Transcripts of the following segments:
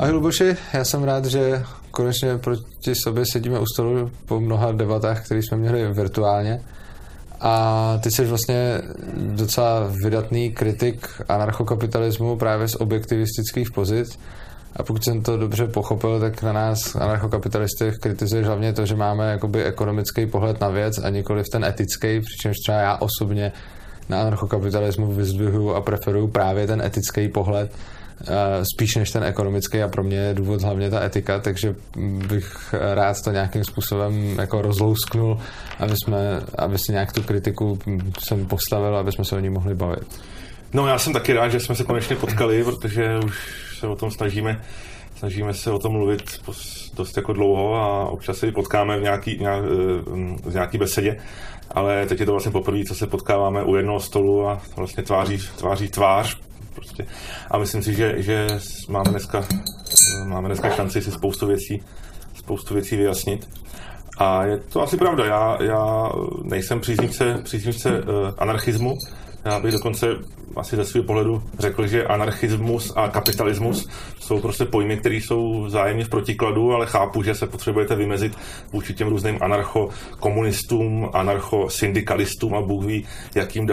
Ahoj Luboši, já jsem rád, že konečně proti sobě sedíme u stolu po mnoha debatách, které jsme měli virtuálně. A ty jsi vlastně docela vydatný kritik anarchokapitalismu právě z objektivistických pozic. A pokud jsem to dobře pochopil, tak na nás anarchokapitalistech kritizuješ hlavně to, že máme jakoby ekonomický pohled na věc a nikoliv ten etický, přičemž třeba já osobně na anarchokapitalismu vyzdvihuju a preferuju právě ten etický pohled spíš než ten ekonomický a pro mě je důvod hlavně ta etika, takže bych rád to nějakým způsobem jako rozlousknul, aby si nějak tu kritiku jsem postavil, aby jsme se o ní mohli bavit. No já jsem taky rád, že jsme se konečně potkali, protože už se o tom snažíme se o tom mluvit dost jako dlouho a občas se potkáme v nějaký besedě, ale teď je to vlastně poprvé, co se potkáváme u jednoho stolu a vlastně tváří tvář. Prostě. A myslím si, že máme dneska šanci si spoustu věcí vyjasnit. A je to asi pravda. Já nejsem příznivce anarchismu. Já bych dokonce asi ze svého pohledu řekl, že anarchismus a kapitalismus jsou prostě pojmy, které jsou vzájemně v protikladu, ale chápu, že se potřebujete vymezit vůči těm různým anarchokomunistům, anarchosyndikalistům a Bůh ví, jakým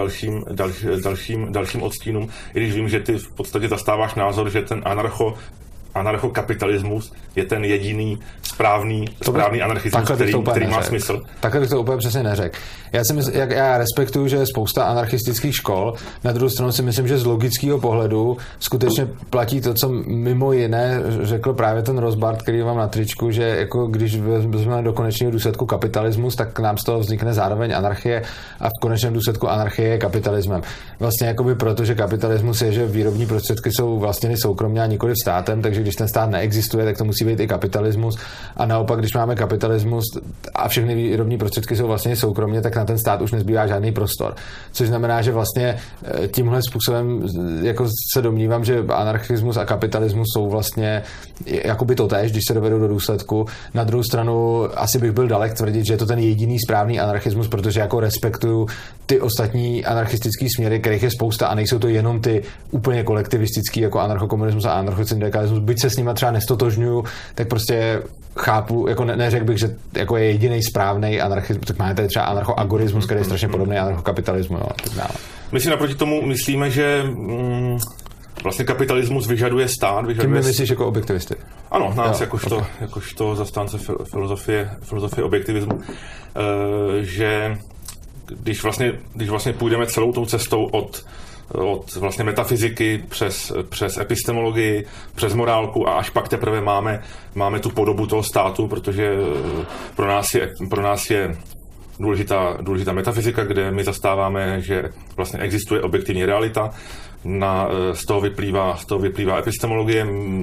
dalším odstínům. I když vím, že ty v podstatě zastáváš názor, že ten anarchokapitalismus je ten jediný správný anarchismus, který má smysl. Takhle bych to úplně přesně neřekl. Já respektuju, že je spousta anarchistických škol, na druhou stranu si myslím, že z logického pohledu skutečně platí to, co mimo jiné řekl právě ten Rothbard, který mám na tričku, že jako když vezmeme do konečného důsledku kapitalismus, tak nám z toho vznikne zároveň anarchie a v konečném důsledku anarchie je kapitalismem. Vlastně jakoby proto, že kapitalismus je, že výrobní prostředky jsou vlastněny soukromně a nikoli státem, takže když ten stát neexistuje, tak to musí být i kapitalismus. A naopak, když máme kapitalismus a všechny výrobní prostředky jsou vlastně soukromně, tak na ten stát už nezbývá žádný prostor. Což znamená, že vlastně tímhle způsobem jako se domnívám, že anarchismus a kapitalismus jsou vlastně jakoby totéž, když se dovedou do důsledku. Na druhou stranu asi bych byl dalek tvrdit, že je to ten jediný správný anarchismus, protože jako respektuju ty ostatní anarchistické směry, kterých je spousta a nejsou to jenom ty úplně kolektivistický jako anarchokomunismus a anarchosyndikalismus. Byť se s nima třeba nestotožňuju, tak prostě chápu, jako neřekl bych, že jako je jediný správný anarchismus, tak máme tady třeba anarchoagorismus, který je strašně podobný anarchokapitalismu. Jo, my si naproti tomu myslíme, že vlastně kapitalismus vyžaduje stát. Kým myslíš jako objektivisty? Ano, nás jakožto zastánce filozofie objektivismu, že když vlastně půjdeme celou tou cestou od vlastně metafyziky přes epistemologii, přes morálku a až pak teprve máme tu podobu toho státu, protože pro nás je důležitá metafyzika, kde my zastáváme, že vlastně existuje objektivní realita. Z toho vyplývá epistemologie,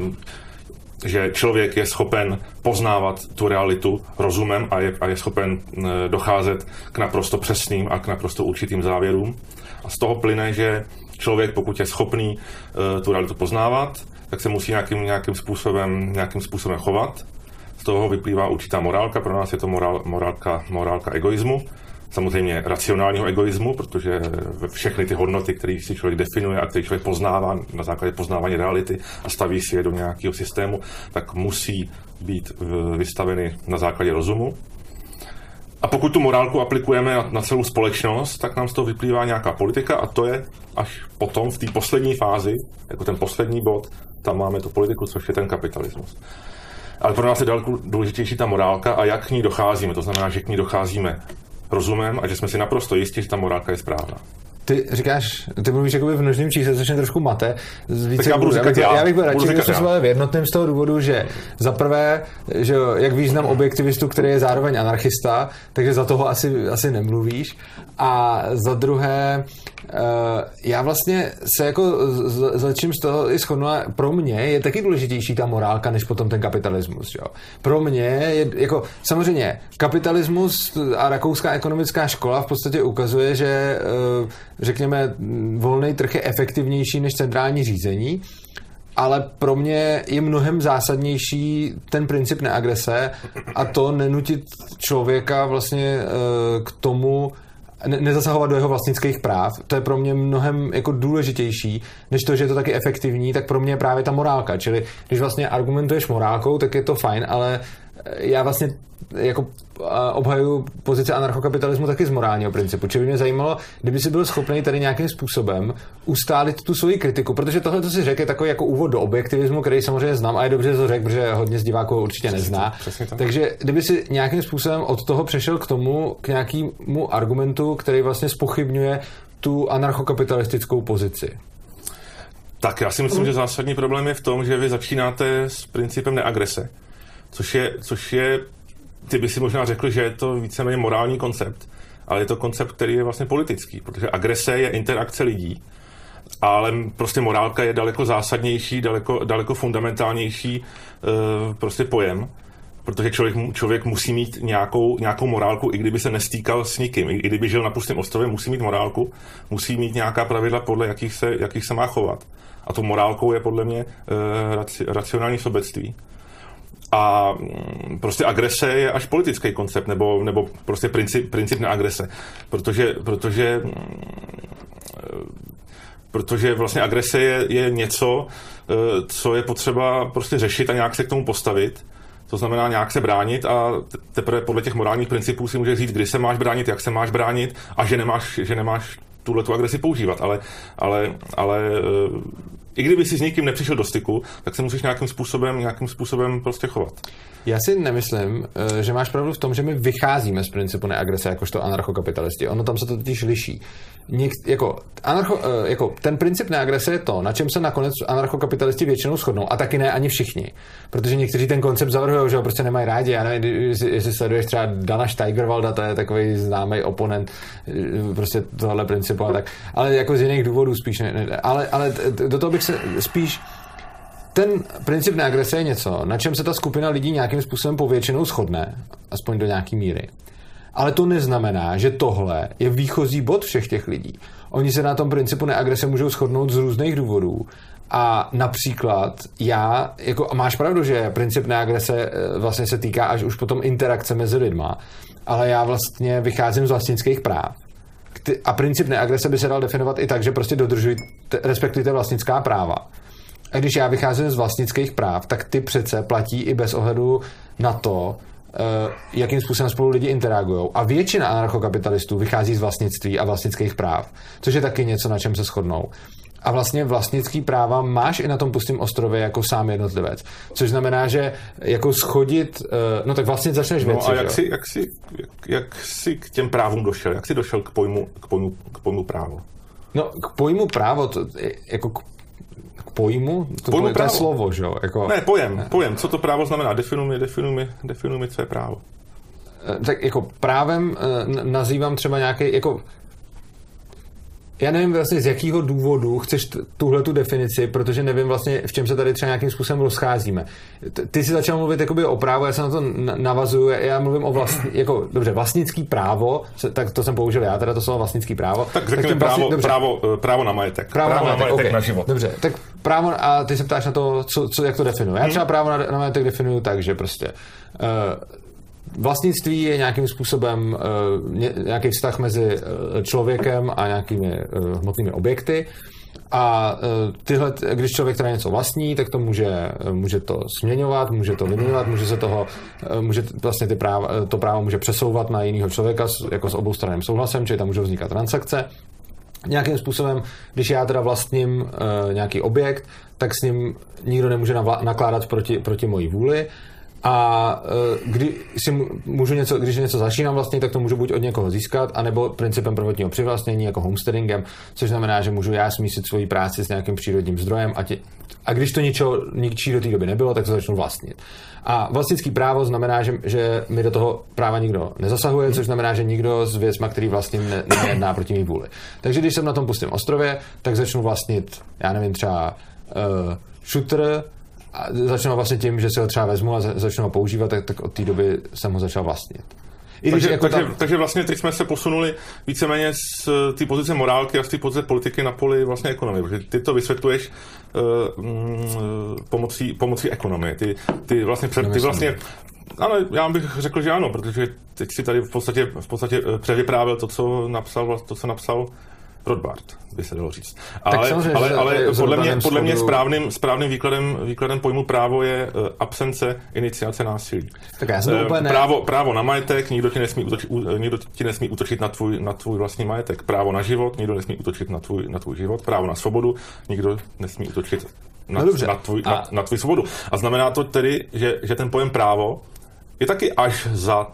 že člověk je schopen poznávat tu realitu rozumem a je schopen docházet k naprosto přesným a k naprosto určitým závěrům. A z toho plyne, že člověk, pokud je schopný tu realitu poznávat, tak se musí nějakým způsobem chovat. Z toho vyplývá určitá morálka. Pro nás je to morálka egoismu. Samozřejmě racionálního egoismu, protože všechny ty hodnoty, které si člověk definuje a který člověk poznává na základě poznávání reality a staví si je do nějakého systému, tak musí být vystaveny na základě rozumu. A pokud tu morálku aplikujeme na celou společnost, tak nám z toho vyplývá nějaká politika a to je až potom v té poslední fázi, jako ten poslední bod, tam máme tu politiku, což je ten kapitalismus. Ale pro nás je daleko důležitější ta morálka a jak k ní docházíme. To znamená, že k ní docházíme rozumem a že jsme si naprosto jistí, že ta morálka je správná. Ty mluvíš jakoby v množném čísle, což mě trošku mate. Já bych byl radši, kdyby jsme se bavili v jednotném z toho důvodu, že za prvé, že jak význam objektivistu, který je zároveň anarchista, takže za toho asi nemluvíš. A za druhé, já vlastně se jako začím z toho i shodnu, pro mě je taky důležitější ta morálka, než potom ten kapitalismus. Jo. Pro mě je, jako samozřejmě, kapitalismus a rakouská ekonomická škola v podstatě ukazuje, že řekněme, volný trh je efektivnější než centrální řízení, ale pro mě je mnohem zásadnější ten princip neagrese a to nenutit člověka vlastně k tomu, nezasahovat do jeho vlastnických práv. To je pro mě mnohem jako důležitější, než to, že je to taky efektivní, tak pro mě je právě ta morálka. Čili když vlastně argumentuješ morálkou, tak je to fajn, ale já vlastně jako obhajuju pozici anarchokapitalismu taky z morálního principu. Čili by mě zajímalo, kdyby si byl schopný tady nějakým způsobem ustálit tu svoji kritiku, protože tohle, co si řekl, je takový jako úvod do objektivismu, který samozřejmě znám a je dobře, že to řekl, protože hodně z diváků určitě nezná. Takže kdyby si nějakým způsobem od toho přešel k nějakému argumentu, který vlastně zpochybňuje tu anarchokapitalistickou pozici. Tak já si myslím, že zásadní problém je v tom, že vy začínáte s principem neagrese, což je ty by si možná řekl, že je to víceméně morální koncept, ale je to koncept, který je vlastně politický, protože agrese je interakce lidí, ale prostě morálka je daleko zásadnější, daleko fundamentálnější prostě pojem, protože člověk musí mít nějakou morálku, i kdyby se nestýkal s nikým, i kdyby žil na pustém ostrově, musí mít morálku, musí mít nějaká pravidla, podle jakých se má chovat. A tou morálkou je podle mě racionální sobectví. A prostě agrese je až politický koncept, nebo prostě princip neagrese. Protože vlastně agrese je něco, co je potřeba prostě řešit a nějak se k tomu postavit. To znamená nějak se bránit a teprve podle těch morálních principů si můžeš říct, kdy se máš bránit, jak se máš bránit a že nemáš tuhletu agresi používat. Ale i kdyby si s nikým nepřišel do styku, tak se musíš nějakým způsobem prostě chovat. Já si nemyslím, že máš pravdu v tom, že my vycházíme z principu neagrese jakožto anarchokapitalisti. Ono tam se to totiž liší. Ten princip neagrese je to, na čem se nakonec anarchokapitalisti většinou shodnou, a taky ne ani všichni. Protože někteří ten koncept zavrhují, že ho prostě nemají rádi. Já nevím, jestli sleduješ třeba Dana Steigerwalda, to je takový známý oponent prostě tohle principu a tak. Ale jako z jiných důvodů spíš. Ale do toho bych se spíš... Ten princip neagrese je něco, na čem se ta skupina lidí nějakým způsobem povětšinou shodne, aspoň do nějaký míry. Ale to neznamená, že tohle je výchozí bod všech těch lidí. Oni se na tom principu neagrese můžou shodnout z různých důvodů. A například máš pravdu, že princip neagrese vlastně se týká až už potom interakce mezi lidma, ale já vlastně vycházím z vlastnických práv. A princip neagrese by se dal definovat i tak, že prostě respektujte vlastnická práva. A když já vycházím z vlastnických práv, tak ty přece platí i bez ohledu na to, jakým způsobem spolu lidi interagují. A většina anarchokapitalistů vychází z vlastnictví a vlastnických práv, což je taky něco, na čem se shodnou. A vlastně vlastnický práva máš i na tom pustém ostrově jako sám jednotlivec. Což znamená, že jako schodit, tak vlastně začneš věci. No a jak jsi k těm právům došel? Jak jsi došel k pojmu právo? No, k pojmu právo, jako pojmu? To je slovo, že jo? Ne, pojem. Co to právo znamená? Definuj mi, co je právo. Tak jako právem nazývám třeba nějaký, jako já nevím vlastně z jakého důvodu chceš tuhletu definici, protože nevím vlastně, v čem se tady třeba nějakým způsobem rozcházíme. Ty jsi začal mluvit jakoby o právu, já se na to navazuju, já mluvím o vlastnický právo, tak to jsem použil já, teda to slovo vlastnický právo. Tak řekněme právo na majetek. Právo na majetek, okay. Na život. Dobře, tak právo, a ty se ptáš na to, jak to definuje. Já třeba právo na majetek definuju tak, že prostě vlastnictví je nějakým způsobem nějaký vztah mezi člověkem a nějakými hmotnými objekty a když člověk teda něco vlastní, tak to může to směňovat, může to vyměňovat, může vlastně to právo může přesouvat na jiného člověka jako s oboustranným souhlasem, čili tam může vznikat transakce. Nějakým způsobem, když já teda vlastním nějaký objekt, tak s ním nikdo nemůže nakládat proti mojí vůli. A když něco začínám vlastně, tak to můžu buď od někoho získat, anebo principem prvotního přivlastnění jako homesteadingem, což znamená, že můžu já smísit svoji práci s nějakým přírodním zdrojem a když to ničí do té doby nebylo, tak to začnu vlastnit. A vlastnický právo znamená, že mi do toho práva nikdo nezasahuje, což znamená, že nikdo s věcma, který vlastním, nejedná proti mý vůli. Takže když jsem na tom pustém ostrově, tak začnu vlastnit, já nevím, třeba šutr, a začnu vlastně tím, že si ho třeba vezmu a začnu ho používat, tak od té doby jsem ho začal vlastnit. Takže vlastně teď jsme se posunuli víceméně z té pozice morálky a z té pozice politiky na poli vlastně ekonomie, protože ty to vysvětluješ pomocí ekonomie. Ty vlastně ano, já bych řekl, že ano, protože teď si tady v podstatě převyprávěl to, co napsal Rothbard, by se dalo říct. Ale podle mě správným výkladem pojmu právo je absence iniciace násilí. Tak já jsem právo na majetek, nikdo ti nesmí útočit na tvůj vlastní majetek. Právo na život, nikdo nesmí útočit na tvůj život. Právo na svobodu, nikdo nesmí útočit na tvůj svobodu. A znamená to tedy, že ten pojem právo je taky až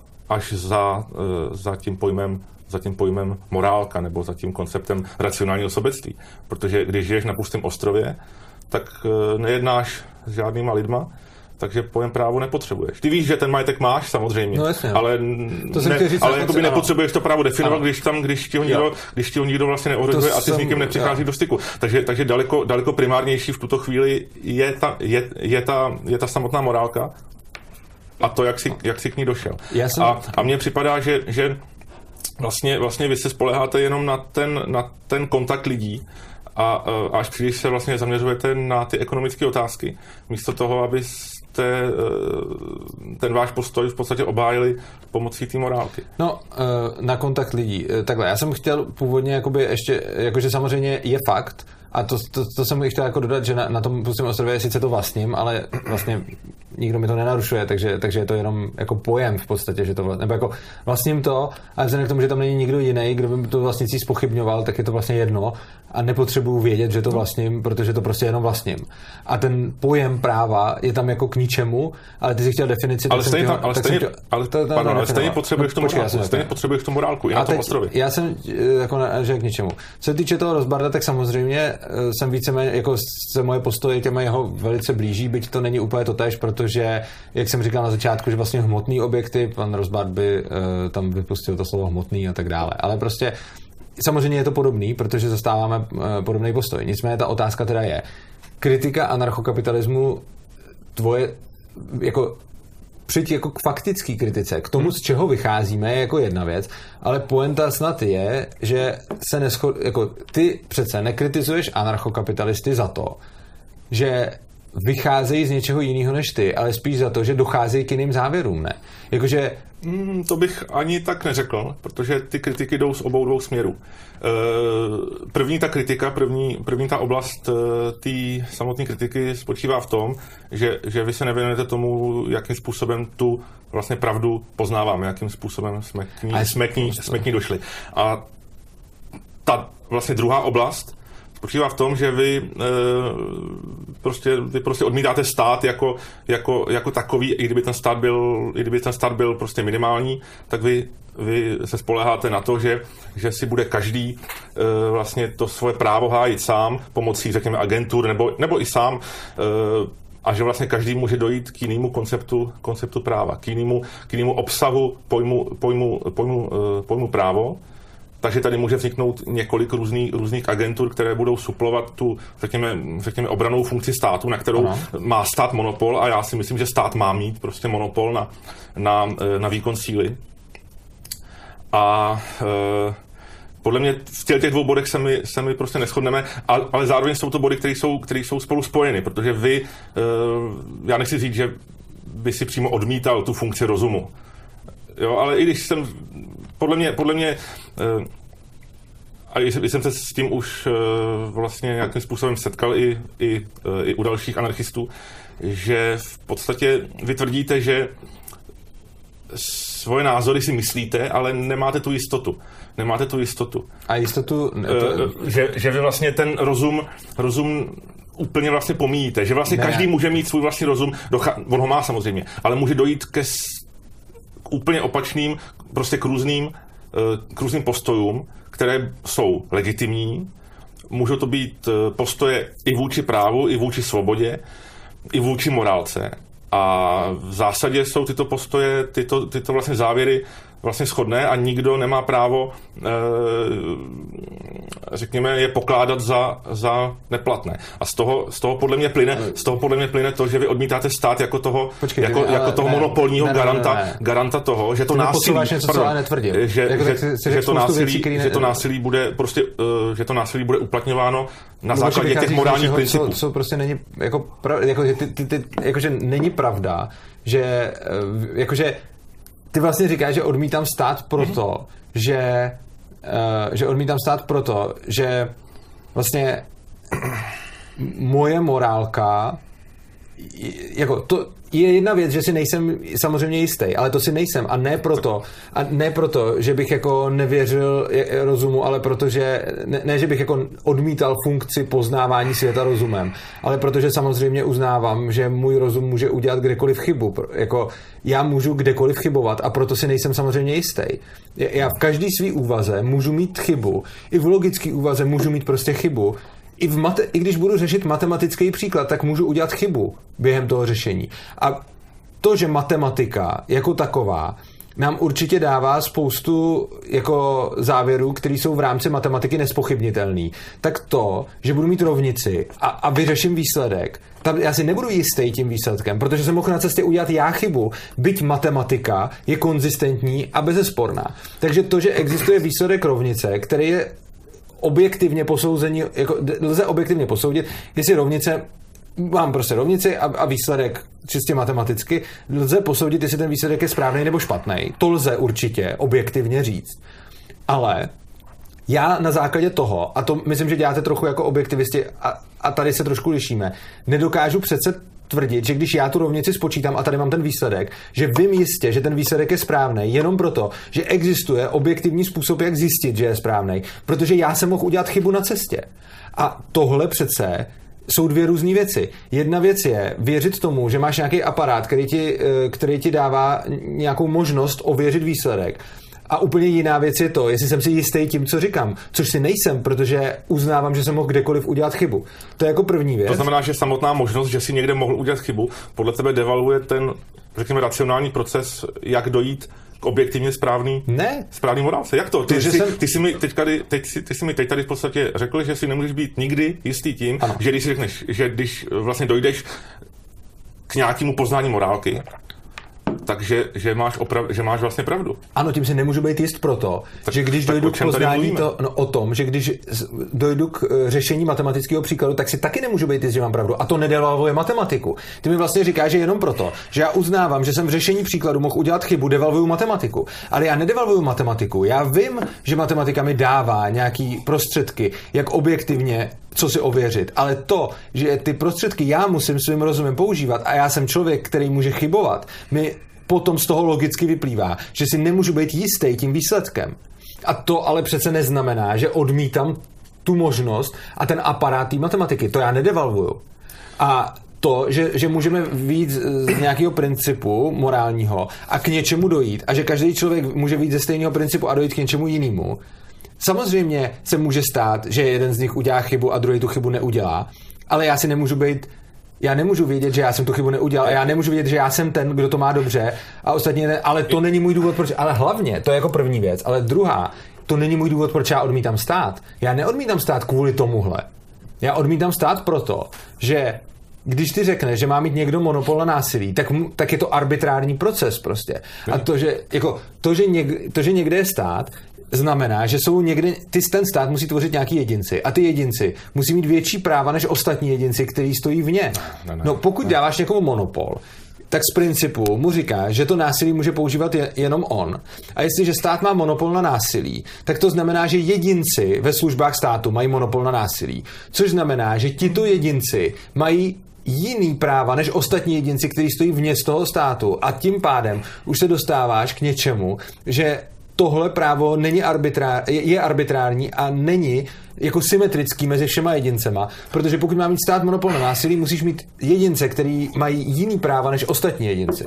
za tím pojmem morálka nebo za tím konceptem racionálního sobectví. Protože když žiješ na pustém ostrově, tak nejednáš s žádnýma lidma, takže pojem právo nepotřebuješ. Ty víš, že ten majetek máš samozřejmě, no jasně, ale jakoby nepotřebuješ to právo definovat, když ti ho nikdo vlastně neohrožuje a ty s nikým nepřichází do styku. Takže daleko primárnější v tuto chvíli je ta samotná morálka a to, jak jsi k ní došel. A mně připadá, že vlastně vy se spoléháte jenom na ten kontakt lidí a až příliš se vlastně zaměřujete na ty ekonomické otázky, místo toho, abyste ten váš postoj v podstatě obhájili pomocí té morálky. No, na kontakt lidí. Takhle, já jsem chtěl původně jakoby ještě, jakože samozřejmě je fakt, a to jsem chtěl jako dodat, že na tom pustém ostrově sice to vlastním, ale vlastně nikdo mi to nenarušuje, takže je to jenom jako pojem v podstatě, že to nebo jako vlastním to, ale vzhledem k tomu, že tam není nikdo jiný, kdo by to vlastnictví zpochybňoval, tak je to vlastně jedno a nepotřebuju vědět, že to vlastním, protože to prostě jenom vlastním. A ten pojem práva je tam jako k ničemu, ale ty si chtěl definici, ale stejně potřebuješ tu morálku i na tom ostrově. Já jsem jako že k ničemu. Co se týče toho Rothbarda, tak samozřejmě jsem víceméně, jako se moje postoje těma jeho velice blíží, byť to není úplně totéž, protože, jak jsem říkal na začátku, že vlastně hmotný objekty, pan Rothbard by tam vypustil to slovo hmotný a tak dále, ale prostě samozřejmě je to podobný, protože zastáváme podobný postoj. Nicméně ta otázka teda je, kritika anarchokapitalismu tvoje, jako přijít jako k faktický kritice, k tomu, z čeho vycházíme, je jako jedna věc, ale pointa snad je, že se jako ty přece nekritizuješ anarchokapitalisty za to, že vycházejí z něčeho jiného než ty, ale spíš za to, že docházejí k jiným závěrům, ne? Jakože to bych ani tak neřekl, protože ty kritiky jdou z obou dvou směrů. První ta kritika, první ta oblast té samotné kritiky spočívá v tom, že vy se nevěnujete tomu, jakým způsobem tu vlastně pravdu poznáváme, jakým způsobem jsme k ní došli. A ta vlastně druhá oblast spočívá v tom, že vy prostě odmítáte stát jako takový, i kdyby ten stát byl prostě minimální, tak vy se spoléháte na to, že si bude každý vlastně to svoje právo hájit sám pomocí, řekněme, agentur nebo i sám, a že vlastně každý může dojít k jinému konceptu práva, k jinému obsahu pojmu právo. Takže tady může vzniknout několik různých agentur, které budou suplovat tu, řekněme, obrannou funkci státu, na kterou má stát monopol, a já si myslím, že stát má mít prostě monopol na výkon síly. A podle mě v těch dvou bodech se my prostě neshodneme, ale zároveň jsou to body, které jsou spolu spojeny, protože vy, já nechci říct, že by si přímo odmítal tu funkci rozumu. Jo, ale i když jsem podle mě a jsem se s tím už vlastně nějakým způsobem setkal i u dalších anarchistů, že v podstatě vy tvrdíte, že svoje názory si myslíte, ale nemáte tu jistotu. A jistotu? Že vy vlastně ten rozum úplně vlastně pomíjíte. Že vlastně každý může mít svůj vlastní rozum, on ho má samozřejmě, ale může dojít k úplně opačným, prostě k různým postojům, které jsou legitimní. Můžou to být postoje i vůči právu, i vůči svobodě, i vůči morálce. A v zásadě jsou tyto postoje, tyto vlastně závěry vlastně shodné a nikdo nemá právo, řekněme, je pokládat za neplatné. A z toho podle mě plyne to, že vy odmítáte stát jako toho, toho monopolního garanta toho, že to násilí, že to násilí bude prostě, že to násilí bude uplatňováno na základě těch morálních principů. Co prostě není jakože není pravda, že jakože ty vlastně říkáš, že odmítám stát proto, že odmítám stát proto, že vlastně moje morálka jako to je jedna věc, že si nejsem samozřejmě jistý, ale to si nejsem a ne proto, že bych jako nevěřil rozumu, ale protože ne, že bych jako odmítal funkci poznávání světa rozumem, ale protože samozřejmě uznávám, že můj rozum může udělat kdekoliv chybu. Jako já můžu kdekoliv chybovat a proto si nejsem samozřejmě jistý. Já v každý svý úvaze můžu mít chybu, i v logický úvaze můžu mít prostě chybu. I když budu řešit matematický příklad, tak můžu udělat chybu během toho řešení. A to, že matematika jako taková nám určitě dává spoustu jako závěrů, které jsou v rámci matematiky nespochybnitelný, tak to, že budu mít rovnici a vyřeším výsledek, tam já si nebudu jistý tím výsledkem, protože jsem mohl na cestě udělat já chybu, byť matematika je konzistentní a bezesporná. Takže to, že existuje výsledek rovnice, který je objektivně posouzení, jako lze objektivně posoudit, jestli rovnice, mám prostě rovnici a výsledek čistě matematicky, lze posoudit, jestli ten výsledek je správný nebo špatný. To lze určitě objektivně říct. Ale já na základě toho, a to myslím, že děláte trochu jako objektivisti a tady se trošku lišíme, nedokážu přece tvrdit, že když já tu rovnici spočítám a tady mám ten výsledek, že vím jistě, že ten výsledek je správný, jenom proto, že existuje objektivní způsob, jak zjistit, že je správný, protože já jsem mohl udělat chybu na cestě. A tohle přece jsou dvě různé věci. Jedna věc je věřit tomu, že máš nějaký aparát, který ti dává nějakou možnost ověřit výsledek. A úplně jiná věc je to, jestli jsem si jistý tím, co říkám, což si nejsem, protože uznávám, že jsem mohl kdekoliv udělat chybu. To je jako první věc. To znamená, že samotná možnost, že si někde mohl udělat chybu, podle tebe devaluje ten, řekněme, racionální proces, jak dojít k objektivně správný morálce. Jak to? Ty jsi mi teď tady v podstatě řekl, že si nemůžeš být nikdy jistý tím, ano. Že když si řekneš, že když vlastně dojdeš k nějakému poznání morálky, takže že máš vlastně pravdu. Ano, tím si nemůžu být jist proto, že když dojdu k poznání o tom, že když dojdu k řešení matematického příkladu, tak si taky nemůžu být jist, že mám pravdu. A to nedevalvuje matematiku. Ty mi vlastně říkáš, že jenom proto, že já uznávám, že jsem v řešení příkladu mohl udělat chybu, devalvuju matematiku. Ale já nedevalvuju matematiku. Já vím, že matematika mi dává nějaký prostředky, jak objektivně co si ověřit. Ale to, že ty prostředky já musím svým rozumem používat a já jsem člověk, který může chybovat, mi potom z toho logicky vyplývá, že si nemůžu být jistý tím výsledkem. A to ale přece neznamená, že odmítám tu možnost a ten aparát té matematiky. To já nedevalvuju. A to, že můžeme vyjít z nějakého principu morálního a k něčemu dojít a že každý člověk může vyjít ze stejného principu a dojít k něčemu jinému. Samozřejmě se může stát, že jeden z nich udělá chybu a druhý tu chybu neudělá, ale já nemůžu vědět, že já jsem tu chybu neudělal a já nemůžu vědět, že já jsem ten, kdo to má dobře a ostatně ne, ale to není můj důvod, proč, ale hlavně, to je jako první věc, ale druhá, to není můj důvod, proč já odmítám stát. Já neodmítám stát kvůli tomuhle. Já odmítám stát proto, že když ty řekneš, že má mít někdo monopol na násilí, tak je to arbitrární proces prostě. A to, že někde je stát, znamená, že jsou někde, ten stát musí tvořit nějaký jedinci a ty jedinci musí mít větší práva než ostatní jedinci, kteří stojí v ně. No pokud dáváš někomu monopol, tak z principu mu říkáš, že to násilí může používat jenom on. A jestliže stát má monopol na násilí, tak to znamená, že jedinci ve službách státu mají monopol na násilí. Což znamená, že tito jedinci mají jiný práva než ostatní jedinci, kteří stojí vně z toho státu. A tím pádem už se dostáváš k něčemu, že tohle právo je arbitrární a není jako symetrický mezi všema jedincema, protože pokud má mít stát monopol na násilí, musíš mít jedince, který mají jiný práva než ostatní jedinci.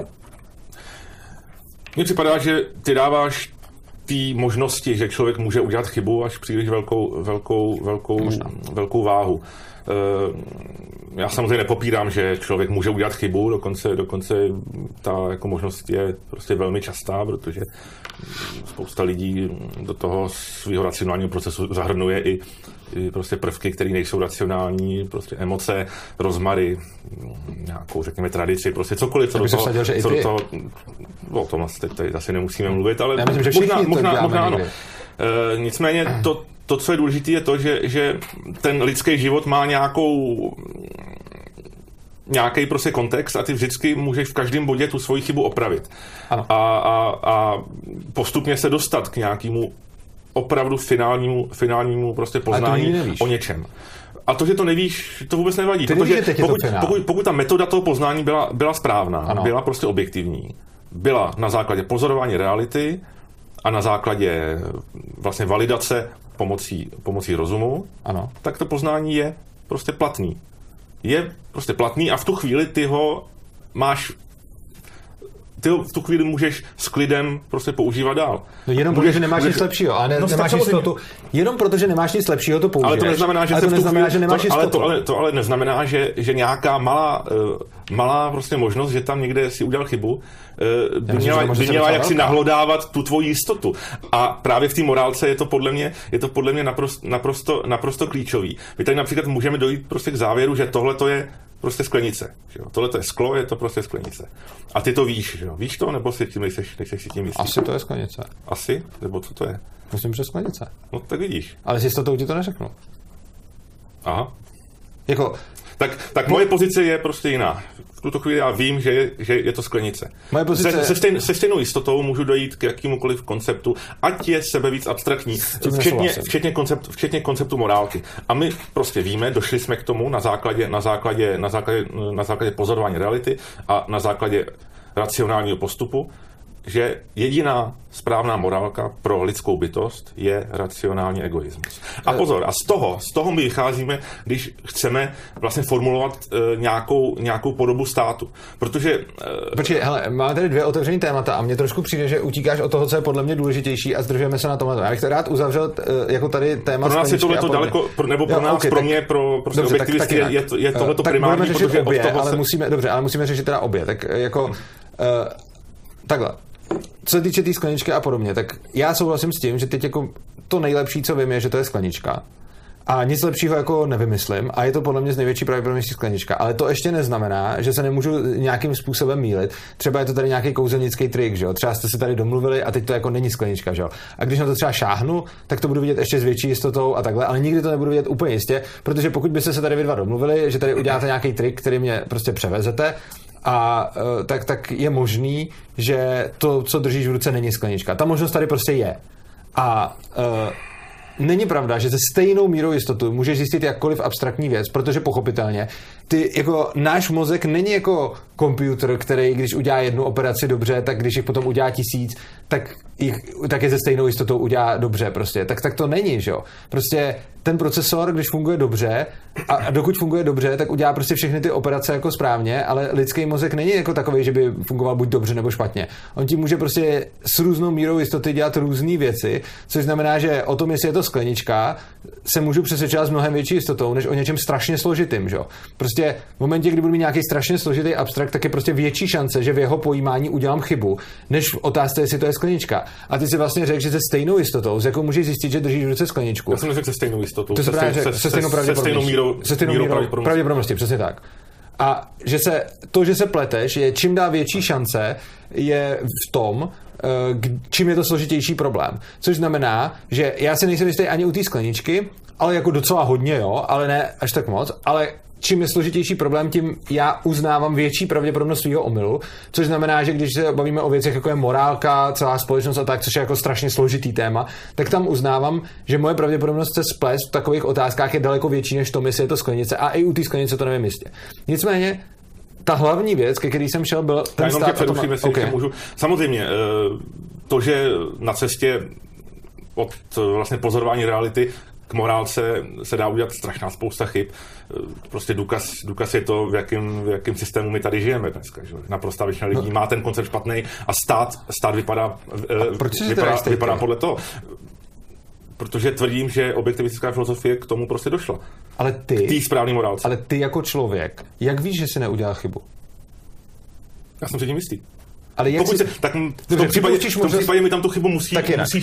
Mně připadá, že ty dáváš té možnosti, že člověk může udělat chybu až příliš velkou váhu. Já samozřejmě nepopírám, že člověk může udělat chybu, dokonce ta jako možnost je prostě velmi častá, protože spousta lidí do toho svého racionálního procesu zahrnuje i prostě prvky, které nejsou racionální, prostě emoce, rozmary, nějakou, řekněme, tradici, prostě cokoliv, co do toho, o tom teď asi nemusíme mluvit, ale já myslím, že možná ano. Nicméně to, co je důležité, je to, že ten lidský život má nějaký prostě kontext a ty vždycky můžeš v každém bodě tu svoji chybu opravit. Ano. A postupně se dostat k nějakému opravdu finálnímu prostě poznání o něčem. A to, že to nevíš, to vůbec nevadí. Protože pokud ta metoda toho poznání byla správná, ano. Byla prostě objektivní, byla na základě pozorování reality a na základě vlastně validace pomocí rozumu, ano. Tak to poznání je prostě platný. Je prostě platný a v tu chvíli ty ho v tu chvíli můžeš s klidem prostě používat dál. No jenom protože nemáš nic lepšího, a nemáš jistotu. Jenom protože nemáš nic lepšího, to použiješ. Ale to neznamená, že že nemáš jistotu. To ale neznamená, že nějaká malá prostě možnost, že tam někde si udělal chybu, by měla jaksi nahlodávat tu tvoji jistotu. A právě v té morálce je to podle mě naprosto klíčový. My tady například můžeme dojít prostě k závěru, že tohle to je prostě sklenice. Tohle to je sklo, je to prostě sklenice. A ty to víš, že jo? Víš to, nebo si tím nejseš si tím jistý? Asi to je sklenice. Asi? Nebo co to je? Myslím, že sklenice. No tak vidíš. Ale s jistotou ti to neřeknu. Aha. Jako... Tak moje pozice je prostě jiná. V tuto chvíli já vím, že je to sklenice. Moje pozice... Se stejnou jistotou můžu dojít k jakýmukoliv konceptu, ať je sebe víc abstraktní, včetně konceptu morálky. A my prostě víme, došli jsme k tomu na základě pozorování reality a na základě racionálního postupu, že jediná správná morálka pro lidskou bytost je racionální egoismus. A pozor, a z toho my vycházíme, když chceme vlastně formulovat nějakou podobu státu. Protože... Počkej, hele, máme tady 2 otevřený témata a mně trošku přijde, že utíkáš od toho, co je podle mě důležitější a zdržujeme se na tomhle. Já bych to rád uzavřel jako tady téma. Pro nás je tohleto daleko, nebo pro nás, pro mě, pro objektivisty je tohleto primární, protože obě, od toho ale musíme řešit teda obě. Tak jako takhle. Co se týče té skleničky a podobně, tak já souhlasím s tím, že teď jako to nejlepší, co vím, je, že to je sklenička. A nic lepšího jako nevymyslím a je to podle mě z největší pravděpodobností sklenička. Ale to ještě neznamená, že se nemůžu nějakým způsobem mýlit. Třeba je to tady nějaký kouzelnický trik, že jo? Třeba jste se tady domluvili a teď to jako není sklenička, že jo? A když na to třeba šáhnu, tak to budu vidět ještě s větší jistotou a takhle, ale nikdy to nebudu vidět úplně jistě, protože pokud byste se tady vy dva domluvili, že tady uděláte nějaký trik, který mě prostě převezete, a tak je možný, že to, co držíš v ruce, není sklenička. Ta možnost tady prostě je. A není pravda, že se stejnou mírou jistotu můžeš zjistit jakkoliv abstraktní věc, protože pochopitelně jako náš mozek není jako počítač, který když udělá jednu operaci dobře, tak když jich potom udělá 1000, tak je se stejnou jistotou udělá dobře prostě. Tak to není, že jo. Prostě ten procesor, když funguje dobře a dokud funguje dobře, tak udělá prostě všechny ty operace jako správně, ale lidský mozek není jako takový, že by fungoval buď dobře nebo špatně. On ti může prostě s různou mírou jistoty dělat různé věci, což znamená, že o tom, jestli je to sklenička, se můžu přesvědčovat s mnohem větší jistotou, než o něčem strašně složitým, že jo. Prostě v momentě, kdy budu mít nějaký strašně složitý abstrakt, tak je prostě větší šance, že v jeho pojímání udělám chybu, než v otázce, jestli to je sklenička. A ty si vlastně řekl, že se stejnou jistotou, s jakou můžeš zjistit, že držíš v ruce skleničku. Já jsem neřekl se stejnou jistotou. Se stejnou mírou pravděpodobnosti, přesně tak. A že se pleteš, je čím dál větší šance je v tom, čím je to složitější problém. Což znamená, že já si nejsem jistý ani u té skleničky, ale jako docela hodně, jo, ale ne až tak moc, ale čím je složitější problém, tím já uznávám větší pravděpodobnost svého omylu, což znamená, že když se bavíme o věcech, jako je morálka, celá společnost a tak, což je jako strašně složitý téma, tak tam uznávám, že moje pravděpodobnost se splést v takových otázkách je daleko větší než tom, jestli je to sklenice, a i u té sklenice to nevím jistě. Nicméně ta hlavní věc, ke který jsem šel, byl ten stát a okay. Můžu. Samozřejmě, to, že na cestě od vlastně pozorování reality k morálce se dá udělat strašná spousta chyb. Prostě důkaz je to, v jakém systému my tady žijeme dneska. Že? Naprostá většina lidí má ten koncept špatný a stát vypadá podle toho. Protože tvrdím, že objektivistická filozofie k tomu prostě došla. Ale ty... K té správné morálce. Ale ty jako člověk, jak víš, že jsi neudělal chybu? Já jsem předtím jistý. Ale jak pokud si... tak v tom případě mi tam tu chybu musí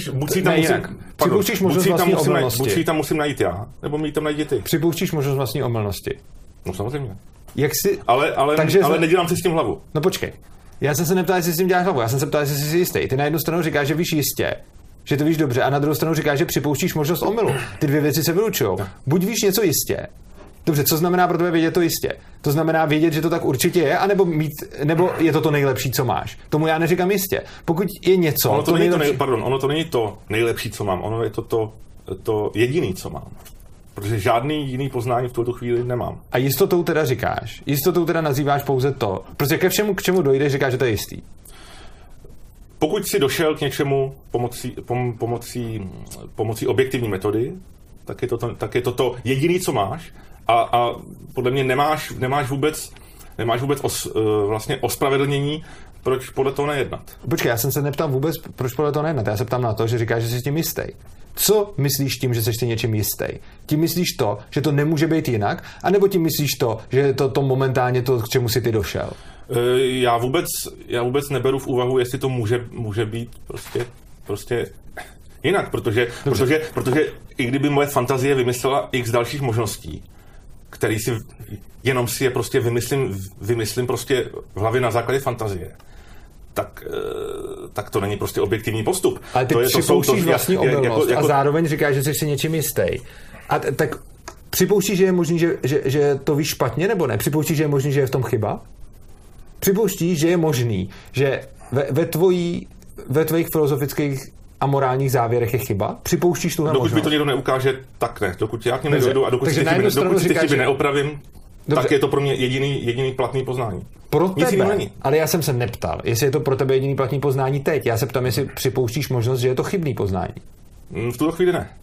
tam musím najít já, nebo mi tam najít ty. Připouštíš možnost vlastní omylnosti. No samozřejmě. Jak si... Ale nedělám si s tím hlavu. No počkej. Já jsem se neptal, jestli s tím děláš hlavu. Já jsem se ptal, jestli jsi si jistý. Ty na jednu stranu říkáš, že víš jistě, že to víš dobře, a na druhou stranu říkáš, že připouštíš možnost omylu. Ty dvě věci se vylučují. Buď víš něco jistě. Dobře, co znamená pro tebe vědět to jistě? To znamená vědět, že to tak určitě je, nebo je to nejlepší, co máš? Tomu já neříkám jistě. Pokud je něco... Ono to není to nejlepší, co mám. Ono je to jediný, co mám. Protože žádný jiný poznání v tuto chvíli nemám. A jistotou teda říkáš? Jistotou teda nazýváš pouze to? Protože k čemu dojdeš, říkáš, že to je jistý? Pokud jsi došel k něčemu pomocí objektivní metody, tak je to jediný, co máš. A podle mě nemáš vůbec vlastně ospravedlnění, proč podle toho nejednat. Počkej, já jsem se neptal vůbec, proč podle toho nejednat. Já se ptám na to, že říkáš, že jsi s tím jistý. Co myslíš tím, že jsi si něčím jistý? Tím myslíš to, že to nemůže být jinak? A nebo tím myslíš to, že je to momentálně to, k čemu jsi ty došel? Já vůbec neberu v úvahu, jestli to může být prostě jinak, protože i kdyby moje fantazie vymyslela x dalších možností, který si je prostě vymyslím prostě v hlavě na základě fantazie, tak to není prostě objektivní postup. Ale ty připouštíš vlastní omylnost a zároveň říkáš, že jsi si něčím jistý. A tak připouštíš, že je možný, že to víš špatně, nebo ne? Připouštíš, že je možný, že je v tom chyba? Připouštíš, že je možný, že ve tvojich filozofických a morálních závěrech je chyba? Připouštíš tuhle možnost? Dokud mi to někdo neukáže, tak ne. Dokud já k něm nedojdu a dokud si ty chyby neopravím, tak je to pro mě jediný platný poznání. Pro tebe, ale já jsem se neptal, jestli je to pro tebe jediný platný poznání teď. Já se ptám, jestli připouštíš možnost, že je to chybný poznání. V tuto chvíli ne.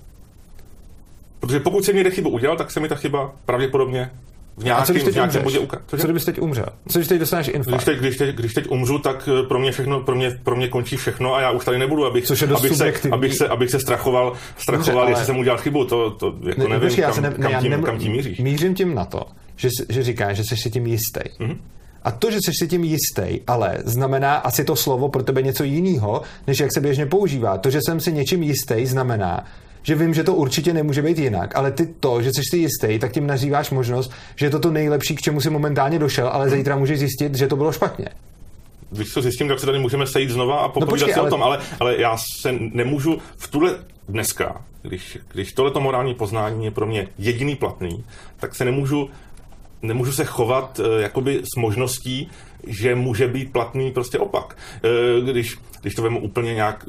Protože pokud jsem někde chybu udělal, tak se mi ta chyba pravděpodobně v nějakém bodě ukáže. Co kdybys teď umřel? Co když teď dostaneš infarkt? Když teď umřu, tak pro mě končí všechno a já už tady nebudu, abych se strachoval, jestli jsem udělal chybu. To jako nevím, kam tím míříš. Mířím tím na to, že říkáš, že jsi si tím jistý. Mm-hmm. A to, že jsi si tím jistý, ale znamená asi to slovo pro tebe něco jiného, než jak se běžně používá. To, že jsem si něčím jistý, znamená, že vím, že to určitě nemůže být jinak, ale ty to, že jsi si jistý, tak tím nazýváš možnost, že je to nejlepší, k čemu si momentálně došel, ale zítra můžeš zjistit, že to bylo špatně. Když to zjistím, tak se tady můžeme sejít znova a popovídat si o tom, ale já se nemůžu v tuhle dneska, když tohleto morální poznání je pro mě jediný platný, tak se nemůžu se chovat jakoby s možností, že může být platný prostě opak. Když to vemu úplně nějak...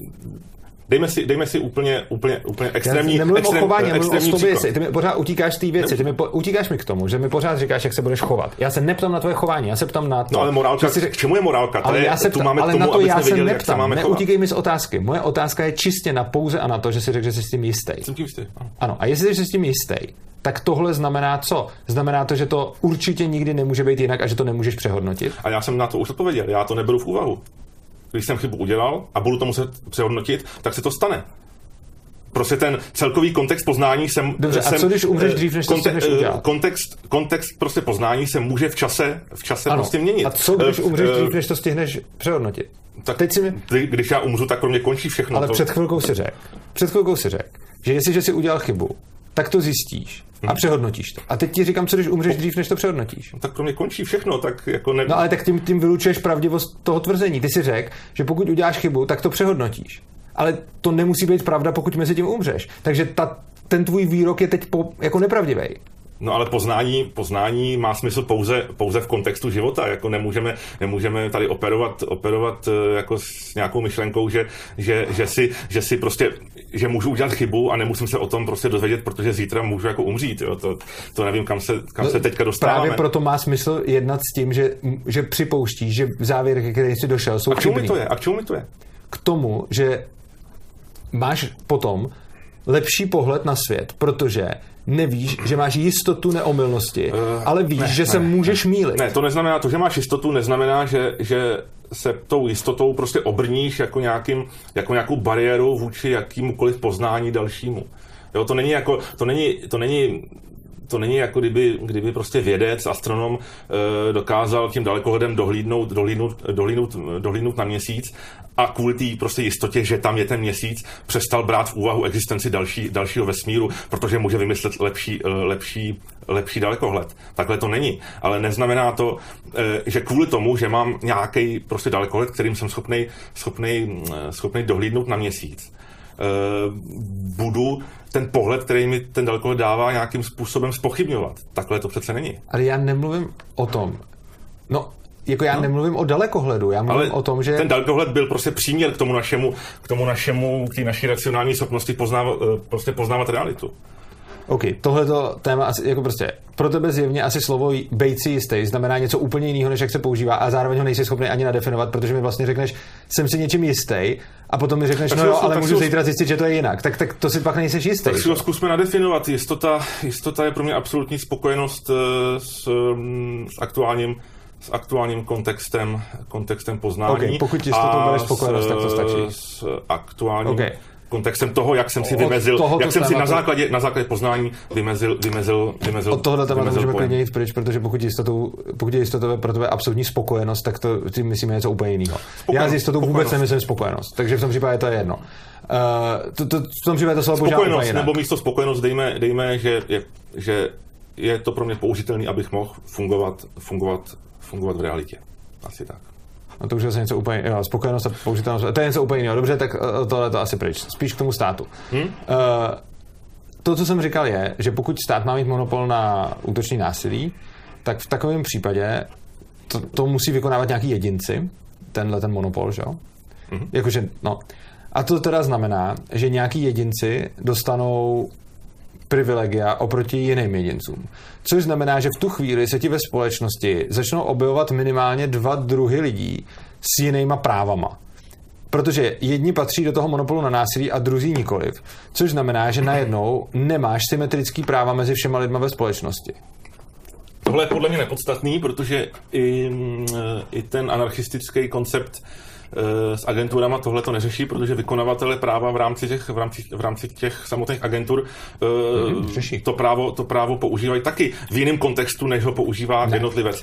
Dejme si úplně extrémní. Já nemluvím o chování, mluvím o sobě. Ty mi pořád utíkáš z té věci. Utíkáš mi k tomu, že mi pořád říkáš, jak se budeš chovat. Já se neptám na tvoje chování, já se ptám na to. No ale morálka, k čemu je morálka? Ale já se ptám, ale na to já se neptám. Neutíkej mi z otázky. Moje otázka je čistě na pouze a na to, že si řekl, že jsi s tím jistý. Jsem tím jistý. Ano. A jestli jsi s tím jistý, tak tohle znamená co? Znamená to, že to určitě nikdy nemůže být jinak a že to nemůžeš přehodnotit? A já jsem na to už odpověděl. Já to neberu v úvahu. Když jsem chybu udělal a budu to muset přehodnotit, tak se to stane. Prostě ten celkový kontext poznání jsem... Dobře, a co když umřeš dřív, než to stihneš udělat? Kontext prostě poznání se může v čase prostě měnit. A co když umřeš dřív, než to stihneš přehodnotit? Tak teď když já umřu, tak pro mě končí všechno. Ale před chvilkou si řekl, že jestliže si udělal chybu, tak to zjistíš a přehodnotíš to. A teď ti říkám, co když umřeš dřív, než to přehodnotíš. No, tak pro mě končí všechno, tak jako No ale tak tím vylučuješ pravdivost toho tvrzení. Ty si řekl, že pokud uděláš chybu, tak to přehodnotíš. Ale to nemusí být pravda, pokud mezi tím umřeš. Takže ten tvůj výrok je teď jako nepravdivý. No ale poznání má smysl pouze v kontextu života, jako nemůžeme tady operovat jako s nějakou myšlenkou, že si prostě, že můžu udělat chybu a nemusím se o tom prostě dozvědět, protože zítra můžu jako umřít, jo? To nevím, kam se teďka dostáváme. Právě proto má smysl jednat s tím, že připouštíš, že závěry, který jsi došel, jsou chybný. A k čemu mi to je? K tomu, že máš potom lepší pohled na svět, protože nevíš, že máš jistotu neomylnosti, ale víš, že se můžeš mýlit. Ne, to neznamená, to, že máš jistotu, neznamená, že se tou jistotou prostě obrníš jako nějakou bariéru vůči jakýmukoliv poznání dalšímu. Jo, to není to není jako kdyby prostě vědec, astronom dokázal tím dalekohledem dohlídnout na měsíc a kvůli té prostě jistotě, že tam je ten měsíc, přestal brát v úvahu existenci dalšího vesmíru, protože může vymyslet lepší dalekohled. Takhle to není. Ale neznamená to, že kvůli tomu, že mám nějaký prostě dalekohled, kterým jsem schopný dohlídnout na měsíc, budu ten pohled, který mi ten dalekohled dává, nějakým způsobem zpochybňovat. Takhle to přece není. Ale já nemluvím o tom. Nemluvím o dalekohledu, já mluvím o tom, že... Ten dalekohled byl prostě příměr k té naší racionální schopnosti poznávat realitu. OK, tohleto téma asi, jako prostě pro tebe zjevně asi slovo bejt si jistý znamená něco úplně jiného, než jak se používá a zároveň ho nejsi schopný ani nadefinovat, protože mi vlastně řekneš, jsem si něčím jistý a potom mi řekneš, ale můžu zítra zjistit, že to je jinak. Tak to si pak nejseš jistý. Tak si ho zkusme nadefinovat. Jistota je pro mě absolutní spokojenost s aktuálním kontextem poznání. Okay, pokud jistotu bereš spokojenost, tak to stačí. S aktuálním kontextem toho, jak jsem si vymezil, jak jsem si na základě poznání vymezil od tohohle tématu můžeme klidně jít pryč, protože pokud je jistotou pro tebe absolutní spokojenost, tak to tím myslíme něco úplně jiného. Já s jistotou vůbec nemyslím spokojenost, takže v tom případě to je jedno. V tom případě to slovo používám úplně jinak. Nebo místo spokojenost dejme, že je to pro mě použitelný, abych mohl fungovat v realitě. Asi tak. No to už je něco úplně, spokojenost a použitelnost, to je něco úplně jiného. Dobře, tak tohle to asi pryč. Spíš k tomu státu. To, co jsem říkal, je, že pokud stát má mít monopol na útočný násilí, tak v takovém případě to musí vykonávat nějaký jedinci, ten monopol, že jo? Jakože, no. A to teda znamená, že nějaký jedinci dostanou privilegia oproti jiným jedincům. Což znamená, že v tu chvíli se ti ve společnosti začnou objevovat minimálně 2 druhy lidí s jinýma právama. Protože jedni patří do toho monopolu na násilí a druzí nikoliv. Což znamená, že najednou nemáš symetrický práva mezi všema lidma ve společnosti. Tohle je podle mě nepodstatný, protože i ten anarchistický koncept s agenturama tohle to neřeší, protože vykonavatele práva v rámci těch samotných agentur to právo používají taky v jiném kontextu, než ho používá jednotlivec.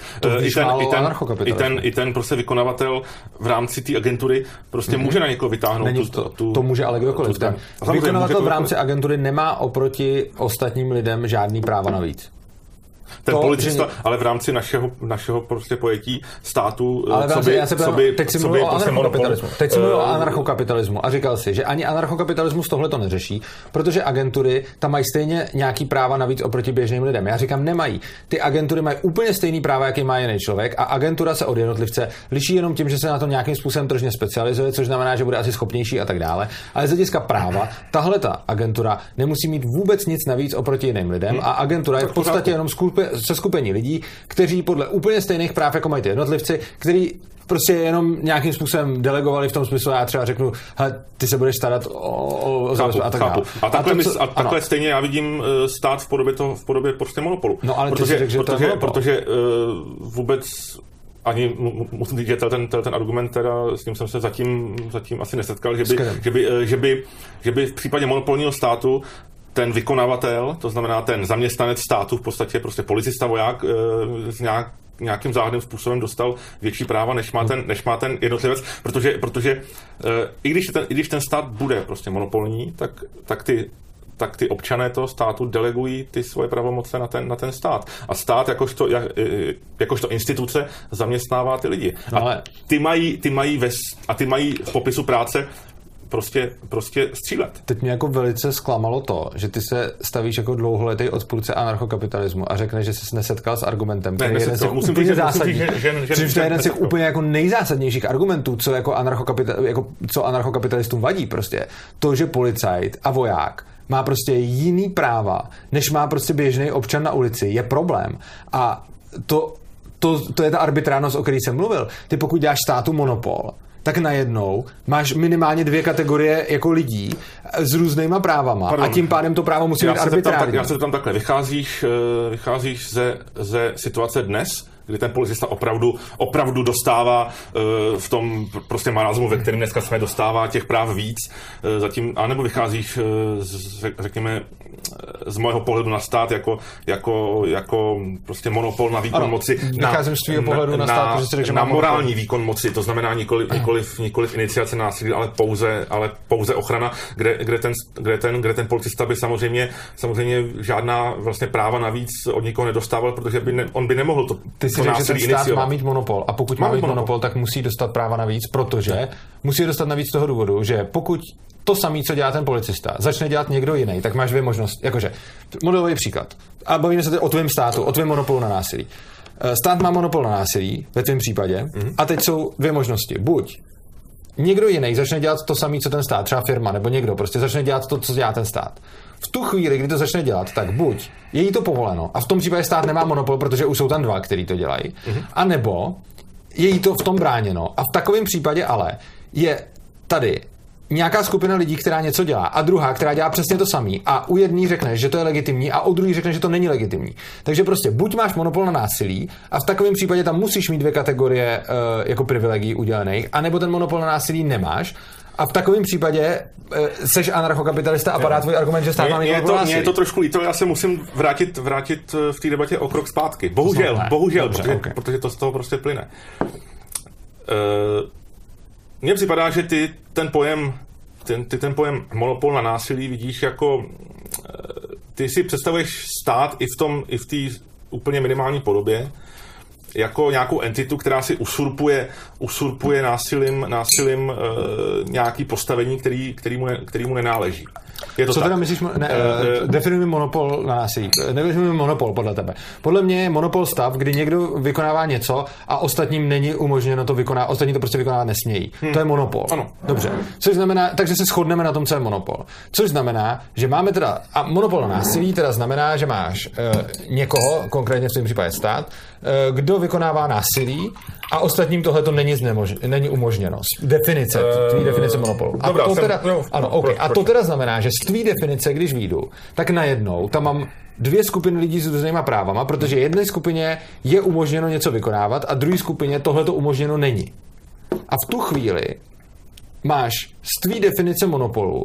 I ten prostě vykonavatel v rámci té agentury prostě může na někoho vytáhnout to může ale kdokoliv. Vykonavatel v rámci agentury nemá oproti ostatním lidem žádný práva navíc. Ten policista, ale v rámci našeho prostě pojetí státu, teď si mluvil o anarchokapitalismu a říkal si, že ani anarchokapitalismus tohle to neřeší, protože agentury tam mají stejně nějaký práva navíc oproti běžným lidem. Já říkám, nemají. Ty agentury mají úplně stejný práva, jaký má jiný člověk a agentura se od jednotlivce liší jenom tím, že se na to nějakým způsobem tržně specializuje, což znamená, že bude asi schopnější a tak dále. Ale z hlediska práva, tahle ta agentura nemusí mít vůbec nic navíc oproti jiným lidem a agentura je v podstatě jenom seskupení lidí, kteří podle úplně stejných práv, jako mají ty jednotlivci, který prostě jenom nějakým způsobem delegovali v tom smyslu, já třeba řeknu, hele, ty se budeš starat o a tak dále. A takhle stejně já vidím stát v podobě prostě monopolu. No ale protože vůbec ani musím říct, že ten argument teda, s ním jsem se zatím asi nesetkal, že by v případě monopolního státu ten vykonavatel, to znamená ten zaměstnanec státu, v podstatě prostě policista, voják, nějakým záhadným způsobem dostal větší práva, než má ten jednotlivec, protože i když ten stát bude prostě monopolní, tak ty občané toho státu delegují ty svoje pravomoce na ten stát. A stát jakožto instituce zaměstnává ty lidi. A ty mají v popisu práce prostě střílet. Teď mě jako velice zklamalo to, že ty se stavíš jako dlouholetý odpůrce anarchokapitalismu a řekneš, že jsi nesetkal s argumentem, který je jeden z těch úplně zásadních. Což to je jeden z těch úplně jako nejzásadnějších argumentů, co anarchokapitalistům vadí prostě. To, že policajt a voják má prostě jiný práva, než má prostě běžný občan na ulici, je problém. A to je ta arbitrárnost, o který jsem mluvil. Ty pokud děláš státu monopol, tak najednou máš minimálně 2 kategorie jako lidí s různýma právama. A tím pádem to právo musí být arbitrární. Já se tam takhle. Vycházíš ze situace dnes, kdy ten policista opravdu dostává v tom prostě marazmu, ve kterém dneska jsme, dostává těch práv víc, zatím, anebo vycházíš řekněme z mého pohledu na stát jako prostě monopol na výkon moci. Vycházím z tvýho pohledu na stát, protože na morální výkon moci, to znamená nikoliv iniciace násilí, ale pouze ochrana, kde ten policista by samozřejmě žádná vlastně práva navíc od nikoho nedostával, protože on by nemohl to Ty si řekl, že ten stát má mít monopol a pokud má mít monopol, tak musí dostat práva navíc, protože musí dostat navíc z toho důvodu, že pokud to samé, co dělá ten policista, začne dělat někdo jiný, tak máš dvě možnosti. Jakože, modelový příklad. A bavíme se teď o tvém státu, o tvém monopolu na násilí. Stát má monopol na násilí, ve tvém případě, a teď jsou dvě možnosti. Buď někdo jiný začne dělat to samé, co ten stát, třeba firma, nebo někdo prostě začne dělat to, co dělá ten stát. V tu chvíli, kdy to začne dělat, tak buď je jí to povoleno, a v tom případě stát nemá monopol, protože už jsou tam dva, kteří to dělají, anebo je jí to v tom bráněno. A v takovém případě ale je tady nějaká skupina lidí, která něco dělá, a druhá, která dělá přesně to samý, a u jedný řekne, že to je legitimní, a u druhý řekne, že to není legitimní. Takže prostě buď máš monopol na násilí, a v takovém případě tam musíš mít dvě kategorie jako privilegií udělených, anebo ten monopol na násilí nemáš. A v takovém případě seš anarchokapitalista a padá tvůj argument, že stát má mít monopol na násilí. Mně je to trošku líto, já se musím vrátit v té debatě o krok zpátky. Bohužel, dobře, protože to z toho prostě plyne. Mně připadá, že ty ten pojem monopol na násilí vidíš jako ty si představuješ stát i v té úplně minimální podobě jako nějakou entitu, která si usurpuje násilím nějaký postavení, který mu nenáleží. Je to co tak? teda myslíš? Definujeme monopol na násilí. Definujeme monopol podle tebe. Podle mě je monopol stav, kdy někdo vykonává něco a ostatním není umožněno to vykonávat, ostatní to prostě vykonávat nesmějí. To je monopol. Ano. Dobře. Což znamená, takže se shodneme na tom, co je monopol. Což znamená, že máme teda, a monopol na násilí teda znamená, že máš někoho, konkrétně v tom případě stát, kdo vykonává násilí a ostatním tohle to není umožněno. Definice monopolu. A dobrá, to teda, a to teda znamená, že z tvý definice, když vyjdu, tak najednou tam mám dvě skupiny lidí s různýma právama, protože jedné skupině je umožněno něco vykonávat a druhé skupině tohle to umožněno není. A v tu chvíli máš z tvý definice monopolu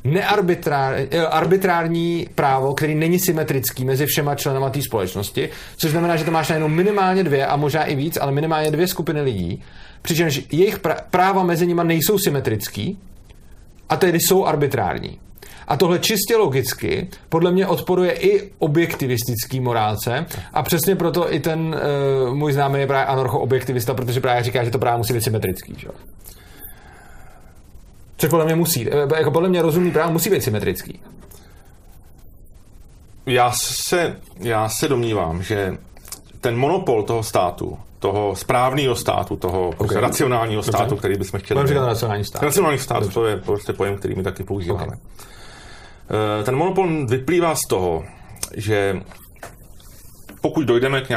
arbitrární právo, který není symetrický mezi všema členama té společnosti, což znamená, že to máš najednou minimálně dvě a možná i víc, ale minimálně dvě skupiny lidí, přičemž jejich práva mezi nimi nejsou symetrický a tedy jsou arbitrární. A tohle čistě logicky podle mě odporuje i objektivistický morálce a přesně proto i ten můj známý je právě anarcho-objektivista, protože právě říká, že to právě musí být symetrický. Že? Což podle mě musí. Jako podle mě rozumný právo musí být symetrický. Já se domnívám, že ten monopol toho státu, toho správného státu, toho racionálního státu, který bychom chtěli... Budeme říkat racionální stát. Racionální stát, to je prostě pojem, který my taky používáme. Okay. Ten monopol vyplývá z toho, že pokud dojdeme k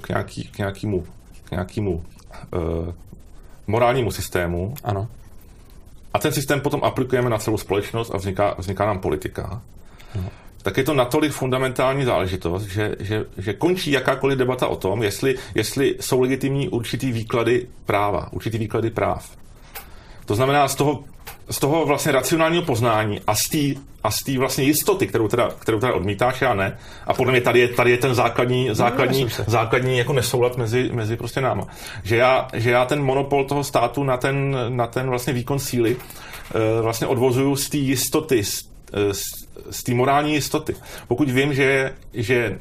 nějakému morálnímu systému, ano. A ten systém potom aplikujeme na celou společnost a vzniká nám politika, tak je to natolik fundamentální záležitost, že končí jakákoliv debata o tom, jestli jsou legitimní určitý výklady práv. To znamená z toho vlastně racionálního poznání a z té vlastně jistoty, kterou teda odmítáš, já ne. A podle mě tady je ten základní jako nesoulad mezi prostě náma. Že já ten monopol toho státu na ten vlastně výkon síly vlastně odvozuju z té jistoty, z té morální jistoty. Pokud vím, že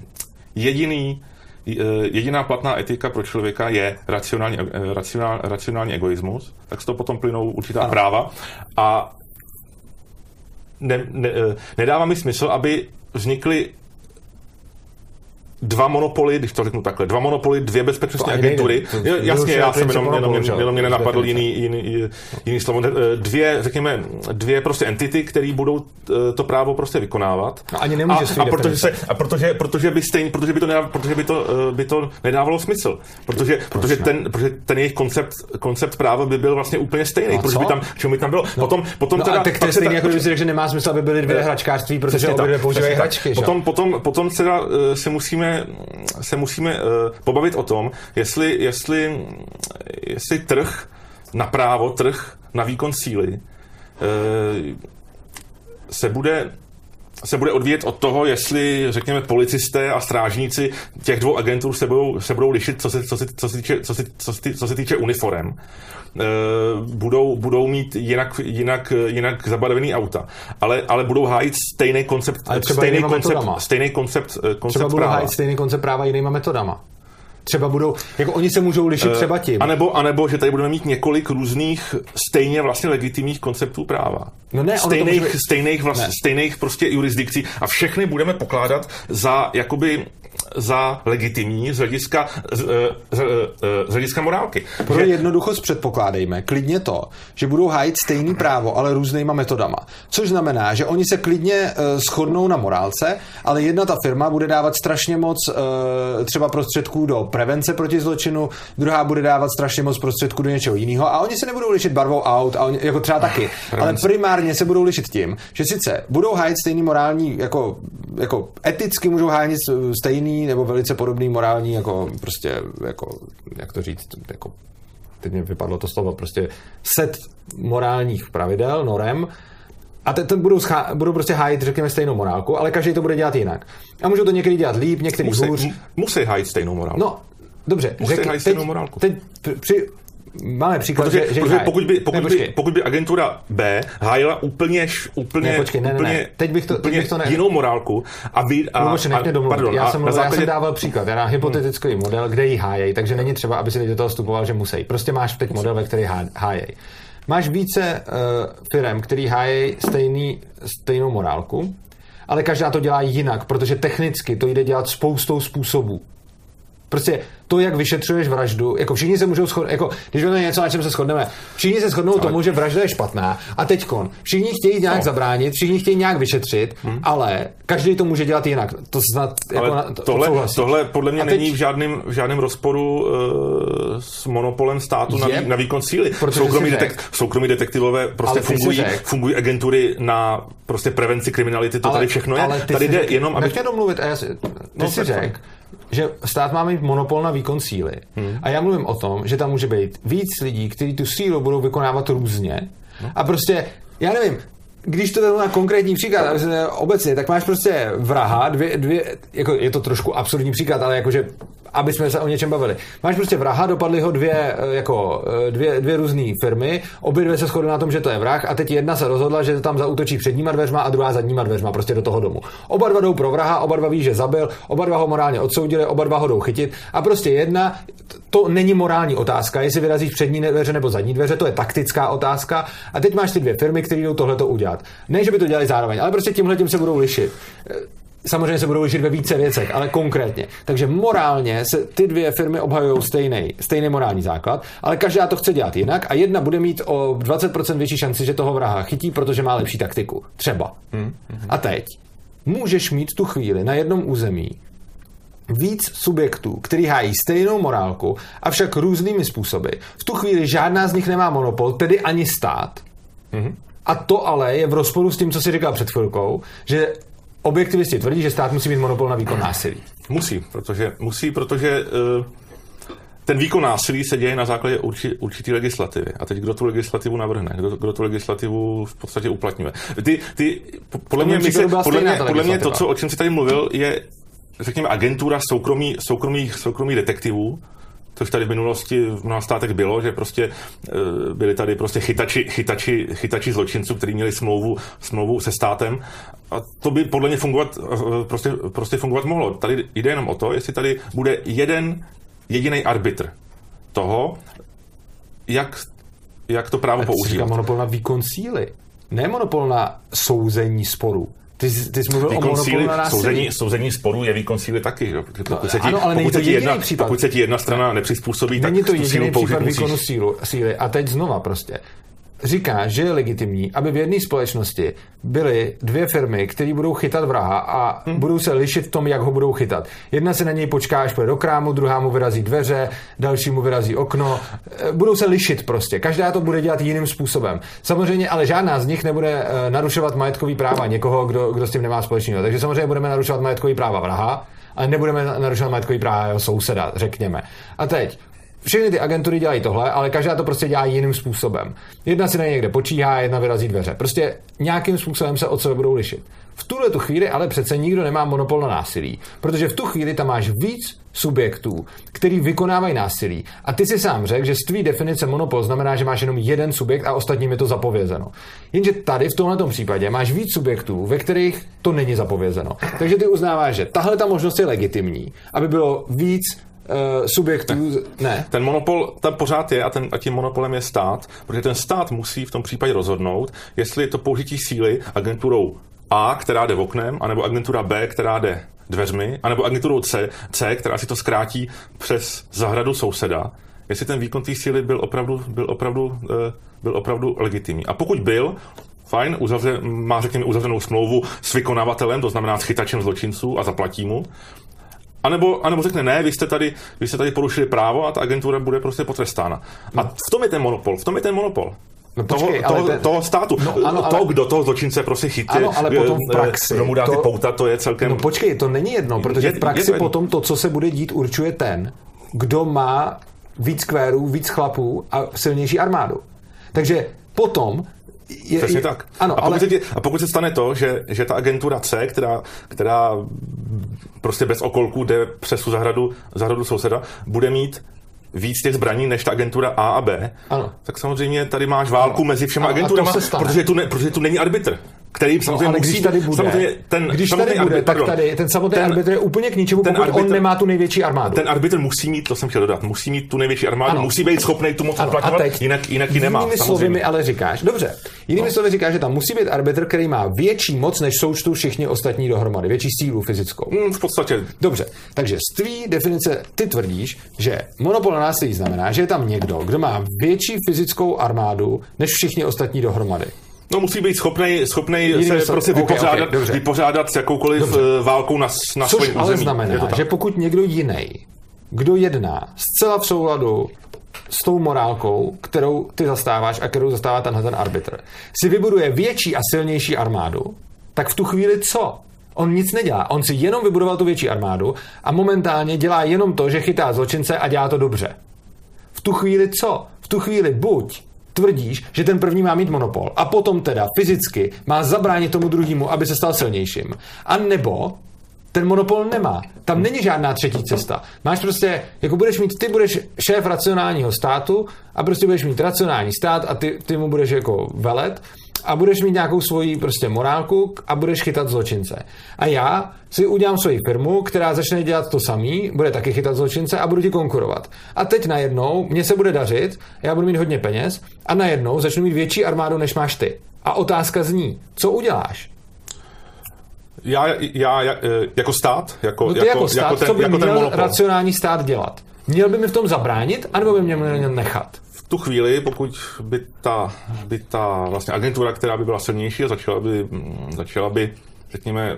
jediná platná etika pro člověka je racionální egoismus, tak z toho potom plynou určitá práva a nedává mi smysl, aby vznikly dva monopoly, když to řeknu takhle, dvě bezpečnostní agentury. Jasně, já jsem jenom mě nenapadl jiný slovo. Dvě prostě entity, které budou to právo prostě vykonávat. No, ani nemůže protože by to nedávalo smysl. Protože ten jejich koncept práva by byl vlastně úplně stejný. Proč by tam, čemu by tam bylo? Potom teda, tak to je stejný, jako kdyby si řekl, že nemá smysl, aby byly dvě hračkářství, protože obě používají hračky. Potom teda si musíme musíme pobavit o tom, jestli trh na právo, trh na výkon síly se bude odvíjet od toho, jestli, řekněme, policisté a strážníci těch dvou agentur se budou lišit, co se týče uniforem. Budou mít jinak zabarvený auta, ale budou hájit stejný koncept třeba budou hájit stejný koncept práva jinýma metodama. Třeba budou, jako oni se můžou lišit třeba tím. A nebo že tady budeme mít několik různých stejně vlastně legitimních konceptů práva. No ne, stejných prostě jurisdikcí a všechny budeme pokládat za legitimní z hlediska morálky. Pro jednoduchost předpokládejme klidně to, že budou hájit stejný právo, ale různýma metodama. Což znamená, že oni se klidně shodnou na morálce, ale jedna ta firma bude dávat strašně moc třeba prostředků do prevence proti zločinu, druhá bude dávat strašně moc prostředků do něčeho jiného a oni se nebudou lišit barvou aut, a oni, jako třeba taky, ale primárně se budou lišit tím, že sice budou hájit stejný morální, jako eticky můžou hájit stejný nebo velice podobný morální, jako prostě, jako, jak to říct, jako, teď mi vypadlo to slovo, prostě set morálních pravidel, norem, a ten budou prostě hájit, řekněme, stejnou morálku, ale každý to bude dělat jinak. A můžou to někdy dělat líp, některý hůř. Musí hájit stejnou morálku. No, dobře. Musí hájit stejnou morálku. Máme příklad, protože pokud by agentura B hájila úplně teď bych to jinou morálku já jsem dával příklad, já dám hypotetický model, kde ji hájejí, takže není třeba, aby si do toho vstupoval, že musí. Prostě máš teď model, ve který hájejí. Máš více firem, který hájejí stejnou morálku, ale každá to dělá jinak, protože technicky to jde dělat spoustou způsobů. Prostě to, jak vyšetřuješ vraždu, jako všichni se můžou shodnout, jako když je něco, na čem se shodneme, všichni se shodnou tomu, že vražda je špatná a teďkon všichni chtějí nějak zabránit, všichni chtějí nějak vyšetřit, ale každý to může dělat jinak. To snad jako tohle podle mě není v žádném rozporu s monopolem státu na výkon síly. Soukromí detektivové prostě fungují agentury na prostě prevenci kriminality, to tady všechno je. Tady jde jenom, aby... Nechtěl domluvit, ty si řekl, že stát má mít monopol na výkon síly. A já mluvím o tom, že tam může být víc lidí, kteří tu sílu budou vykonávat různě. A prostě, já nevím, když to na konkrétní příklad, obecně, tak máš prostě vraha, dvě jako je to trošku absurdní příklad, ale jakože, aby jsme se o něčem bavili. Máš prostě vraha, dopadly ho dvě různé firmy, obě dvě se shodly na tom, že to je vrah a teď jedna se rozhodla, že tam zaútočí předníma dveřma a druhá zadníma dveřma prostě do toho domu. Oba dva jdou pro vraha, oba dva ví, že zabil, oba dva ho morálně odsoudili, oba dva ho jdou chytit a prostě jedna, to není morální otázka, jestli vyrazíš přední dveře nebo zadní dveře, to je taktická otázka a teď máš ty dvě firmy, které jdou tohleto udělat. Ne, že by to dělali zároveň, ale prostě tímhletím se budou lišit. Samozřejmě se budou lišit ve více věcech, ale konkrétně. Takže morálně se ty dvě firmy obhajují stejný morální základ, ale každá to chce dělat jinak a jedna bude mít o 20% větší šanci, že toho vraha chytí, protože má lepší taktiku. Třeba. A teď můžeš mít tu chvíli na jednom území víc subjektů, který hájí stejnou morálku, avšak různými způsoby. V tu chvíli žádná z nich nemá monopol, tedy ani stát. A to ale je v rozporu s tím, co jsi říkal před chvilkou, že objektivisti tvrdí, že stát musí mít monopol na výkon násilí. Musí, protože ten výkon násilí se děje na základě určitý legislativy. A teď kdo tu legislativu navrhne? Kdo tu legislativu v podstatě uplatňuje? Podle mě to, o čem jsi tady mluvil, je, řekněme, agentura soukromých detektivů, což tady v minulosti v mnoha státech bylo, že prostě byli tady prostě chytači zločinců, kteří měli smlouvu se státem a to by podle mě prostě fungovat mohlo. Tady jde jenom o to, jestli tady bude jeden jediný arbitr toho, jak to právo používat. To monopol na výkon síly, ne monopol na souzení sporů. Ty jsi mluvil o monopolu na násilí. Souzení sporů je výkon síly taky. Že? Pokud se ti jedna strana nepřizpůsobí, není tak to jediný případ výkonu síly. A teď znova prostě. říká, že je legitimní, aby v jedné společnosti byly dvě firmy, které budou chytat vraha a budou se lišit v tom, jak ho budou chytat. Jedna se na něj počká, až půjde do krámu, druhá mu vyrazí dveře, další mu vyrazí okno. Budou se lišit prostě. Každá to bude dělat jiným způsobem. Samozřejmě, ale žádná z nich nebude narušovat majetkový práva někoho, kdo s tím nemá společného. Takže samozřejmě budeme narušovat majetkový práva vraha, ale nebudeme narušovat majetkový práva jeho souseda, řekněme. A teď všechny ty agentury dělají tohle, ale každá to prostě dělá jiným způsobem. Jedna si na někde počíhá, jedna vyrazí dveře. Prostě nějakým způsobem se od sebe budou lišit. V tuhle tu chvíli ale přece nikdo nemá monopol na násilí, protože v tu chvíli tam máš víc subjektů, který vykonávají násilí. A ty si sám řekl, že z tvý definice monopol znamená, že máš jenom jeden subjekt a ostatním je to zapovězeno. Jenže tady v tomhletom případě máš víc subjektů, ve kterých to není zapovězeno. Takže ty uznáváš, že tahle ta možnost je legitimní, aby bylo víc subjektů, ne. Ten monopol tam pořád je a tím monopolem je stát, protože ten stát musí v tom případě rozhodnout, jestli je to použití síly agenturou A, která jde oknem, anebo agentura B, která jde dveřmi, anebo agenturou C, která si to zkrátí přes zahradu souseda, jestli ten výkon té síly byl opravdu legitimní. A pokud byl, fajn, má řekněme uzavřenou smlouvu s vykonavatelem, to znamená s chytačem zločinců a zaplatí mu. A nebo řekne, ne, vy jste tady porušili právo a ta agentura bude prostě potrestána. A v tom je ten monopol. No počkej, toho státu. No, ano, kdo toho zločince prostě chytí. Ano, ale potom v praxi. Kdo mu dá ty pouta, to je celkem. No počkej, to není jedno, protože v praxi potom to, co se bude dít, určuje ten, kdo má víc kvérů, víc chlapů a silnější armádu. Takže potom přesně tak. Ano, a pokud se stane to, že ta agentura C, která prostě bez okolků jde přes tu zahradu souseda, bude mít víc těch zbraní než ta agentura A a B, ano. Tak samozřejmě tady máš válku mezi všema agenturama, protože tu není arbitr, který samozřejmě musí... Když tady bude, tak tady ten samotný arbitr je úplně k ničemu, pokud on nemá tu největší armádu. Ten arbitr musí mít, to jsem chtěl dodat, musí mít tu největší armádu, ano. Musí být schopný tu moc uplatňovat, jinak ji nemá. Jinými slovy mi ale říkáš, dobře, slovy říkáš, že tam musí být arbitr, který má větší moc, než součtu všichni ostatní dohromady, větší sílu fyzickou. V podstatě. Dobře, takže z tvý definice ty tvrdíš, že monopol na násilí znamená, že je tam někdo, kdo má větší fyzickou armádu, než všichni ostatní dohromady. No musí být schopnej se prostě vypořádat s jakoukoliv válkou na svém území. Což ale znamená, že pokud někdo jiný, kdo jedná zcela v souladu s tou morálkou, kterou ty zastáváš a kterou zastává ten arbitr, si vybuduje větší a silnější armádu, tak v tu chvíli co? On nic nedělá. On si jenom vybudoval tu větší armádu a momentálně dělá jenom to, že chytá zločince a dělá to dobře. V tu chvíli co? V tu chvíli buď tvrdíš, že ten první má mít monopol a potom teda fyzicky má zabránit tomu druhému, aby se stal silnějším. A nebo ten monopol nemá. Tam není žádná třetí cesta. Máš prostě, jako ty budeš šéf racionálního státu a prostě budeš mít racionální stát a ty mu budeš jako velet a budeš mít nějakou svoji prostě morálku a budeš chytat zločince. A já si udělám svoji firmu, která začne dělat to samý, bude taky chytat zločince a budu ti konkurovat. A teď najednou mně se bude dařit, já budu mít hodně peněz a najednou začnu mít větší armádu, než máš ty. A otázka zní, co uděláš? Já jako stát? Co by měl racionální stát dělat? Měl by mi v tom zabránit, anebo by mě měl nechat? V tu chvíli, pokud by ta vlastně agentura, která by byla silnější a začala by řekněme,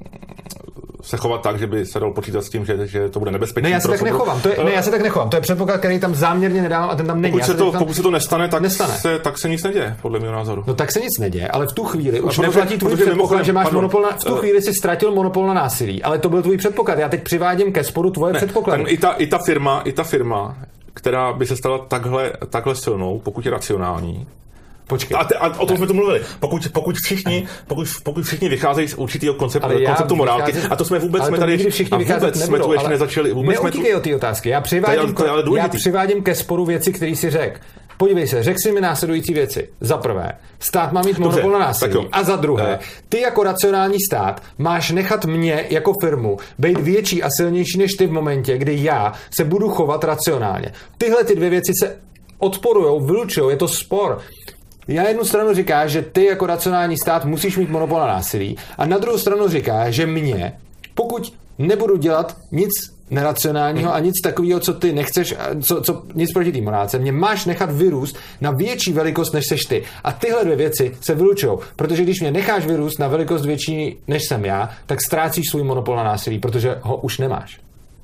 se chovat tak, že by se dalo počítat s tím, že to bude nebezpečné. Ne, já se tak nechovám. Já se tak nechovám. To je předpoklad, který tam záměrně nedávám a ten tam není. Pokud se to nestane, tak se nic neděje, podle mého názoru. No tak se nic neděje, ale v tu chvíli už neplatí tvůj předpoklad, že máš monopol v tu chvíli si ztratil monopol na násilí, ale to byl tvůj předpoklad. Já teď přivádím ke sporu tvoje předpoklady. I ta firma, která by se stala takhle silnou, pokud je racionální. Počkej. A o tom jsme tu mluvili. Pokud všichni vycházejí z určitého konceptu morálky, a to jsme vůbec jsme tu ještě nezačali. Neutíkej od té otázky. Já přivádím ke sporu věci, který si řekl. Podívej se, řekl si mi následující věci. Za prvé, stát má mít monopol na násilí. A za druhé, ty jako racionální stát máš nechat mě jako firmu být větší a silnější než ty v momentě, kdy já se budu chovat racionálně. Tyhle ty dvě věci se odporujou, vylučujou, je to spor. Já jednu stranu říká, že ty jako racionální stát musíš mít monopol na násilí a na druhou stranu říká, že mě, pokud nebudu dělat nic neracionálního a nic takového, co ty nechceš, co nic proti té morálce. Mě máš nechat vyrůst na větší velikost, než seš ty. A tyhle dvě věci se vylučujou, protože když mě necháš vyrůst na velikost větší, než jsem já, tak ztrácíš svůj monopol na násilí, protože ho už nemáš.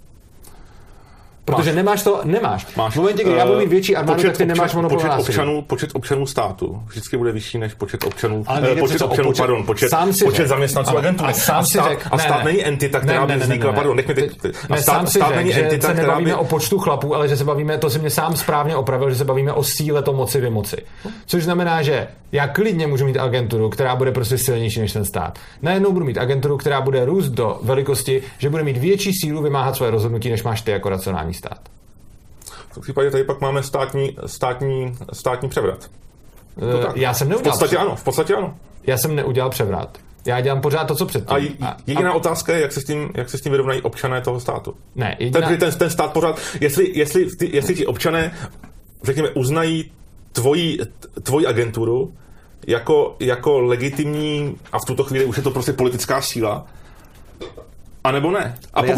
Protože nemáš. V momentě, kdy já budu mít větší armádu, tak ty nemáš monopol na násilí. Počet občanů státu vždycky bude vyšší než počet občanů. Počet zaměstnanců agentury. A stát není entita, která by vznikla. Stát není entita, která by... nebavíme o počtu chlapů, ale že se bavíme, to si mě sám správně opravil, že se bavíme o síle to moci vymoci. Což znamená, že já klidně můžu mít agenturu, která bude prostě silnější než ten stát. Najednou budu mít agenturu, která bude růst do velikosti, že bude mít větší sílu vymáhat své rozhodnutí, než máš ty jako racionální stát. V případě tady pak máme státní převrat. Já jsem neudělal. V podstatě ano. Já jsem neudělal převrat. Já dělám pořád to, co předtím. A jediná otázka je, jak se s tím vyrovnají občané toho státu. Ne, ten stát pořád, jestli ti občané, řekněme, uznají tvoji agenturu jako legitimní, a v tuto chvíli už je to prostě politická síla, a nebo ne.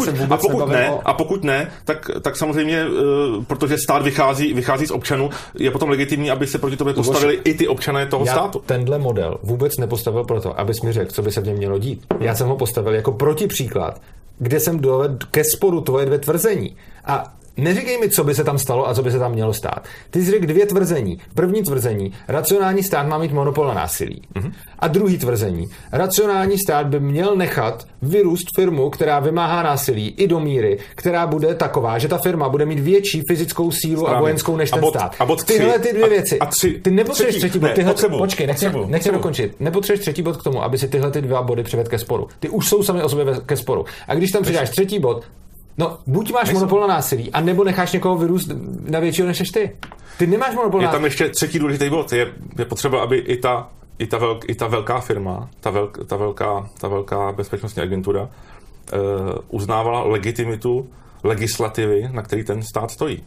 A pokud ne, tak samozřejmě, protože stát vychází z občanů, je potom legitimní, aby se proti tobě postavili i ty občané toho státu. Tenhle model vůbec nepostavil proto, abys mi řekl, co by se v něm mělo dít. Já jsem ho postavil jako protipříklad, kde jsem dovedl ke sporu tvoje dvě tvrzení. A neříkej mi, co by se tam stalo a co by se tam mělo stát. Ty jsi řekl dvě tvrzení. První tvrzení, racionální stát má mít monopol na násilí. A druhý tvrzení, racionální stát by měl nechat vyrůst firmu, která vymáhá násilí i do míry, která bude taková, že ta firma bude mít větší fyzickou sílu a vojenskou než ten stát. Tyhle ty dvě věci. Ty nepotřebuješ třetí bod. Počkej, nechci dokončit. Nepotřebuješ třetí bod k tomu, aby si tyhle ty dva body přivedl ke sporu. Ty už jsou sami o sobě ke sporu. A když tam přidáš třetí bod, no, buď máš monopol na násilí, anebo necháš někoho vyrůst na většího než ty. Ty nemáš monopol na... Je tam ještě třetí důležitý bod. Je potřeba, aby i ta velká firma, ta velká bezpečnostní agentura uznávala legitimitu legislativy, na který ten stát stojí.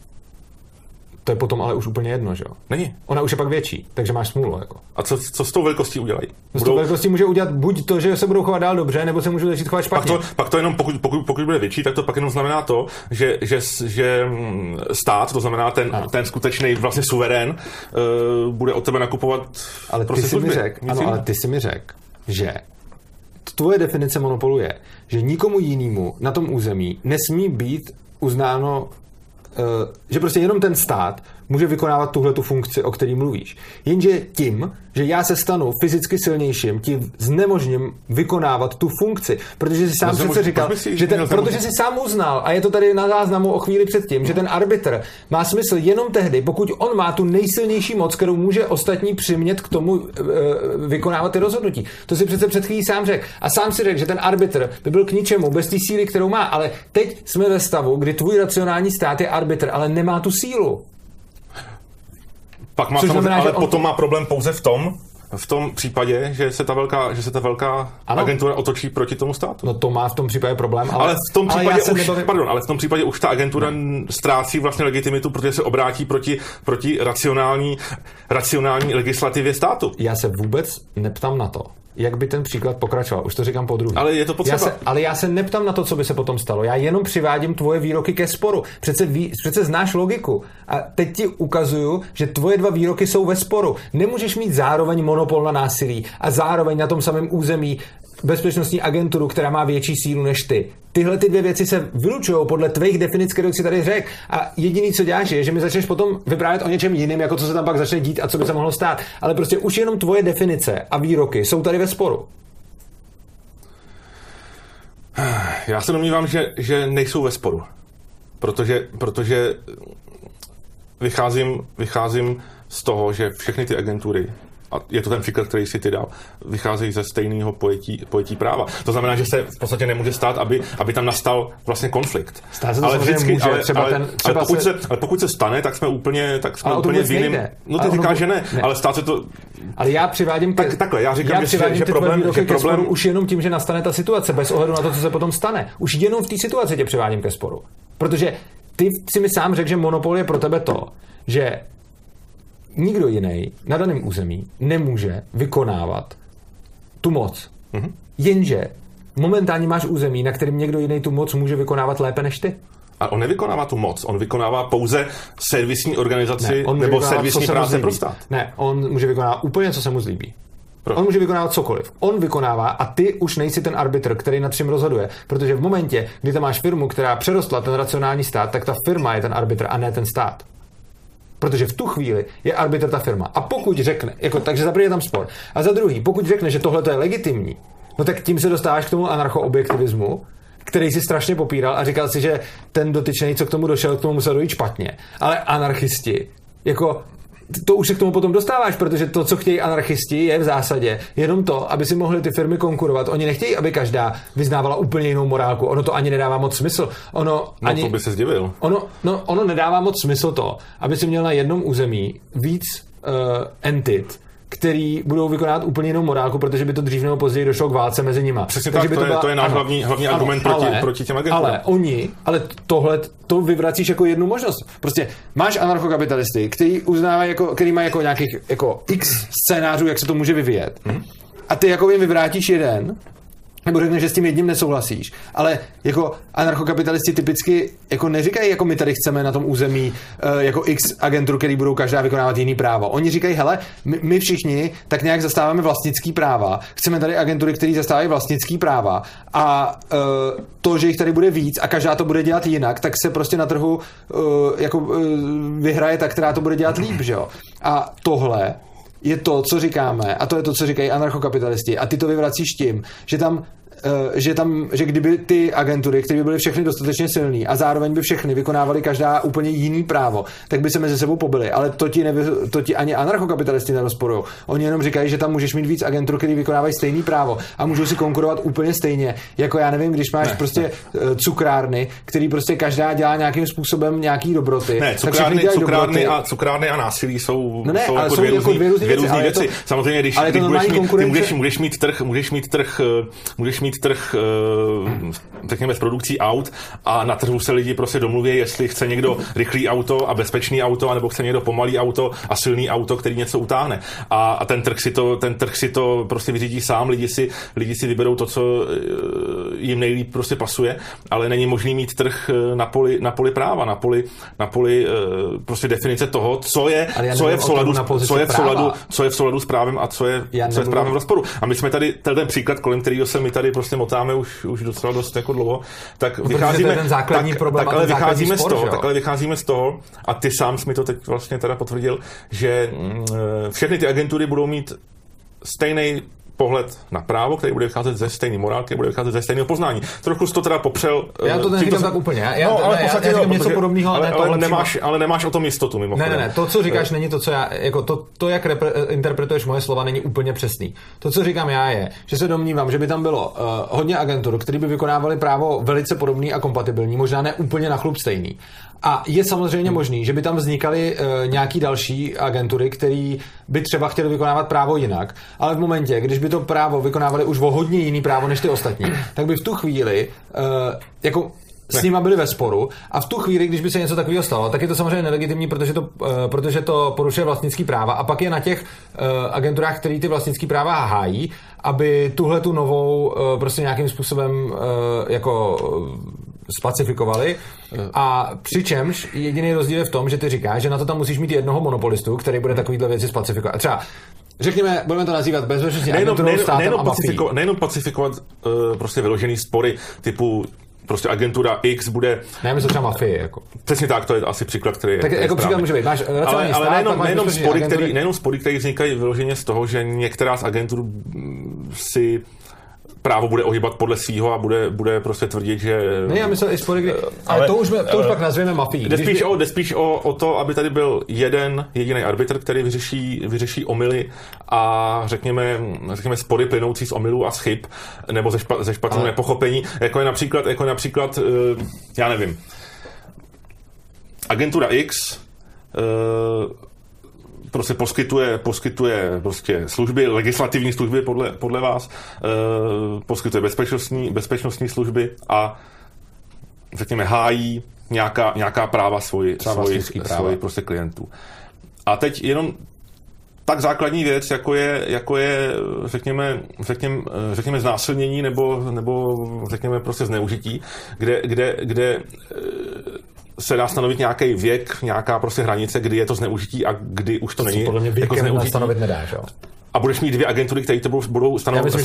To je potom ale už úplně jedno, že jo? Není. Ona už je pak větší, takže máš smůlu. Jako. A co s tou velikostí udělají? S tou velikostí může udělat buď to, že se budou chovat dál dobře, nebo se můžou začít chovat špatně. Pak to jenom, pokud bude větší, tak to pak jenom znamená to, že stát, to znamená ten skutečný vlastně suverén, bude od tebe nakupovat. Ale ty si mi řekl, ale ty si mi řekl, že tvoje definice monopolu je, že nikomu jinému na tom území nesmí být uznáno, že prostě jenom ten stát může vykonávat tuhletu funkci, o který mluvíš. Jenže tím, že já se stanu fyzicky silnějším, ti znemožním vykonávat tu funkci, protože si sám přece říkal, protože si sám uznal, a je to tady na záznamu o chvíli předtím, že ten arbitr má smysl jenom tehdy, pokud on má tu nejsilnější moc, kterou může ostatní přimět k tomu vykonávat ty rozhodnutí. To si přece před chvílí sám řekl. A sám si řekl, že ten arbitr by byl k ničemu bez té síly, kterou má, ale teď jsme ve stavu, kdy tvůj racionální stát je arbitr, ale nemá tu sílu. Pak má znamená, ale potom má problém pouze v tom případě, že se ta velká agentura otočí proti tomu státu. No to má v tom případě problém, ale v tom případě už ta agentura ztrácí vlastně legitimitu, protože se obrátí proti racionální legislativě státu. Já se vůbec neptám na to, jak by ten příklad pokračoval. Už to říkám po druhý. Ale je to potřeba. Ale já se neptám na to, co by se potom stalo. Já jenom přivádím tvoje výroky ke sporu. Přece znáš logiku. A teď ti ukazuju, že tvoje dva výroky jsou ve sporu. Nemůžeš mít zároveň monopol na násilí a zároveň na tom samém území bezpečnostní agenturu, která má větší sílu než ty. Tyhle ty dvě věci se vylučují podle tvých definic, které si tady řekl. A jediný, co děláš, je, že mi začneš potom vyprávět o něčem jiném, jako co se tam pak začne dít a co by se mohlo stát. Ale prostě už jenom tvoje definice a výroky jsou tady ve sporu. Já se domnívám, že nejsou ve sporu. Protože vycházím z toho, že všechny ty agentury, a je to ten příklad, který si ty dal, vycházejí ze stejného pojetí práva. To znamená, že se v podstatě nemůže stát, aby tam nastal vlastně konflikt. Ale vždycky, pokud se stane, tak jsme úplně v jiném. No ty říkáš, že ne, ale stát se to. Ale já přivádím takhle, já říkám, že problém už jenom tím, že nastane ta situace, bez ohledu na to, co se potom stane. Už jenom v té situaci tě přivádím ke sporu. Protože ty si mi sám řekl, že monopol je pro tebe to, že nikdo jiný na daném území nemůže vykonávat tu moc. Jenže momentálně máš území, na kterém někdo jiný tu moc může vykonávat lépe než ty. A on nevykonává tu moc, on vykonává pouze servisní organizaci nebo servisní práce pro stát. Ne, on může vykonávat úplně, co se mu zlíbí. On může vykonávat cokoliv. On vykonává a ty už nejsi ten arbitr, který nad vším rozhoduje. Protože v momentě, kdy tam máš firmu, která přerostla ten racionální stát, tak ta firma je ten arbitr a ne ten stát. Protože v tu chvíli je arbitr ta firma. A pokud řekne, takže za první je tam spor. A za druhý, pokud řekne, že tohle je legitimní, no tak tím se dostáváš k tomu anarchoobjektivismu, který si strašně popíral a říkal si, že ten dotyčný, co k tomu došel, k tomu musel dojít špatně. Ale anarchisti, to už se k tomu potom dostáváš, protože to, co chtějí anarchisti, je v zásadě jenom to, aby si mohly ty firmy konkurovat. Oni nechtějí, aby každá vyznávala úplně jinou morálku. Ono to ani nedává moc smysl. To by se zdivil. Ono nedává moc smysl to, aby si měl na jednom území víc entit, který budou vykonávat úplně jinou morálku, protože by to dřív nebo později došlo k válce mezi nima. Přesně tak, to je náš hlavní argument proti těm agentům. Ale tohle to vyvracíš jako jednu možnost. Prostě máš anarchokapitalisty, který mají jako nějakých x scénářů, jak se to může vyvíjet. A ty jim vyvrátíš jeden, nebo řekneš, že s tím jedním nesouhlasíš. Ale anarchokapitalisti typicky neříkají, my tady chceme na tom území x agentur, který budou každá vykonávat jiný právo. Oni říkají, hele, my všichni tak nějak zastáváme vlastnický práva. Chceme tady agentury, které zastávají vlastnický práva. A to, že jich tady bude víc a každá to bude dělat jinak, tak se prostě na trhu vyhraje ta, která to bude dělat líp, že jo? A tohle je to, co říkáme, a to je to, co říkají anarchokapitalisti. A ty to vyvracíš tím, že kdyby ty agentury, které by byly všechny dostatečně silný a zároveň by všechny vykonávaly každá úplně jiný právo, tak by se mezi sebou pobily. Ale to ti ani anarchokapitalisti nerozporujou. Oni jenom říkají, že tam můžeš mít víc agentur, které vykonávají stejný právo a můžou si konkurovat úplně stejně. Jako já nevím, když máš cukrárny, který prostě každá dělá nějakým způsobem nějaký dobroty. Ne, cukrárny a násilí jsou dvě různé věci. Samozřejmě, když můžeš mít trh, řekněme, s produkcí aut a na trhu se lidi prostě domluví, jestli chce někdo rychlý auto a bezpečný auto, anebo chce někdo pomalý auto a silný auto, který něco utáhne. A ten trh si to prostě vyřídí sám, lidi si vyberou to, co jim nejlíp prostě pasuje, ale není možný mít trh na poli práva, na poli prostě definice toho, co je v souladu s právem a co je s právem v rozporu. A my jsme tady ten příklad, kolem kterého se my tady prostě motáme už docela dost jako dlouho, tak takhle vycházíme z toho a ty sám jsi mi to teď vlastně teda potvrdil, že všechny ty agentury budou mít stejný pohled na právo, který bude vycházet ze stejné morálky, bude vycházet ze stejného poznání. Trochu jsi to teda popřel. Já to neříkám tak úplně. Já říkám něco podobného, ale nemáš o tom jistotu mimochodem. Ne, to, co říkáš, není to, co já, to, jak interpretuješ moje slova, není úplně přesný. To, co říkám já, je, že se domnívám, že by tam bylo hodně agentur, které by vykonávaly právo velice podobný a kompatibilní, možná ne úplně na chlup stejný. A je samozřejmě možný, že by tam vznikaly nějaký další agentury, které by třeba chtěly vykonávat právo jinak, ale v momentě, když by to právo vykonávali už o hodně jiný právo než ty ostatní, tak by v tu chvíli s nima byli ve sporu a v tu chvíli, když by se něco takového stalo, tak je to samozřejmě nelegitimní, protože to porušuje vlastnický práva a pak je na těch agenturách, který ty vlastnický práva hájí, aby tuhle tu novou prostě nějakým způsobem spacifikovali a přičemž jediný rozdíl je v tom, že ty říkáš, že na to tam musíš mít jednoho monopolistu, který bude takovýhle věci spacifikovat. A třeba řekněme, budeme to nazývat bezpečnostní agenturou, státem a mafií. Nejenom pacifikovat prostě vyložený spory typu prostě agentura X bude... Ne, myslím třeba mafie, Přesně tak, to je asi příklad, který tak jako příklad může být. Máš nejenom spory, které vznikají vyloženě z toho, že některá z agentur si právo bude ohýbat podle svýho a bude prostě tvrdit, že... Ne, já myslím i spory, kdy... Ale to už pak nazveme mafií. Jde spíš o to, aby tady byl jediný arbitr, který vyřeší omyly a řekněme spory plynoucí z omylů a z chyb, nebo ze špatného nepochopení, jako je například, já nevím, agentura X prostě poskytuje prostě služby, legislativní služby podle vás, poskytuje bezpečnostní služby a řekněme hájí nějaká práva svoji prostě klientů. A teď jenom tak základní věc, jako je řekněme znásilnění nebo řekněme prostě zneužití, kde se dá stanovit nějaký věk, nějaká prostě hranice, kdy je to zneužití a kdy už to není podle mě jako zneužití. Stanovit nedáš, jo? A budeš mít 2 agentury, které to budou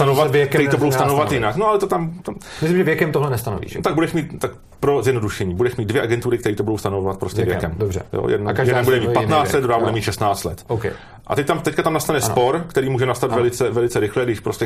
stanovat jinak. No ale to tam... Myslím, že věkem tohle nestanovíš. Tak budeš mít, tak pro zjednodušení, budeš mít 2 agentury, které to budou stanovat prostě věkem. Dobře. Jo, jedna bude mít 15 let, druhá bude mít 16 let. Okay. A teďka tam nastane spor, který může nastat velice rychle, když prostě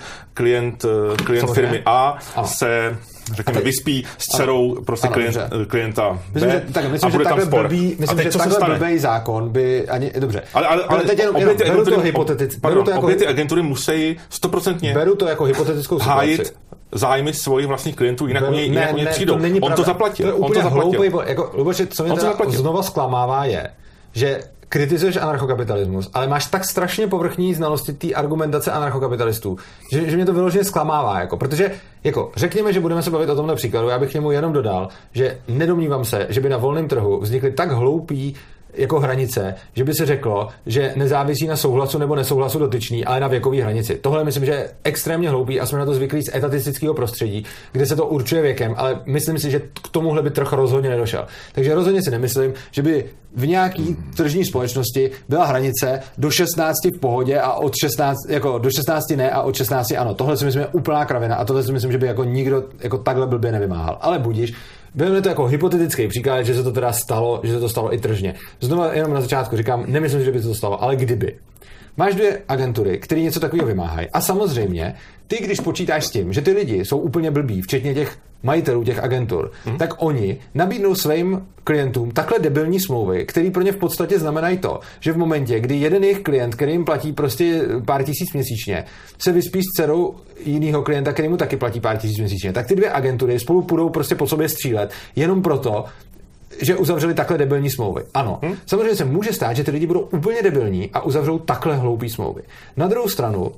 klient firmy A se řekněme vyspí s dcerou prostě klienta B a bude tam spor. Myslím, že takhle blbej zákon by ani... Dobře. Ale teď jenom beru to hypoteticky. Obě ty agentury musí 100% beru to jako hypotetickou situaci. Hájit zájmy svojich vlastních klientů, jinak oni přijdou. On to zaplatil. To je úplně hloupý, jako, Luboši, co mě teda znova zklamává je, že kritizuješ anarchokapitalismus, ale máš tak strašně povrchní znalosti té argumentace anarchokapitalistů, že mě to vyloženě zklamává, jako, protože jako, řekněme, že budeme se bavit o tomhle příkladu, já bych k němu jenom dodal, že nedomnívám se, že by na volném trhu vznikly tak hloupý jako hranice, že by se řeklo, že nezávisí na souhlasu nebo nesouhlasu dotyčný, ale na věkové hranici. Tohle myslím, že je extrémně hloupý a jsme na to zvyklí z etatistického prostředí, kde se to určuje věkem, ale myslím si, že k tomuhle by trh rozhodně nedošel. Takže rozhodně si nemyslím, že by v nějaký tržní společnosti byla hranice do 16 v pohodě a od 16, jako do 16 ne a od 16 ano. Tohle si myslím je úplná kravina a tohle si myslím, že by jako nikdo jako takhle blbě nevymáhal. Ale budiš, Bereme to jako hypotetický příklad, že se to teda stalo, že se to stalo i tržně. Znova jenom na začátku říkám, nemyslím, že by se to stalo, ale kdyby. Máš 2 agentury, které něco takového vymáhají. A samozřejmě, ty, když počítáš s tím, že ty lidi jsou úplně blbí, včetně těch majitelů těch agentur, tak oni nabídnou svým klientům takhle debilní smlouvy, které pro ně v podstatě znamenají to, že v momentě, kdy jeden jejich klient, který jim platí prostě pár tisíc měsíčně, se vyspí s dcerou jiného klienta, který mu taky platí pár tisíc měsíčně, tak ty 2 agentury spolu půjdou prostě po sobě střílet, jenom proto, že uzavřeli takhle debilní smlouvy. Ano, samozřejmě se může stát, že ty lidi budou úplně debilní a uzavřou takhle hloupý smlouvy. Na druhou stranu,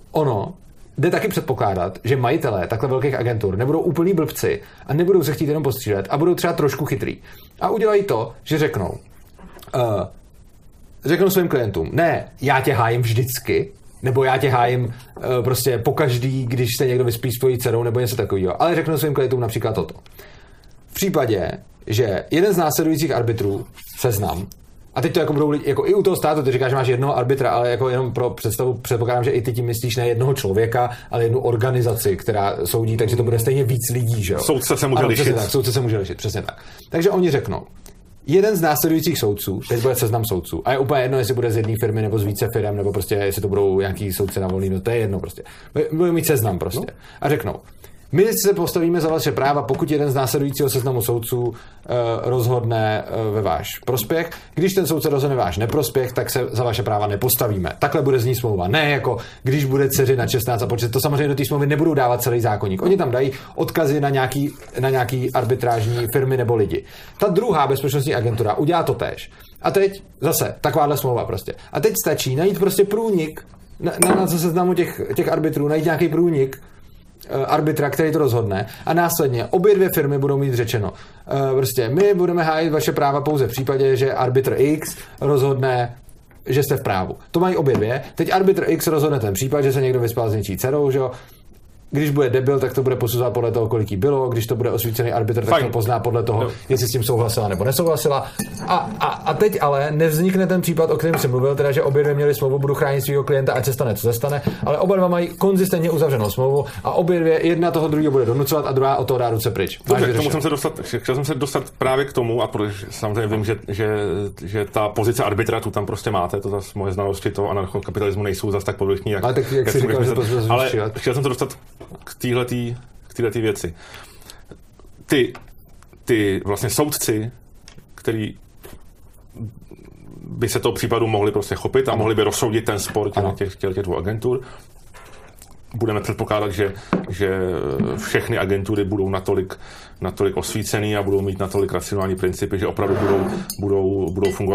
jde taky předpokládat, že majitelé takhle velkých agentur nebudou úplný blbci a nebudou se chtít jenom postřílet a budou třeba trošku chytrý. A udělají to, že řeknou svým klientům, ne, já tě hájím vždycky, nebo já tě hájím prostě pokaždý, když se někdo vyspí s tvojí dcerou, nebo něco takového, ale řeknou svým klientům například toto. V případě, že jeden z následujících arbitrů, Seznam, a teď to jako budou lidi, jako i u toho státu, ty říkáš, že máš jednoho arbitra, ale jako jenom pro představu předpokládám, že i ty tím myslíš ne jednoho člověka, ale jednu organizaci, která soudí, takže to bude stejně víc lidí, že jo? Soudce se může lišit. Soudce se může lišit, přesně tak. Takže oni řeknou, jeden z následujících soudců, teď bude seznam soudců, a je úplně jedno, jestli bude z jedné firmy nebo z více firm, nebo prostě jestli to budou nějaký soudce na volný, no to je jedno prostě. Budou mít seznam prostě. A řeknou, my se postavíme za vaše práva, pokud jeden z následujícího seznamu soudců rozhodne ve váš prospěch. Když ten soudce rozhodne váš neprospěch, tak se za vaše práva nepostavíme. Takhle bude znít smlouva. Ne jako když bude dceři na 16 a počet. To samozřejmě do té smlouvy nebudou dávat celý zákoník. Oni tam dají odkazy na nějaký arbitrážní firmy nebo lidi. Ta druhá bezpečnostní agentura udělá to též. A teď zase takováhle smlouva prostě. A teď stačí najít prostě průnik na seznamu těch arbitrů, najít nějaký průnik arbitra, který to rozhodne a následně obě 2 firmy budou mít řečeno prostě my budeme hájit vaše práva pouze v případě, že arbitr X rozhodne, že jste v právu. To mají obě 2. Teď arbitr X rozhodne ten případ, že se někdo vyspal s něčí dcerou, že jo. Když bude debil, tak to bude posuzovat podle toho, kolik jí bylo. Když to bude osvícený arbitr, tak to pozná podle toho, jestli s tím souhlasila nebo nesouhlasila. A teď ale nevznikne ten případ, o kterém jsem mluvil, teda, že obě 2 měli smlouvu, budu chránit svého klienta, ať se stane, co se stane, ale oba 2 mají konzistentně uzavřenou smlouvu a obě 2, jedna toho druhého bude donucovat a druhá od toho dá ruce pryč. Dobře, chtěl jsem se dostat právě k tomu, a protože samozřejmě vím, že ta pozice arbitra tu tam prostě máte, to zase moje znalosti toho anarchokapitalismu nejsou zase tak povrchní, jak si říkal, ale chtěl jsem to dostat k téhletý věci. Ty vlastně soudci, který by se toho případu mohli prostě chopit a mohli by rozsoudit ten spor těch 2 agentur. Budeme předpokládat, že všechny agentury budou natolik osvícený a budou mít natolik racionální principy, že opravdu budou fungovat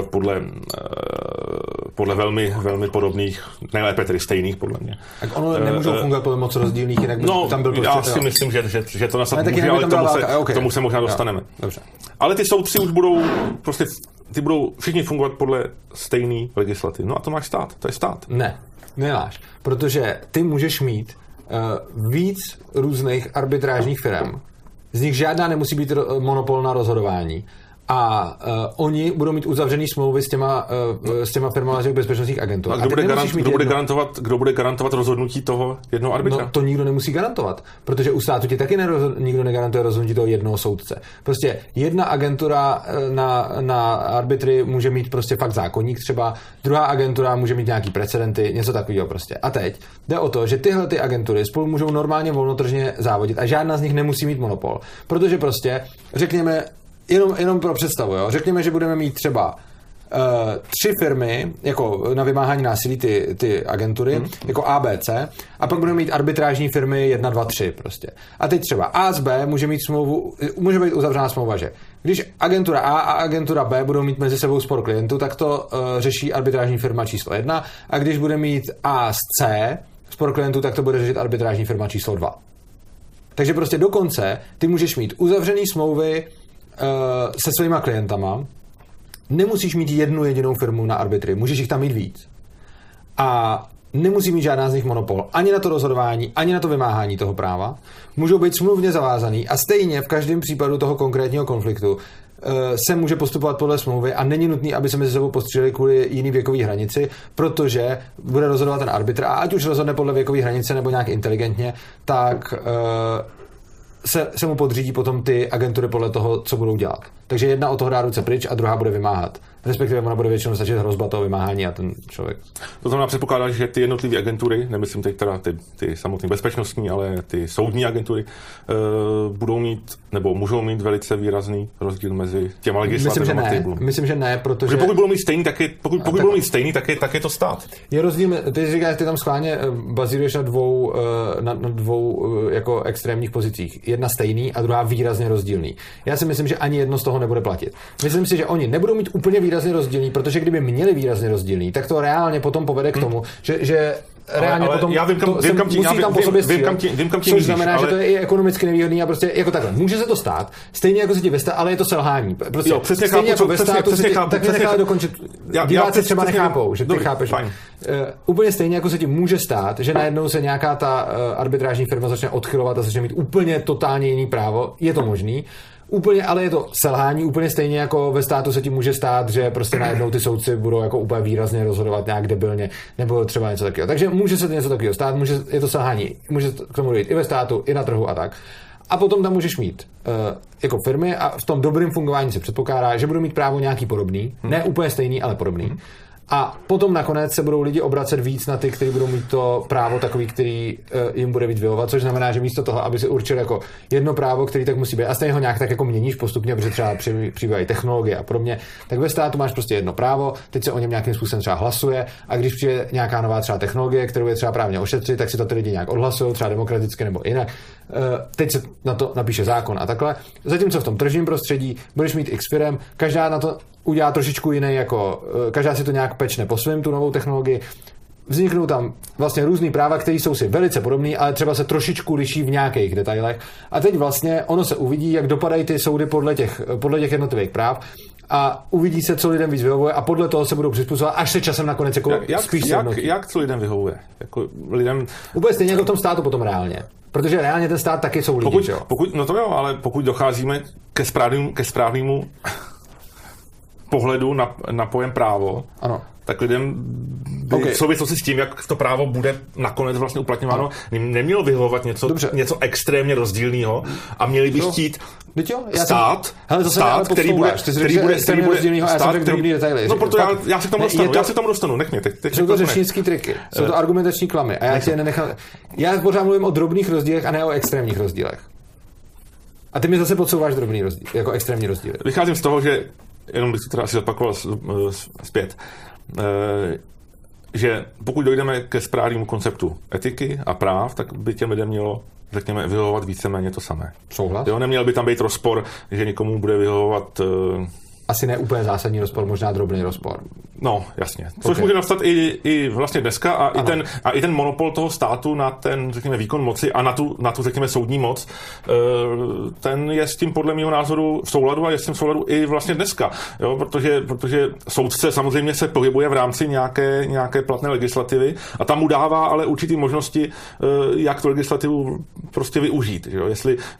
podle velmi, velmi podobných, nejlépe tedy stejných, podle mě. Tak ono nemůžou fungovat podle moc rozdílných, jinak by tam byl prostě... Já si myslím, že to nasad může, ale k tomu se možná dostaneme. Dobře. Ale ty soudci už budou prostě ty budou všichni fungovat podle stejné legislativy. No a to máš stát, to je stát. Ne, nemáš, protože ty můžeš mít víc různých arbitrážních firm, z nich žádná nemusí být monopol na rozhodování. A oni budou mít uzavřený smlouvy s těma firmama těch bezpečnostních agentur. A kdo bude garantovat rozhodnutí toho jednoho arbitra? No to nikdo nemusí garantovat, protože u státu ti taky nikdo negarantuje rozhodnutí toho jednoho soudce. Prostě jedna agentura na arbitry může mít prostě fakt zákonník třeba, druhá agentura může mít nějaký precedenty, něco takového prostě. A teď jde o to, že tyhle ty agentury spolu můžou normálně volnotržně závodit a žádná z nich nemusí mít monopol, protože prostě řekněme Jenom pro představu, jo. Řekněme, že budeme mít třeba 3 firmy jako na vymáhání násilí ty agentury, jako ABC, a pak budeme mít arbitrážní firmy 1, 2, 3 prostě. A teď třeba A s B může být uzavřená smlouva, že když agentura A a agentura B budou mít mezi sebou spor klientů, tak to řeší arbitrážní firma číslo 1, a když bude mít A s C spor klientů, tak to bude řešit arbitrážní firma číslo 2. Takže prostě dokonce ty můžeš mít uzavřený smlouvy se svýma klientama, nemusíš mít jednu jedinou firmu na arbitry, můžeš jich tam mít víc. A nemusí mít žádná z nich monopol ani na to rozhodování, ani na to vymáhání toho práva. Můžou být smluvně zavázaný a stejně v každém případu toho konkrétního konfliktu se může postupovat podle smlouvy a není nutný, aby se mezi sebou postříleli kvůli jiný věkové hranici, protože bude rozhodovat ten arbitr a ať už rozhodne podle věkové hranice nebo nějak inteligentně, tak se mu podřídí potom ty agentury podle toho, co budou dělat. Takže jedna od toho dá ruce pryč a druhá bude vymáhat. Respektive ona bude většinou stačit hrozba toho vymáhání a ten člověk. To znamená, předpokládá, že ty jednotlivé agentury, nemyslím teď teda ty samotné bezpečnostní, ale ty soudní agentury, budou mít nebo můžou mít velice výrazný rozdíl mezi těma legislativami. Myslím, že ne, protože pokud budou mít stejný, budou mít stejný, tak je to stát. Je rozdíl, ty říkáš, ty tam schválně bazíruješ na dvou jako extrémních pozicích. Jedna stejný a druhá výrazně rozdílný. Já si myslím, že ani jedno z toho nebude platit. Myslím si, že oni nebudou mít úplně výrazně rozdílný, protože kdyby měli výrazně rozdílný, tak to reálně potom povede k tomu, že reálně potom já vím, kam tím což znamená, že to je i ekonomicky nevýhodný a prostě jako takhle. Může se to stát, stejně jako se ti ve státu, ale je to selhání. Prostě jo, přesně stejně chápu, jako ve státu přesně chápu, tak mě necháme dokončit. Diváci třeba nechápou, že ty chápeš. Úplně stejně jako se ti může stát, že najednou se nějaká ta arbitrážní firma začne odchylovat a začne mít úplně totálně jiný právo. Je to možný. Úplně, ale je to selhání, úplně stejně jako ve státu se ti může stát, že prostě najednou ty soudci budou jako úplně výrazně rozhodovat nějak debilně, nebo třeba něco takového. Takže může se to něco takového stát, je to selhání, může k tomu dojít i ve státu, i na trhu a tak. A potom tam můžeš mít jako firmy a v tom dobrém fungování se předpokládá, že budou mít právo nějaký podobný, ne úplně stejný, ale podobný. A potom nakonec se budou lidi obracet víc na ty, kteří budou mít to právo takový, který jim bude víc vyhovovat, což znamená, že místo toho, aby si určil jako jedno právo, který tak musí být, a stejně ho nějak tak jako měníš postupně, protože třeba přibývají technologie a podobně, tak ve státu máš prostě jedno právo, teď se o něm nějakým způsobem třeba hlasuje a když přijde nějaká nová třeba technologie, kterou je třeba právně ošetřit, tak si to ty lidi nějak odhlasují, třeba demokraticky nebo jinak. Teď se na to napíše zákon a takhle. Zatímco v tom tržním prostředí budeš mít x firem, každá na to udělá trošičku jiný, jako každá si to nějak pečne po svém tu novou technologii. Vzniknou tam vlastně různý práva, které jsou si velice podobné, ale třeba se trošičku liší v nějakých detailech. A teď vlastně ono se uvidí, jak dopadají ty soudy podle těch jednotlivých práv a uvidí se, co lidem víc vyhovuje a podle toho se budou přizpůsobovat, až se časem nakonec jako spíš jak co lidem vyhovuje? Jako lidem... Úplně stejně jako v tom státu potom reálně. Protože reálně ten stát taky jsou lidi, no to jo, ale pokud docházíme ke správnému pohledu na pojem právo, ano. Tak lidem v souvislosti s tím, jak to právo bude nakonec vlastně uplatňováno, nemělo vyhovovat něco extrémně rozdílného a měli by chtít stát, který bude detaily. No proto já se k tomu dostanu, nech mě. Jsou to řečnický triky, jsou to argumentační klamy a já si je nenechám. Já pořád mluvím o drobných rozdílech a ne o extrémních rozdílech. A ty mi zase podsouváš drobný rozdíl, jako extrémní rozdíly. Vycházím z toho, že jenom bych to teda asi zopakoval zpět, že pokud dojdeme ke správnému konceptu etiky a práv, tak by těm lidem mělo, řekněme, vyhovovat víceméně to samé. Souhlas? Jo, neměl by tam být rozpor, že někomu bude vyhovovat... Asi ne úplně zásadní rozpor, možná drobný rozpor. No, jasně. Což může nastat i vlastně dneska a i ten monopol toho státu na ten, řekněme, výkon moci a na tu řekněme, soudní moc, ten je s tím podle mého názoru v souladu a je s tím v souladu i vlastně dneska. Jo? Protože soudce samozřejmě se pohybuje v rámci nějaké platné legislativy a tam mu dává ale určitý možnosti, jak tu legislativu prostě využít. Jo?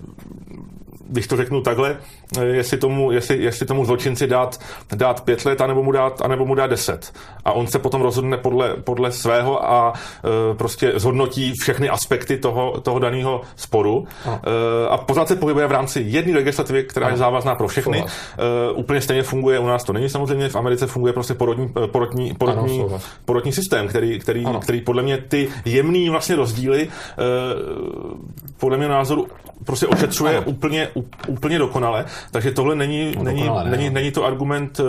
Když to řeknu takhle, jestli tomu zločinci dát 5 let, anebo mu dát 10. A on se potom rozhodne podle svého a prostě zhodnotí všechny aspekty toho daného sporu. A pořád se pohybuje v rámci jedné legislativy, která je závazná pro všechny. Úplně stejně funguje, u nás to není samozřejmě, v Americe funguje prostě porotní systém, který podle mě ty jemný vlastně rozdíly podle mě názoru prostě ošetřuje úplně dokonale, takže tohle není to argument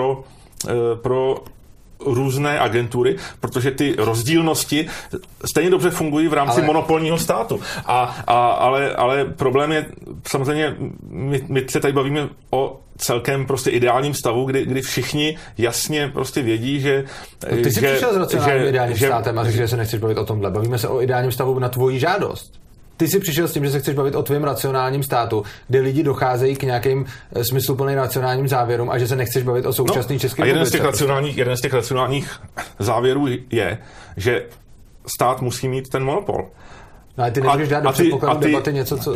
pro různé agentury, protože ty rozdílnosti stejně dobře fungují v rámci monopolního státu. Ale problém je, samozřejmě, my se tady bavíme o celkem prostě ideálním stavu, kdy všichni jasně prostě vědí, že... Ty jsi přišel s racionálním ideálním státem a řekl, že se nechceš bavit o tomhle. Bavíme se o ideálním stavu na tvoji žádost. Ty jsi přišel s tím, že se chceš bavit o tvém racionálním státu, kde lidi docházejí k nějakým smysluplným racionálním závěrům a že se nechceš bavit o současné České republice. Jeden z těch racionálních závěrů je, že stát musí mít ten monopol. No ale ty nemůžeš dát do předpokladu debaty něco, co...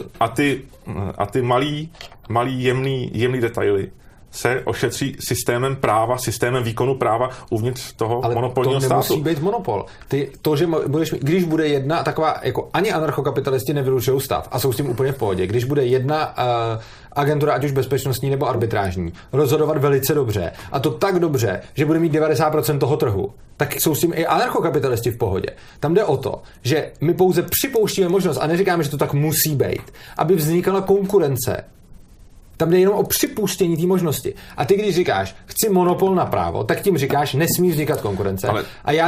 A ty malý jemný detaily se ošetří systémem práva, systémem výkonu práva uvnitř toho monopolního státu. Ale to nemusí být monopol. Že když bude jedna taková, jako ani anarchokapitalisti nevylučují stav a jsou s tím úplně v pohodě. Když bude jedna agentura, ať už bezpečnostní nebo arbitrážní, rozhodovat velice dobře, a to tak dobře, že bude mít 90% toho trhu, tak jsou s tím i anarchokapitalisti v pohodě. Tam jde o to, že my pouze připouštíme možnost, a neříkáme, že to tak musí být, aby vznikala konkurence. Tam jde jenom o připuštění té možnosti. A ty, když říkáš, chci monopol na právo, tak tím říkáš, nesmí vznikat konkurence. A já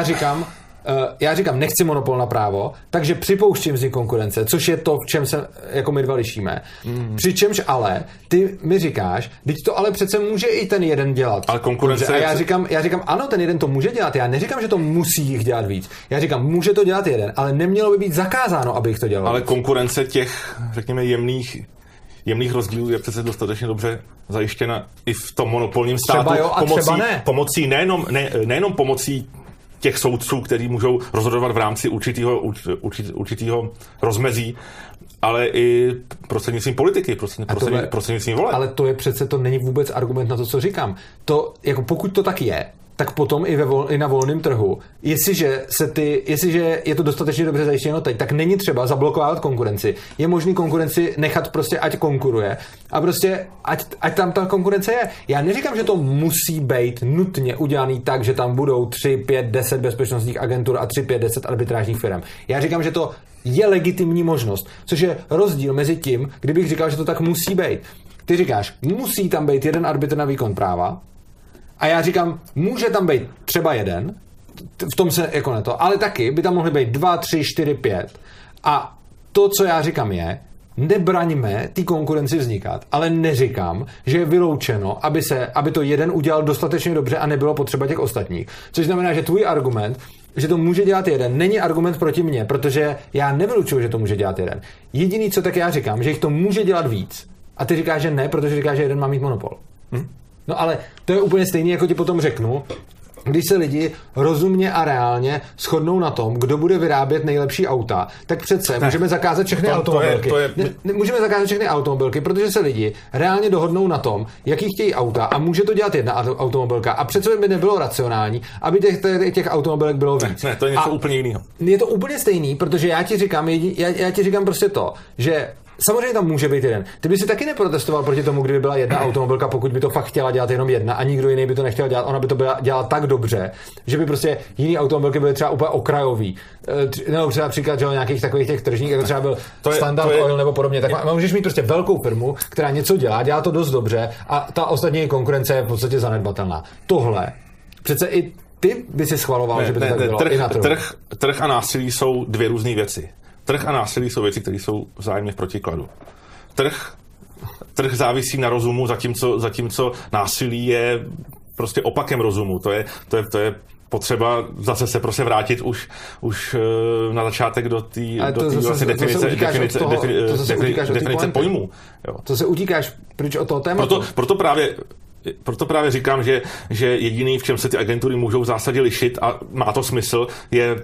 říkám, nechci monopol na právo, takže připouštím vznik konkurence, což je to, v čem se jako my dva lišíme. Přičemž ale ty mi říkáš, teď to ale přece může i ten jeden dělat. Ale konkurence... A já říkám, ano, ten jeden to může dělat. Já neříkám, že to musí jich dělat víc. Já říkám, může to dělat jeden, ale nemělo by být zakázáno, aby jich to dělalo. Ale konkurence těch, řekněme, jemných rozdílů je přece dostatečně dobře zajištěna i v tom monopolním státu. Třeba jo, a třeba ne. Pomocí nejenom pomocí těch soudců, kteří můžou rozhodovat v rámci určitého rozmezí, ale i prostřednictvím politiky, prostřednictvím voleb. Ale to je přece, to není vůbec argument na to, co říkám. To, jako pokud to tak je, tak potom i na volném trhu, jestliže je to dostatečně dobře zajištěno teď, tak není třeba zablokovat konkurenci. Je možný konkurenci nechat prostě, ať konkuruje a prostě ať tam ta konkurence je. Já neříkám, že to musí být nutně udělaný tak, že tam budou 3, 5, 10 bezpečnostních agentur a 3, 5, 10 arbitrážních firm. Já říkám, že to je legitimní možnost, což je rozdíl mezi tím, kdybych říkal, že to tak musí být. Ty říkáš, musí tam být jeden arbitr na výkon práva, a já říkám, může tam být třeba jeden, v tom se jako ne to, ale taky by tam mohly být 2, 3, 4, 5. A to, co já říkám je, nebraňme ty konkurenci vznikat, ale neříkám, že je vyloučeno, aby to jeden udělal dostatečně dobře a nebylo potřeba těch ostatních. Což znamená, že tvůj argument, že to může dělat jeden, není argument proti mně, protože já nevylučuju, že to může dělat jeden. Jediný, co tak já říkám, že jich to může dělat víc. A ty říkáš, že ne, protože říkáš, že jeden má mít monopol. No ale to je úplně stejný, jako ti potom řeknu, když se lidi rozumně a reálně shodnou na tom, kdo bude vyrábět nejlepší auta, tak přece můžeme zakázat všechny automobilky. Můžeme zakázat všechny automobilky, protože se lidi reálně dohodnou na tom, jaký chtějí auta a může to dělat jedna automobilka. A přece by nebylo racionální, aby těch automobilek bylo víc. Ne, to je něco úplně jiného. Je to úplně stejný, protože já ti říkám prostě to, že samozřejmě tam může být jeden. Ty by si taky neprotestoval proti tomu, kdyby byla jedna automobilka, pokud by to fakt chtěla dělat jenom jedna a nikdo jiný by to nechtěl dělat. Ona by to dělala tak dobře, že by prostě jiný automobilky byly třeba úplně okrajový. Nebo třeba příklad, že nějakých takových těch tržních, jako třeba byl Standard Oil nebo podobně. Tak můžeš mít prostě velkou firmu, která něco dělá to dost dobře a ta ostatní konkurence je v podstatě zanedbatelná. Tohle přece i ty by si schvaloval, že by to tak bylo i na trhu. Trh a násilí jsou dvě různé věci. Trh a násilí jsou věci, které jsou vzájemně v protikladu. Trh závisí na rozumu, zatímco násilí je prostě opakem rozumu. To je potřeba zase se prostě vrátit už na začátek do té definice pojmu. To se utíkáš pryč od toho tématu. Proto právě říkám, že jediný, v čem se ty agentury můžou v zásadě lišit a má to smysl, je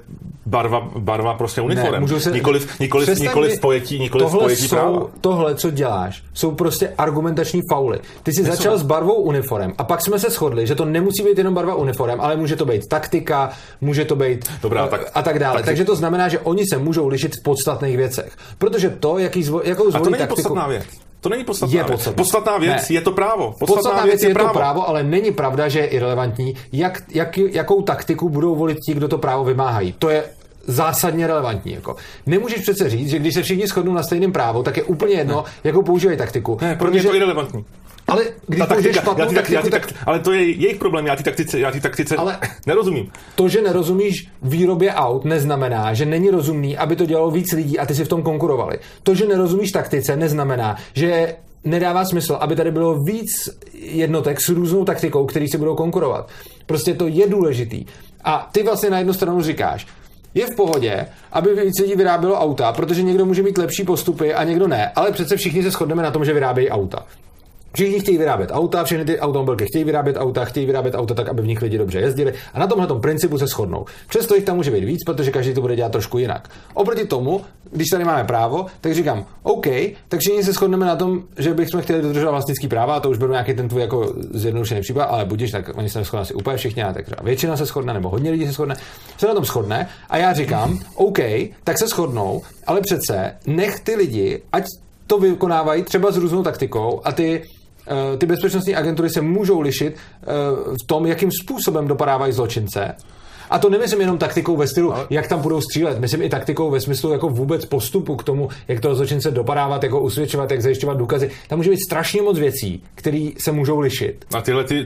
barva prostě uniform. Nikoliv pojetí práva. Tohle, co děláš, jsou prostě argumentační fauly. Ty jsi začal s barvou uniform a pak jsme se shodli, že to nemusí být jenom barva uniform, ale může to být taktika, může to být a tak dále. Takže to znamená, že oni se můžou lišit v podstatných věcech. Protože to, jakou zvolí taktiku... podstatná věc. To není podstatná věc. Podstatná věc je to právo. Podstatná věc je to právo, ale není pravda, že je irelevantní, jakou taktiku budou volit ti, kdo to právo vymáhají. To je zásadně relevantní. Jako. Nemůžeš přece říct, že když se všichni shodnou na stejném právu, tak je úplně jedno, jakou používají taktiku. Ne, protože je to irelevantní. Ale když použiješ špatnou taktiku, ale to je jejich problém, já ty taktice nerozumím. To, že nerozumíš výrobě aut, neznamená, že není rozumný, aby to dělalo víc lidí a ty si v tom konkurovali. To, že nerozumíš taktice, neznamená, že nedává smysl, aby tady bylo víc jednotek s různou taktikou, který si budou konkurovat. Prostě to je důležitý. A ty vlastně na jednu stranu říkáš, je v pohodě, aby víc lidí vyrábělo auta, protože někdo může mít lepší postupy a někdo ne, ale přece všichni se shodneme na tom, že vyrábějí auta. Všichni chtějí vyrábět auta, všechny ty automobilky chtějí vyrábět auta tak, aby v nich lidi dobře jezdili a na tomhletom principu se shodnou. Přesto jich tam může být víc, protože každý to bude dělat trošku jinak. Oproti tomu, když tady máme právo, tak říkám, OK, tak všichni se shodneme na tom, že bychom chtěli dodržovat vlastnický práva, a to už beru nějaký ten tvůj jako zjednodušený případ, ale budíš, tak oni se neshodnou asi úplně všichni, tak třeba většina se shodne nebo hodně lidí se na tom shodne a já říkám, OK, tak se shodnou, ale přece nech ty lidi, ať to vykonávají třeba s různou taktikou a ty bezpečnostní agentury se můžou lišit v tom, jakým způsobem dopadávají zločince. A to nemyslím jenom taktikou ve stylu, jak tam budou střílet. Myslím i taktikou ve smyslu jako vůbec postupu k tomu, jak toho zločince dopadávat, jako usvědčovat, jak zajišťovat důkazy. Tam může být strašně moc věcí, které se můžou lišit. A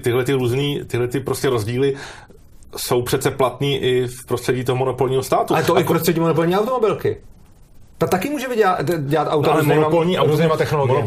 tyhle prostě rozdíly jsou přece platný i v prostředí toho monopolního státu. Ale to i v prostředí monopolní automobilky. Ta taky může dělat auta různýma technologiemi.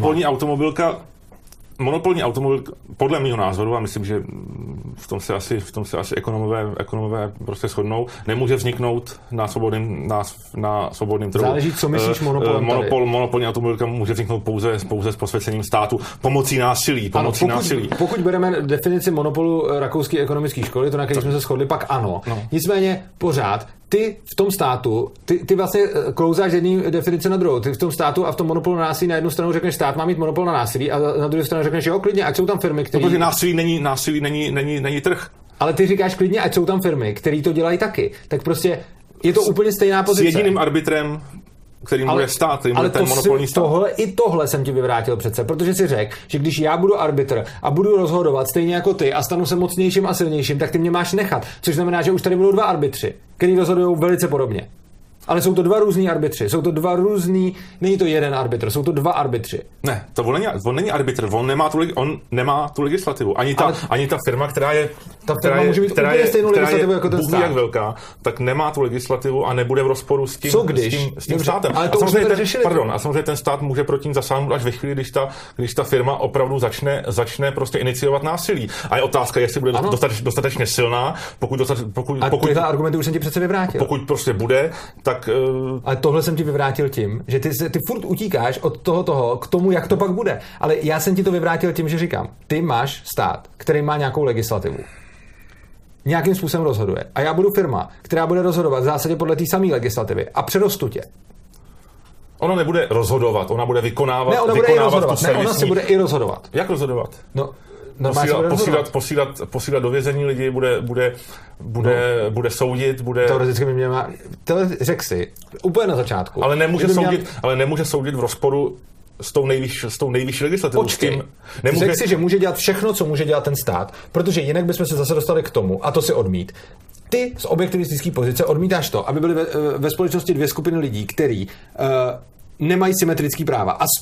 Monopolní automobil, podle mého názoru, a myslím, že v tom se asi ekonomové prostě shodnou, nemůže vzniknout na svobodném trhu. Záleží, co myslíš monopolní automobilka může vzniknout pouze s posvěcením státu, pomocí násilí. Pokud bereme definici monopolu rakouské ekonomické školy, to na které jsme se shodli, pak ano. No. Nicméně pořád ty v tom státu, ty vlastně klouzáš z jedné definice na druhou. Ty v tom státu a v tom monopolu na násilí na jednu stranu řekneš, stát má mít monopol na násilí a na druhou stranu řekneš, jo, klidně, ať jsou tam firmy, které... Protože násilí není trh. Ale ty říkáš klidně, ať jsou tam firmy, které to dělají taky. Tak prostě je to úplně stejná pozice. S jediným arbitrem, kterým bude stát, kterým bude ten monopolní stát. Tohle jsem ti vyvrátil přece, protože si řekl, že když já budu arbitr a budu rozhodovat stejně jako ty a stanu se mocnějším a silnějším, tak ty mě máš nechat. Což znamená, že už tady budou dva arbitři, kteří rozhodují velice podobně. Ale jsou to dva různý arbitři, není to jeden arbitr, jsou to dva arbitři. Ne, on není arbitr, on nemá tu legislativu. Ani ta firma, která může být úplně stejnou legislativu jako ten stát. Jak velká, tak nemá tu legislativu a nebude v rozporu s tím státem. Ale to a samozřejmě ten stát může proti tím zasáhnout až ve chvíli, když ta firma opravdu začne prostě iniciovat násilí. A je otázka, jestli bude dostatečně silná, pokud tyhle argumenty už jsem ti přece vyvrátil. Pokud prostě bude, tak... Ale tohle jsem ti vyvrátil tím, že ty furt utíkáš od toho k tomu, jak to pak bude. Ale já jsem ti to vyvrátil tím, že říkám, ty máš stát, který má nějakou legislativu. Nějakým způsobem rozhoduje. A já budu firma, která bude rozhodovat v zásadě podle té samé legislativy. A přerostu tě. Ona nebude rozhodovat, ona bude vykonávat. Ne, ona bude i rozhodovat. Ne, ona si bude i rozhodovat. Jak rozhodovat? No, posílat do vězení lidi, bude soudit, bude... Teoreticky by měla... Řek si, úplně na začátku. Ale nemůže soudit v rozporu s tou nejvyšší legislativou. Počkej. Řek si, že může dělat všechno, co může dělat ten stát, protože jinak bychom se zase dostali k tomu, a to si odmít. Ty z objektivistické pozice odmítáš to, aby byly ve společnosti dvě skupiny lidí, který nemají symetrický práva. A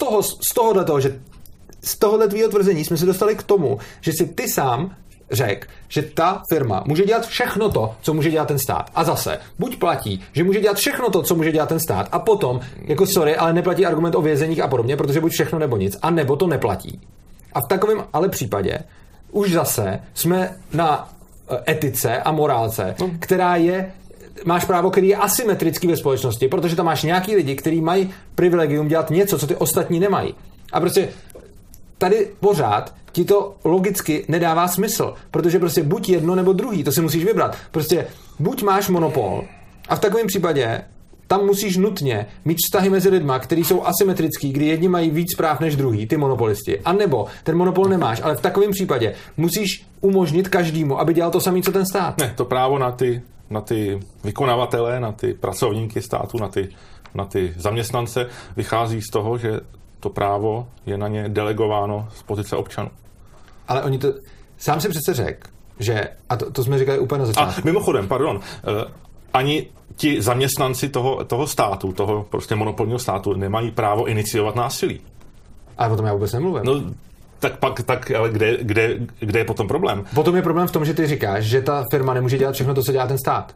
z tohohle tvýho tvrzení jsme se dostali k tomu, že si ty sám řekl, že ta firma může dělat všechno to, co může dělat ten stát. A zase, buď platí, že může dělat všechno to, co může dělat ten stát, a potom, jako sorry, ale neplatí argument o vězeních a podobně, protože buď všechno nebo nic, a nebo to neplatí. A v takovém ale případě už zase jsme na etice a morálce, která je, máš právo, který je asymetrický ve společnosti, protože tam máš nějaký lidi, kteří mají privilegium dělat něco, co ty ostatní nemají. A prostě tady pořád ti to logicky nedává smysl, protože prostě buď jedno nebo druhý, to si musíš vybrat. Prostě buď máš monopol a v takovém případě tam musíš nutně mít vztahy mezi lidma, který jsou asymetrický, kdy jedni mají víc práv než druhý, ty monopolisti. A nebo ten monopol nemáš, ale v takovém případě musíš umožnit každému, aby dělal to samé, co ten stát. Ne, to právo na ty vykonavatele, na ty pracovníky státu, na ty zaměstnance vychází z toho, že to právo je na ně delegováno z pozice občanů. Ale oni to... Sám si přece řekl, že... A to jsme říkali úplně na začátku. A mimochodem, ani ti zaměstnanci toho státu, toho prostě monopolního státu, nemají právo iniciovat násilí. Ale o tom já vůbec nemluvím. No, ale kde je potom problém? Potom je problém v tom, že ty říkáš, že ta firma nemůže dělat všechno to, co dělá ten stát.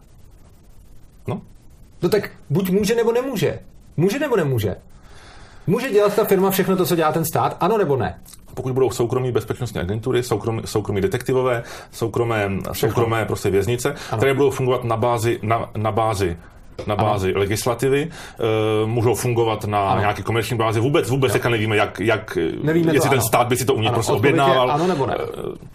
No tak buď může, nebo nemůže. Může, nebo nemůže. Může dělat ta firma všechno to, co dělá ten stát, ano nebo ne? Pokud budou soukromí bezpečnostní agentury, soukromí detektivové, soukromé prostě věznice, které budou fungovat na bázi legislativy, můžou fungovat na nějaké komerční bázi. Vůbec teďka nevíme, nevíme jestli ten stát by si to u nich prostě objednával. Ano nebo ne?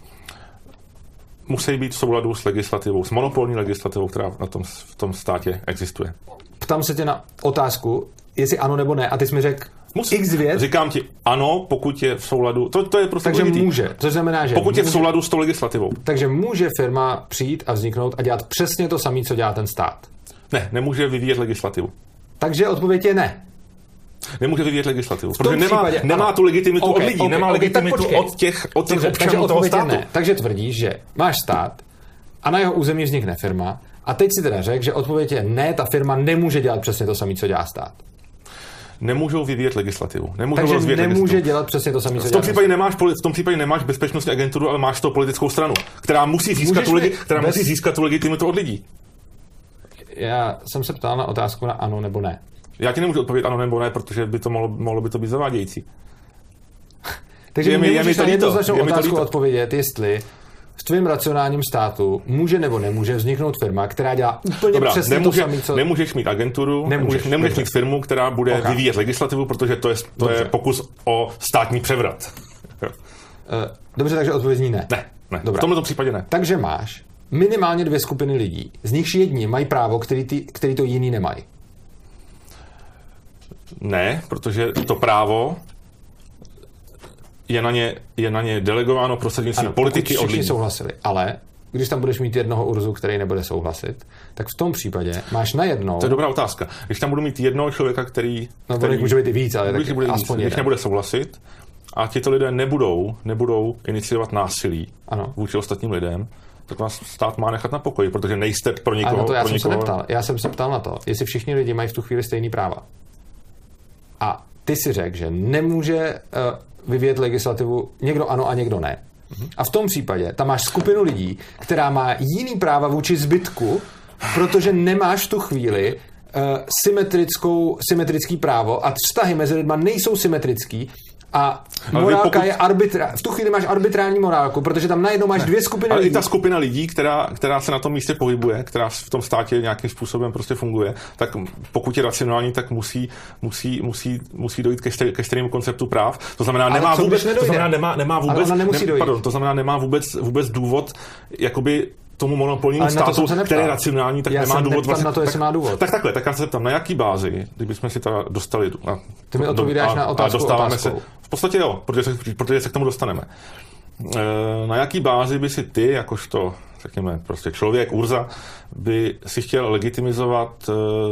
Musí být v souladu s legislativou, s monopolní legislativou, která v tom státě existuje. Ptám se tě na otázku, jestli ano nebo ne, a ty jsi mi řekl X věc. Říkám ti ano, pokud je v souladu. To je prostě takže může. Což znamená, že pokud je v souladu s tou legislativou. Takže může firma přijít a vzniknout a dělat přesně to samé, co dělá ten stát. Ne, nemůže vyvíjet legislativu. Takže odpověď je ne. Nemůže vyvíjet legislativu, protože nemá tu legitimitu od lidí, nemá legitimitu od těch občanů toho státu. Ne. Takže tvrdíš, že máš stát a na jeho území vznikne firma a teď si teda řekl, že odpověď je ne, ta firma nemůže dělat přesně to samé, co dělá stát. Nemůžou vyvíjet legislativu. Takže nemůže dělat přesně to samé, co dělá stát. V tom případě nemáš bezpečnostní agenturu, ale máš to politickou stranu, která musí získat tu legitimitu od lidí. Já jsem se ptal na otázku na ano nebo ne. Já ti nemůžu odpovědět ano nebo ne, protože by to mohlo by to být zavádějící. Takže nemůžeš na jednoznačnou otázku odpovědět, jestli v tvém racionálním státu může nebo nemůže vzniknout firma, která dělá úplně přesně to samé, co... Nemůžeš mít agenturu, nemůžeš mít firmu, která bude vyvíjet legislativu, protože to je pokus o státní převrat. Dobře, takže odpověď zní ne. Ne. V tomto případě ne. Takže máš minimálně 2 skupiny lidí, z nichž jedni mají právo, který to jiný nemají. Ne, protože to právo je na ně delegováno prostřednictvím politiky od lidí. Všichni souhlasili, ale když tam budeš mít jednoho Urzu, který nebude souhlasit, tak v tom případě máš najednou... To je dobrá otázka. Když tam budu mít jednoho člověka, který může být i víc, ale tak aspoň když nebude souhlasit a tito lidé nebudou iniciovat násilí vůči ostatním lidem, tak vás stát má nechat na pokoji, protože nejste pro nikoho... Ale na to já jsem se neptal. Já jsem se ptal na to, jestli všichni lidi mají v tu chvíli stejný práva. A ty si řekl, že nemůže vyvíjet legislativu někdo ano a někdo ne. A v tom případě tam máš skupinu lidí, která má jiný práva vůči zbytku, protože nemáš v tu chvíli symetrický právo a vztahy mezi lidma nejsou symetrický a morálka je v tu chvíli máš arbitrální morálku, protože tam najednou máš 2 skupiny lidí. Ale i ta skupina lidí, která se na tom místě pohybuje, která v tom státě nějakým způsobem prostě funguje, tak pokud je racionální, tak musí dojít ke stejnému konceptu práv. To znamená, nemá vůbec důvod jakoby tomu monopolnímu státu, který je racionální, tak nemá důvod. Na to, jestli má důvod. Tak takhle, tak já se ptám, na jaký bázi, kdybychom si teda dostali... Ty mi odpovídáš na otázku otázkou. V podstatě jo, protože se k tomu dostaneme. Na jaký bázi by si ty, jakožto, řekněme, prostě člověk, Urza, by si chtěl legitimizovat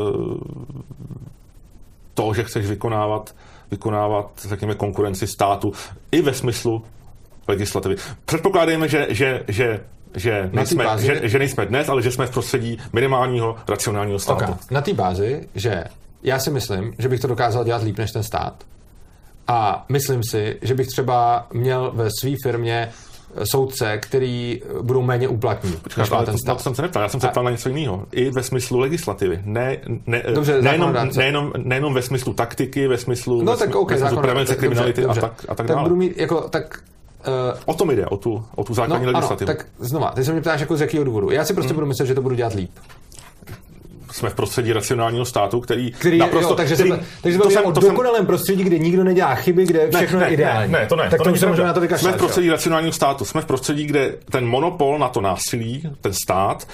to, že chceš vykonávat, řekněme, konkurenci státu i ve smyslu legislativy. Předpokládejme, že nejsme dnes, ale že jsme v prostředí minimálního racionálního státu. Okay. Na té bázi, že já si myslím, že bych to dokázal dělat líp než ten stát. A myslím si, že bych třeba měl ve své firmě soudce, který budou méně úplatní. Počkej, ale to jsem se neptal. Já jsem se ptal na něco jiného. I ve smyslu legislativy. Nejenom ve smyslu taktiky, ve smyslu prevence kriminality a tak dále. Tak budu mít O tom jde, o tu základní legislativu. Ano, tak znova, ty se mě ptáš jako z jakého důvodu. Já si prostě budu myslet, že to budu dělat líp. Jsme v prostředí racionálního státu, který naprosto... Jo, takže se bavíme o dokonalém prostředí, kde nikdo nedělá chyby, kde všechno je ideální. Ne, to ne. Tak to to samozřejmě na to vykašlat. Jsme v prostředí racionálního státu. Jsme v prostředí, kde ten monopol na to násilí, ten stát,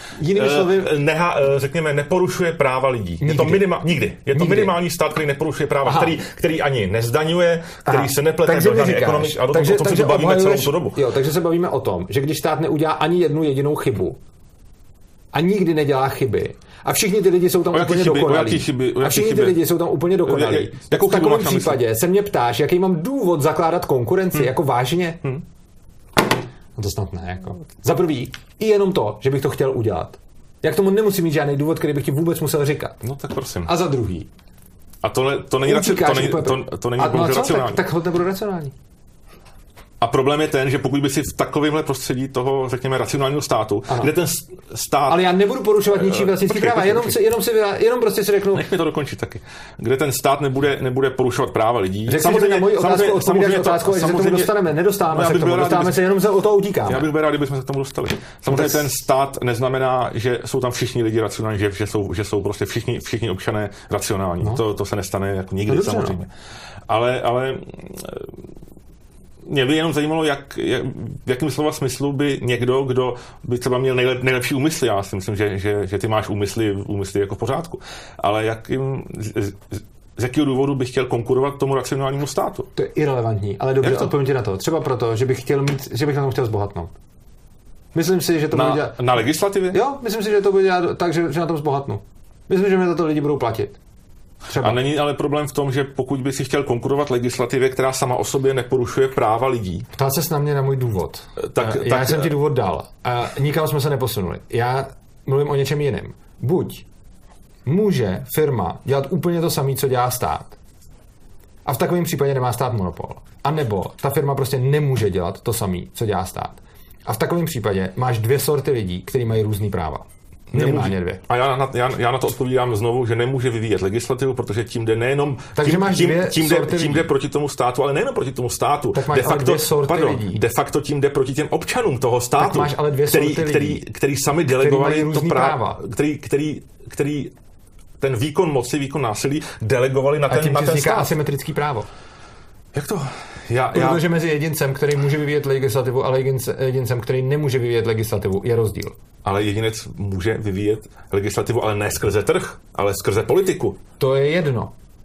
řekněme, neporušuje práva lidí. Nikdy. Je to minimální stát, který neporušuje práva, který ani nezdaňuje, který se neplete do dané ekonomiky. A o tom se bavíme celou tu dobu. Jo, takže se bavíme o tom, že když stát neudělá ani jednu jedinou chybu a nikdy nedělá chyby, a všichni ty lidi jsou tam úplně dokonalí. A všichni ty lidi jsou tam úplně dokonalí. Tak v takovém případě se mě ptáš, jaký mám důvod zakládat konkurenci, jako vážně? No to snad ne, jako. Za prvý, i jenom to, že bych to chtěl udělat. Jak tomu nemusím mít žádný důvod, který bych ti vůbec musel říkat. No tak prosím. A za druhý. A to není racionální. Tak to nebude racionální. A problém je ten, že pokud by si v takovémhle prostředí toho, řekněme, racionálního státu, kde ten stát... Ale já nebudu porušovat ničí vlastnický práva, jenom prostě si řeknu... Nech mi to dokončit taky. Kde ten stát nebude porušovat práva lidí. Řekni, že na moji otázku odpovídáš otázku, že se k tomu dostaneme. Nedostáváme se k tomu, dostáváme se, jenom se o to utíkáme. Já bych byl rád, kdybychom se k tomu dostali. Samozřejmě ten stát neznamená, že jsou tam všichni lidi racionální, že jsou prostě všichni občané racionální. To se nestane jako nikdy, samozřejmě. Ale mě by jenom zajímalo, v jakém slova smyslu by někdo, kdo by třeba měl nejlepší úmysly, já si myslím, že ty máš úmysly jako v pořádku, ale z jakého důvodu bych chtěl konkurovat tomu racionálnímu státu? To je irelevantní, ale dobře, odpovím ti na to. Třeba proto, že bych na tom chtěl zbohatnout. Myslím si, že to bude dělat... Na legislativě? Jo, myslím si, že to bude dělat tak, že na tom zbohatnu. Myslím, že mě za to lidi budou platit. Třeba. A není ale problém v tom, že pokud by si chtěl konkurovat legislativě, která sama o sobě neporušuje práva lidí. Ptal ses na mě na můj důvod. Já jsem ti důvod dal. A nikam jsme se neposunuli. Já mluvím o něčem jiném. Buď může firma dělat úplně to samé, co dělá stát. A v takovém případě nemá stát monopol. A nebo ta firma prostě nemůže dělat to samé, co dělá stát. A v takovém případě máš dvě sorty lidí, kteří mají různý práva. Minimálně dvě. A já na to odpovídám znovu, že nemůže vyvíjet legislativu, protože tím jde nejenom tím jde proti tomu státu, ale nejenom proti tomu státu. Tak máš dvě sorty lidí. De facto tím jde proti těm občanům toho státu, tak máš ale dvě sorty lidí, který sami delegovali to práva, který ten výkon moci, výkon násilí delegovali na ten stát. A tím vzniká asymetrický právo. Jak to? Protože mezi jedincem, který může vyvíjet legislativu, a jedincem, který nemůže vyvíjet legislativu, je rozdíl. Ale jedinec může vyvíjet legislativu, ale ne skrze trh, ale skrze politiku. To je jedno.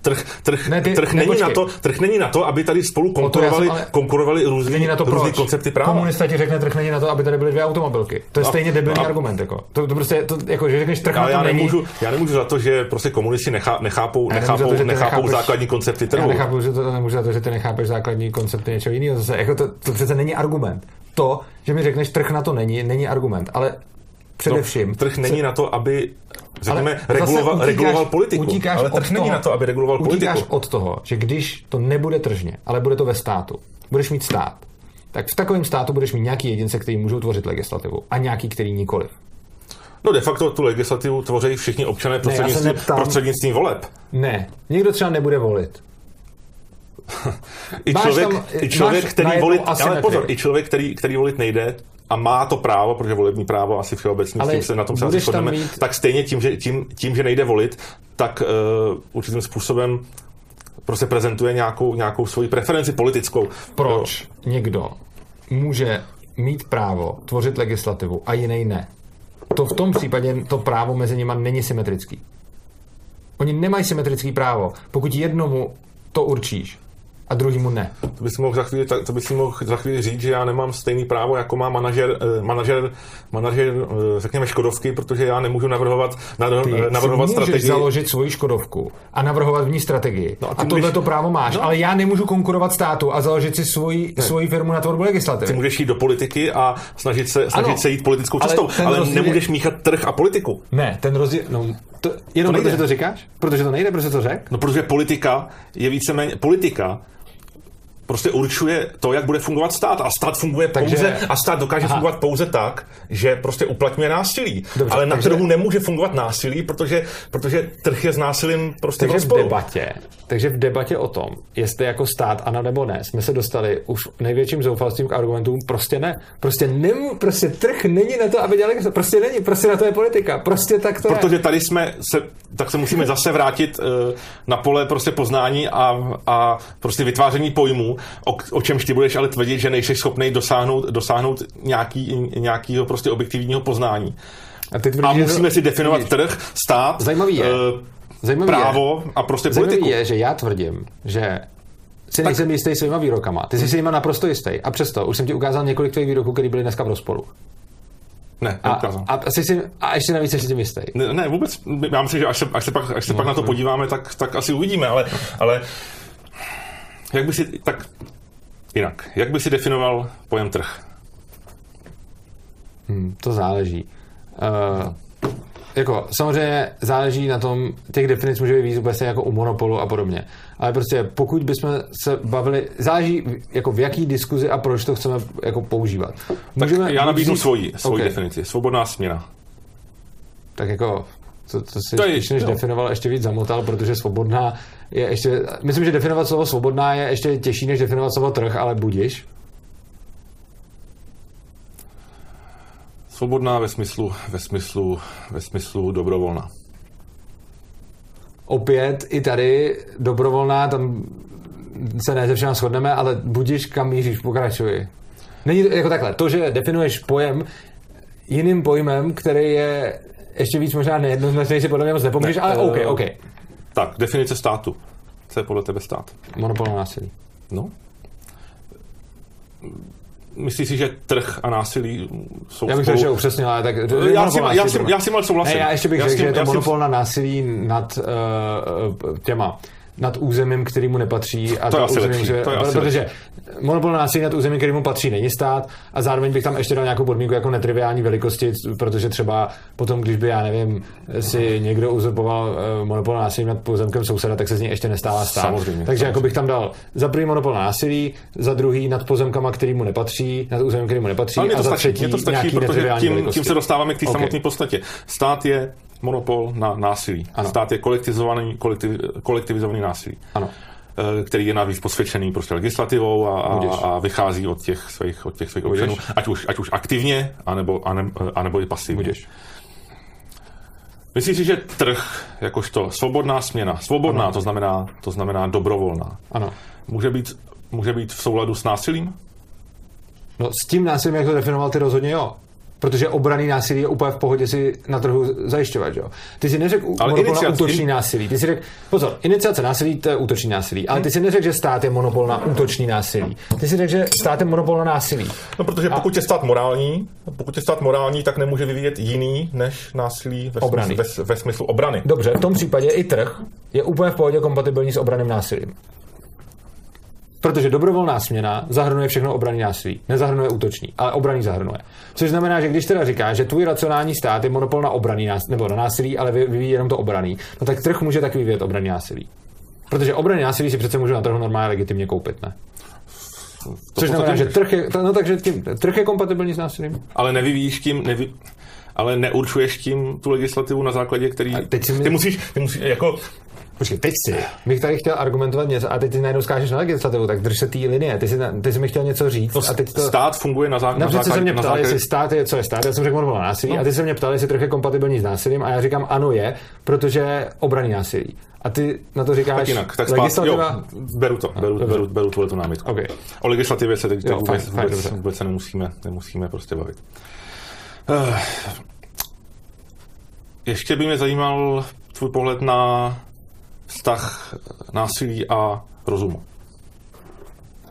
Trh není na to, aby tady spolu konkurovali různý koncepty práva. Komunista ti řekne, trh není na to, aby tady byly dvě automobilky. To je stejně debilní argument. Jako. To prostě, jako, že řekneš, trh na to není. Já nemůžu za to, že prostě komunisti nechápou základní koncepty trhu. Já nemůžu za to, že ty nechápeš základní koncepty něčeho jiného. Zase, jako to přece není argument. To, že mi řekneš, trh na to není argument. Ale především. Trh není na to, aby reguloval politiku. Ale trh není na to, aby reguloval politiku. Utíkáš od toho, že když to nebude tržně, ale bude to ve státu, budeš mít stát, tak v takovém státu budeš mít nějaký jedince, který můžou tvořit legislativu a nějaký, který nikoliv. No de facto tu legislativu tvoří všichni občané prostřednictvím voleb. Ne, někdo třeba nebude volit. I člověk, který volit nejde, a má to právo, protože volební právo asi všeobecně, s tím se na tom se asi shodneme, tak stejně tím, že nejde volit, tak určitým způsobem prostě prezentuje nějakou svoji preferenci politickou. Proč někdo může mít právo tvořit legislativu a jiný ne? To v tom případě to právo mezi nimi není symetrický. Oni nemají symetrický právo, pokud jednomu to určíš a druhýmu ne. To bys mohl za chvíli říct, že já nemám stejný právo, jako má manažer řekněme Škodovky, protože já nemůžu navrhovat strategii. Můžeš založit svoji Škodovku a navrhovat v ní strategii. No a tohleto právo máš, ale já nemůžu konkurovat státu a založit si svoji firmu na tvorbu legislativy. Ty můžeš jít do politiky a snažit se jít politickou cestou, ale nemůžeš míchat trh a politiku. Ne, ten rozdíl... Jenom protože to říkáš? Protože to nejde, protože to řek? No, protože politika je víceméně... Politika prostě určuje to, jak bude fungovat stát. A stát funguje a stát dokáže fungovat pouze tak, že prostě uplatňuje násilí. Dobře, ale na trhu nemůže fungovat násilí, protože trh je s násilím prostě v rozporu. Takže v debatě o tom, jestli jako stát ano nebo ne, jsme se dostali už největším zoufalstvím k argumentům prostě ne. Prostě trh není na to, aby dělali, prostě není, prostě na to je politika. Prostě tak to protože tady tak se musíme zase vrátit na pole prostě poznání a prostě vytváření pojmů, o čemž ty budeš ale tvrdit, že nejsi schopný dosáhnout nějakého prostě objektivního poznání. A musíme si definovat trh, stát, právo a prostě politiku. Zajímavý je, že já tvrdím, že si nejsem jistý svýma výrokama. Ty jsi si jima naprosto jistý. A přesto už jsem ti ukázal několik tvých výroků, které byly dneska v rozporu. Ne, neukázal. A ještě navíc jsi tím jistý. Ne, vůbec. Já myslím, že až se pak na to podíváme, tak asi uvidíme, ale jak by si definoval pojem trh? To záleží. Jako samozřejmě záleží na tom, těch definic může být víc úplně jako u monopolu a podobně. Ale prostě pokud bychom se bavili, záleží jako v jaký diskuzi a proč to chceme jako používat. Tak já nabídnu svoji definici. Svobodná směna. Tak jako, co si spíš než definoval, ještě víc zamotal, protože svobodná je ještě, myslím, že definovat slovo svobodná je ještě těžší, než definovat slovo trh, ale budiš. Svobodná ve smyslu dobrovolná. Opět i tady dobrovolná, tam se ne ze všem shodneme, ale budiš, kam míříš, pokračuji. Není to jako takhle. To, že definuješ pojem jiným pojmem, který je ještě víc možná nejednoznačný, si podle mě moc nepomůžeš, ale OK. Tak, definice státu. Co je podle tebe stát? Monopol na násilí. No. Myslíš si, že trh a násilí jsou já bych řekl, že upřesnil, ale tak... Já si mal souhlasím. Ne, já ještě bych řekl, že je to monopol na násilí nad nad územím, kterému nepatří. A to je asi lepší. Protože monopol na násilí nad územím, kterému patří, není stát, a zároveň bych tam ještě dal nějakou podmínku jako netriviální velikosti, protože třeba potom, když by, já nevím, si někdo uzurpoval monopol na násilí nad pozemkem souseda, tak se z něj ještě nestává stát. Samozřejmě. Takže jako bych tam dal za první monopol na násilí, za druhý nad pozemkama, kterému nepatří, nad územím, kterému nepatří, a za třetí nějaký netriviální velikosti. Tím se dostáváme k té samotné podstatě. Stát je monopol na násilí. Ano. Stát je kolektivizovaný násilí. Ano. Který je navíc posvědčený prostě legislativou a vychází od těch svých občanů, ať už aktivně, anebo i pasivně. Budeš. Myslíš si, že trh, jakožto svobodná směna, svobodná, to znamená dobrovolná, ano. Může být v souladu s násilím? No s tím násilím, jak to definoval, ty rozhodně jo. Protože obranný násilí je úplně v pohodě si na trhu zajišťovat, jo. Ty si neřekl monopol na útočný násilí. Ty si řekl, pozor, iniciace násilí, to je útočný násilí. Ale ty si neřekl, že stát je monopol na útočný násilí. Ty si řekl, že stát je monopol na násilí. No, protože pokud je stát morální, tak nemůže vyvíjet jiný než násilí ve smyslu obrany. Dobře, v tom případě i trh je úplně v pohodě kompatibilní s obranným násilím. Protože dobrovolná směna zahrnuje všechno obranný násilí. Nezahrnuje útočný, ale obranný zahrnuje. Což znamená, že když teda říkáš, že tvůj racionální stát je monopol na obranný nebo na násilí, ale vyvíjí jenom to obranný, no tak trh může taky vyvíjet obranný násilí. Protože obranný násilí si přece můžu na trhu normálně legitimně koupit, ne? Což znamená, že trh je kompatibilní s násilím. Ale nevyvíjíš tím, ale neurčuješ tím tu legislativu na základě, který... Ty musíš jako... Počkej, teď si bych tady chtěl argumentovat něco a teď ty najednou skážeš na legislativu, tak drž se té linie. Ty jsi mi chtěl něco říct. No, a teď to... Stát funguje na základě... Napřed se mě ptal, jestli stát je, co je stát, já jsem řekl monopol na násilí, a ty se mě ptal, jestli trh je kompatibilní s násilím a já říkám ano je, protože obranný násilí. A ty na to říkáš tak jinak, tak legislativa... beru tuhletu námitku. Okay. O legislativě se teď vůbec se nemusíme prostě bavit. Ještě by mě zajímal tvůj pohled na vztah násilí a rozumu.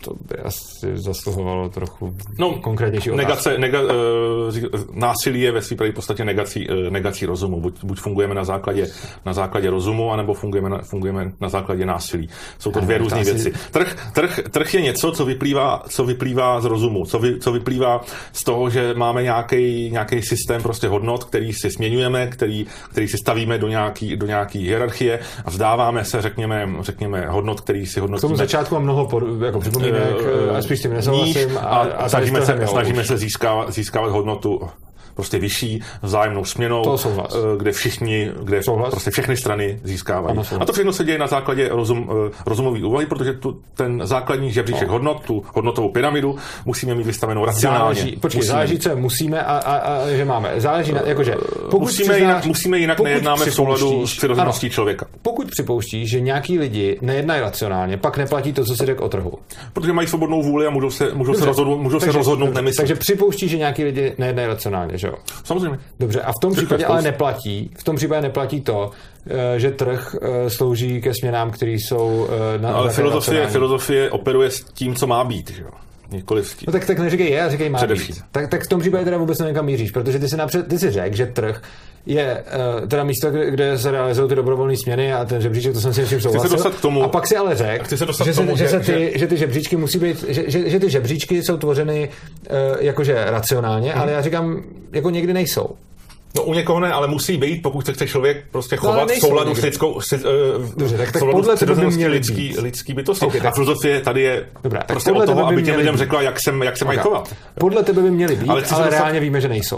to by asi zasluhovalo trochu konkrétnější otázku. Násilí je ve své podstatě negací rozumu. Buď fungujeme na základě rozumu, anebo fungujeme na základě násilí. Jsou to dvě různé věci. Trh je něco, co vyplývá z rozumu, co vyplývá z toho, že máme nějaký systém prostě hodnot, který si směňujeme, který si stavíme do nějaký hierarchie a vzdáváme se, řekněme hodnot, který si hodnotíme. K tomu začátku mám mnoho jako připomínek a spíš s tím nesouhlasím a snažíme se získávat hodnotu prostě vyšší vzájemnou směnou, kde prostě všechny strany získávají. A to všechno se děje na základě rozumové úvahy, protože ten základní žebříček hodnot, tu hodnotovou pyramidu, musíme mít vystavenou racionálně. Záleží, co musíme a že máme. Záleží na, jakože... Musíme, jinak nejednáme v souladu s přirozeností člověka. Pokud připouštíš, že nějaký lidi nejednají racionálně, pak neplatí to, co si řekl o trhu. Protože mají svobodnou vůli a můžou se rozhodnout nemyslet. Takže připouštíš, že nějaký lidi nejednají racionálně, že jo? Samozřejmě. Dobře, a v tom případě ale neplatí to, že trh slouží ke směnám, které jsou ale filozofie operuje s tím, co má být, že jo? No tak neříkej a říkej má být. Tak v tom případě teda vůbec nevím, kam míříš, protože ty si řekl, že trh je teda místo, kde se realizují ty dobrovolné směny a ten žebříček, to jsem si vším souhlasil. A pak si ale řekl, že ty žebříčky musí být, že ty žebříčky jsou tvořeny jakože racionálně, ale já říkám, jako někdy nejsou. No u někoho ne, ale musí být, pokud se chce člověk prostě chovat v souladu s lidskou podle tebe by měly lidský bytosti. Okay, a filozofie tady je prostě o toho, aby těm lidem řekla, jak se mají chovat. Podle tebe by měly být, ale reálně víme, že nejsou.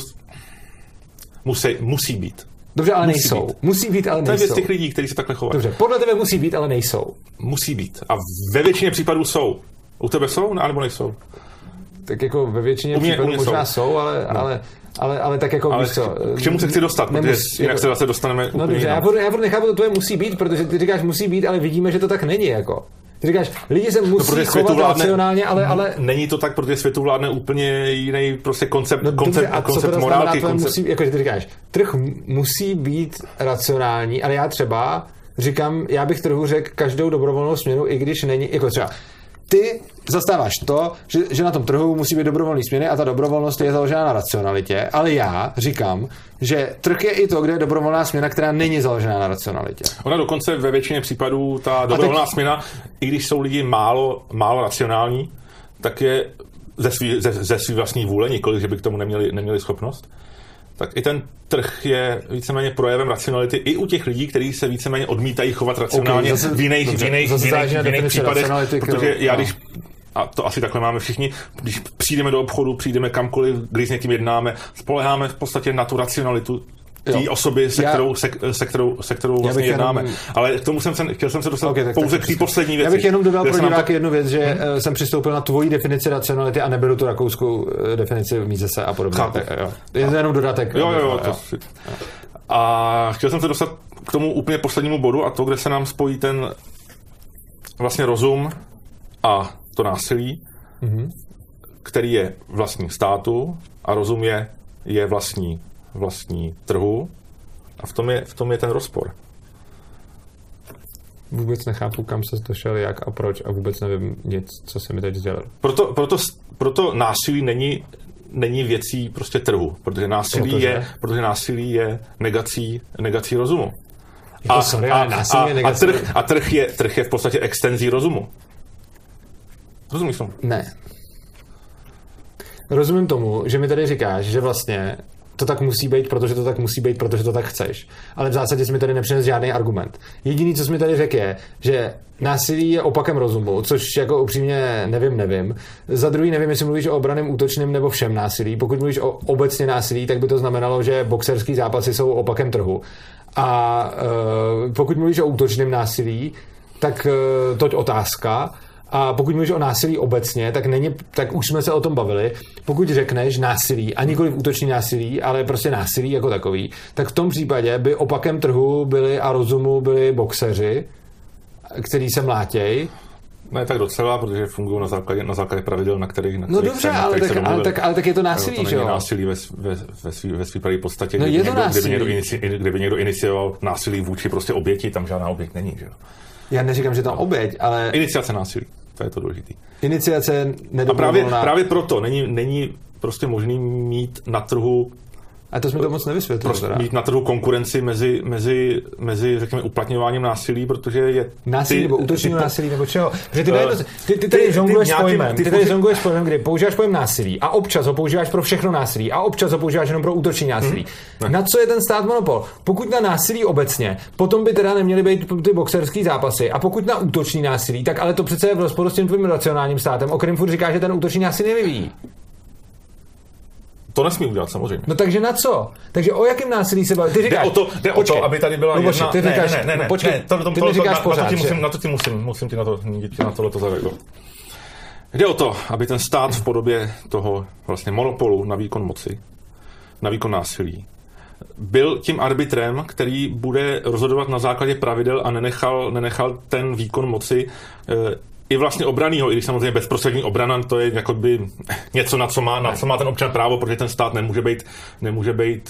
Musí být. Dobře, ale nejsou. Musí být, ale nejsou. To je věc těch lidí, kteří se takhle chovají. Dobře, podle tebe musí být, ale nejsou. Musí být. A ve většině případů jsou. U tebe jsou, nebo nejsou? Tak jako ve většině případů možná jsou, ale tak jako víš co. K čemu se chci dostat, protože jinak se zase dostaneme úplně dobře, já furt nechápu, to tvoje musí být, protože ty říkáš musí být, ale vidíme, že to tak není jako. Ty říkáš, lidi se musí chovat racionálně, ale... Není to tak, protože světu vládne úplně jiný prostě koncept morálky. Jako ty říkáš, trh musí být racionální, ale já třeba říkám, já bych trhu řekl každou dobrovolnou směnu, i když není, jako třeba ty zastáváš to, že na tom trhu musí být dobrovolný směny a ta dobrovolnost je založená na racionalitě, ale já říkám, že trh je i to, kde je dobrovolná směna, která není založená na racionalitě. Ona dokonce ve většině případů ta dobrovolná směna, i když jsou lidi málo racionální, tak je ze svý vlastní vůle, nikoliv, že by k tomu neměli schopnost. Tak i ten trh je víceméně projevem racionality i u těch lidí, kteří se víceméně odmítají chovat racionálně v jiných případech, protože a to asi takhle máme všichni, když přijdeme do obchodu, přijdeme kamkoliv, když s někým jednáme, spoléháme v podstatě na tu racionalitu té osoby, se kterou vlastně jednáme. Ale k tomu chtěl jsem se dostat pouze k té poslední věci. Já bych jenom dodal pro diváky jednu věc, že jsem přistoupil na tvoji definici racionality a neberu tu rakouskou definici Misese a podobně. Je to jenom dodatek. A chtěl jsem se dostat k tomu úplně poslednímu bodu a to, kde se nám spojí ten vlastně rozum a to násilí, který je vlastní státu a rozum je vlastní trhu a v tom je ten rozpor. Vůbec nechápu, kam se došel, jak a proč a vůbec nevím nic, co se mi teď sdělil. Proto násilí není věcí prostě trhu, protože násilí je negací rozumu. A trh je v podstatě extenzí rozumu. Rozumíš tomu? Ne. Rozumím tomu, že mi tady říkáš, že vlastně to tak musí být, protože to tak musí být, protože to tak chceš. Ale v zásadě jsi mi tady nepřines žádný argument. Jediný, co jsi mi tady řekl, je, že násilí je opakem rozumu, což jako upřímně nevím. Za druhý nevím, jestli mluvíš o obraném, útočném nebo všem násilí. Pokud mluvíš o obecně násilí, tak by to znamenalo, že boxerský zápasy jsou opakem trhu. A pokud mluvíš o útočném násilí, tak toť otázka. A pokud mluvíš o násilí obecně, tak už jsme se o tom bavili. Pokud řekneš násilí, a nikoliv útočný násilí, ale prostě násilí jako takový, tak v tom případě by opakem trhu a rozumu byli boxeři, který se mlátějí. Ne tak docela, protože fungují na základě pravidel, na kterých no dobře, ale tak je to násilí, že jo? To není násilí ve své pravý podstatě, no kdyby někdo inicioval násilí vůči prostě oběti, tam žádná oběť není, že jo? Já neříkám, že tam oběť, ale... Iniciace násilí. To je to důležité. Iniciace A právě proto není prostě možný mít na trhu a to jsme to moc nevysvětlili. Mít na trhu konkurenci mezi řekněme, uplatňováním násilí, protože je... Násilí nebo útočního násilí nebo čeho? Protože ty tady žongluješ s pojmem, kdy používáš pojem násilí a občas ho používáš pro všechno násilí a občas ho používáš jenom pro útoční násilí. Na co je ten stát monopol? Pokud na násilí obecně, potom by teda neměly být ty boxerský zápasy a pokud na útoční násilí, tak ale to přece je v rozporu s tím tvým racionálním státem, o kterém furt říká, že ten útoční násilí nevyvíjí. To nesmí udělat, samozřejmě. No takže na co? Takže o jakém násilí se baví? Ty říkáš, jde o to, aby tady byla jedna... Ty říkáš, na to ti musím ti na tohleto zareagovat. Jde o to, aby ten stát v podobě toho vlastně monopolu na výkon moci, na výkon násilí, byl tím arbitrem, který bude rozhodovat na základě pravidel a nenechal ten výkon moci i vlastně obranýho, i když samozřejmě bezprostřední obrana, to je jakoby něco, na co má ten občan právo, protože ten stát nemůže být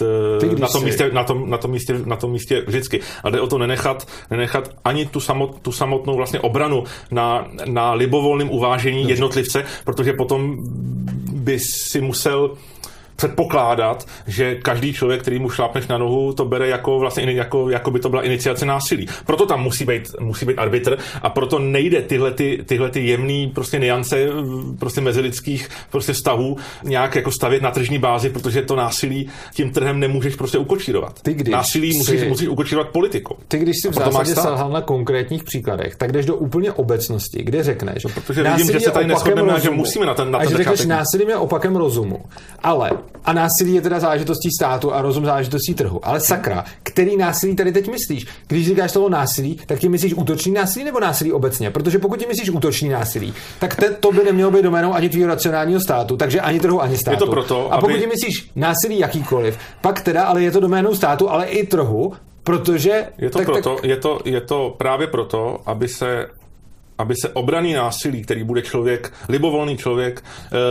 na tom místě vždycky. Ale jde o to nenechat ani tu samotnou vlastně obranu na libovolném uvážení jednotlivce, protože potom by si musel předpokládat, že každý člověk, který mu šlápneš na nohu, to bere jako by to byla iniciace násilí. Proto tam musí být arbitr a proto nejde tyhle jemný prostě niance prostě mezilidských prostě vztahů nějak jako stavět na tržní bázi, protože to násilí tím trhem nemůžeš prostě ukočírovat. Násilí musíš ukočírovat politikou. Ty když si v zásadě selhal na konkrétních příkladech, tak jdeš do úplně obecnosti, kde řekneš, protože vidím, že se tady neshodneme a že musíme na ten začátek. Násilí je opakem rozumu. Ale a násilí je teda záležitostí státu a rozum záležitostí trhu. Ale sakra, který násilí tady teď myslíš? Když říkáš slovo násilí, tak ti myslíš útoční násilí nebo násilí obecně? Protože pokud ti myslíš útoční násilí, tak to by nemělo být doménou ani tvýho racionálního státu, takže ani trhu, ani státu. Je to proto, a pokud ti myslíš násilí jakýkoliv, pak teda ale je to doménou státu, ale i trhu, protože je to právě proto, aby se obranný násilí, který bude libovolný člověk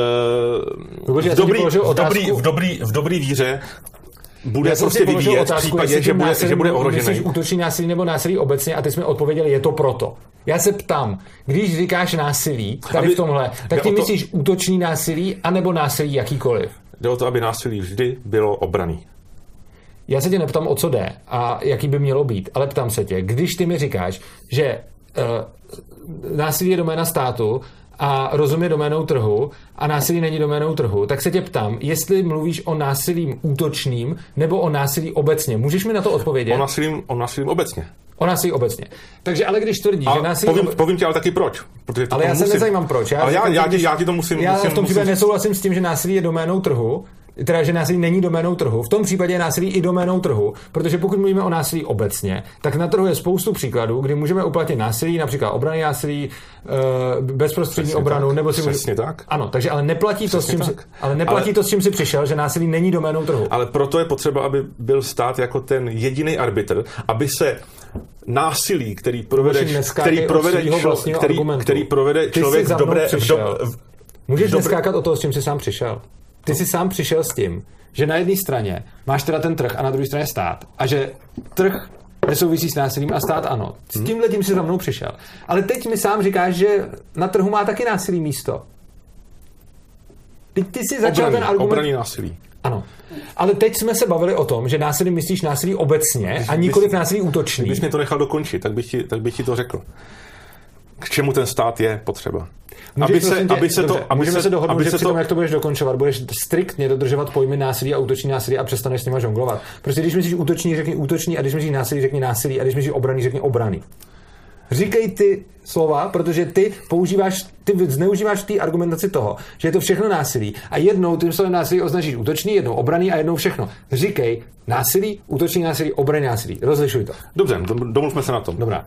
v dobrý víře bude prostě vyvíjet v případě, že bude ohrožený. Myslíš útoční násilí nebo násilí obecně a ty jsi mi odpověděl, je to proto. Já se ptám, když říkáš násilí tady v tomhle, tak ty myslíš útoční násilí anebo násilí jakýkoliv? Jde o to, aby násilí vždy bylo obranný. Já se tě neptám, o co jde a jaký by mělo být, ale ptám se tě, když ty mi říkáš, že násilí je doména státu a rozum je doménou trhu a násilí není doménou trhu, tak se tě ptám, jestli mluvíš o násilím útočným nebo o násilí obecně. Můžeš mi na to odpovědět? O násilím obecně. O násilí obecně. Takže ale když tvrdíš, že násilí... Povím ti ale taky proč. Ale já se nezajímám proč. Já ti to musím... Já v tom případě nesouhlasím s tím, že násilí je doménou trhu, teda, že násilí není doménou trhu. V tom případě je násilí i doménou trhu, protože pokud mluvíme o násilí obecně, tak na trhu je spoustu příkladů, kdy můžeme uplatnit násilí, například obranné násilí, bezprostřední obranu, tak, nebo si přesně tak. Ano, takže ale neplatí to, s čím si přišel, že násilí není doménou trhu. Ale proto je potřeba, aby byl stát jako ten jediný arbitr, aby se násilí, který provede člověk v dobré... Můžeš neskákat o toho, s čím jsi sám přišel. Ty jsi sám přišel s tím, že na jedné straně máš teda ten trh a na druhé straně stát. A že trh nesouvisí s násilím a stát ano. S tímhle tím jsi za mnou přišel. Ale teď mi sám říkáš, že na trhu má taky násilí místo. Teď ty jsi začal ten argument... Obraný násilí. Ano. Ale teď jsme se bavili o tom, že násilí myslíš násilí obecně a nikoliv násilí útočný. Kdybych mě to nechal dokončit, tak bych ti to řekl. K čemu ten stát je potřeba. Můžeme se dohodnout, že při tom, jak to budeš dokončovat, budeš striktně dodržovat pojmy násilí a útoční násilí a přestaneš s nima žonglovat. Prostě když myslíš útoční, řekni útoční, a když myslíš násilí, řekni násilí, a když myslíš obraný, řekni obraný. Říkej ty slova, protože ty zneužíváš v té argumentaci toho, že je to všechno násilí a jednou tím slovem násilí označíš útočný, jednou obraný a jednou všechno. Říkej násilí, útoční násilí, obraný násilí. Rozlišuj to. Dobře, domluvme se na tom. Dobrá.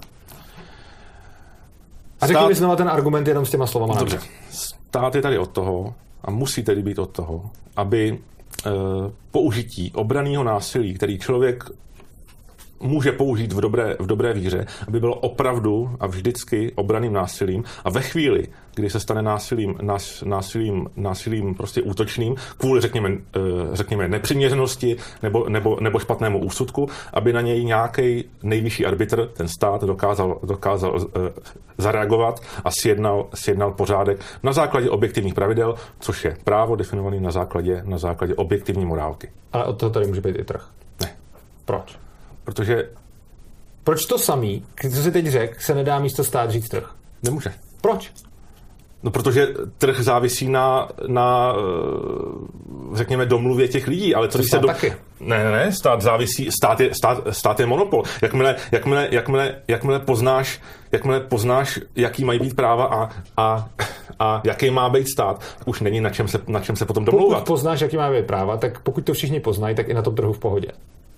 A řekni mi znova ten argument jenom s těma slovama. Dobře. Stát je tady od toho a musí tedy být od toho, aby použití obranného násilí, který člověk může použít v dobré víře, aby bylo opravdu a vždycky obranným násilím a ve chvíli, kdy se stane násilím prostě útočným, kvůli řekněme nepřiměřenosti nebo špatnému úsudku, aby na něj nějaký nejvyšší arbitr, ten stát, dokázal zareagovat a sjednal pořádek na základě objektivních pravidel, což je právo definované na základě objektivní morálky. Ale od toho tady může být i trh. Ne. Proč? Protože... Proč to samý, co si teď řekl, se nedá místo stát říct trh? Nemůže. Proč? No, protože trh závisí na řekněme, domluvě těch lidí, ale co se taky. Ne, stát závisí, stát je monopol. Jakmile poznáš, jaký mají být práva a jaký má být stát, tak už není na čem se potom domlouvat. Pokud poznáš, jaký má být práva, tak pokud to všichni poznají, tak i na tom trhu v pohodě.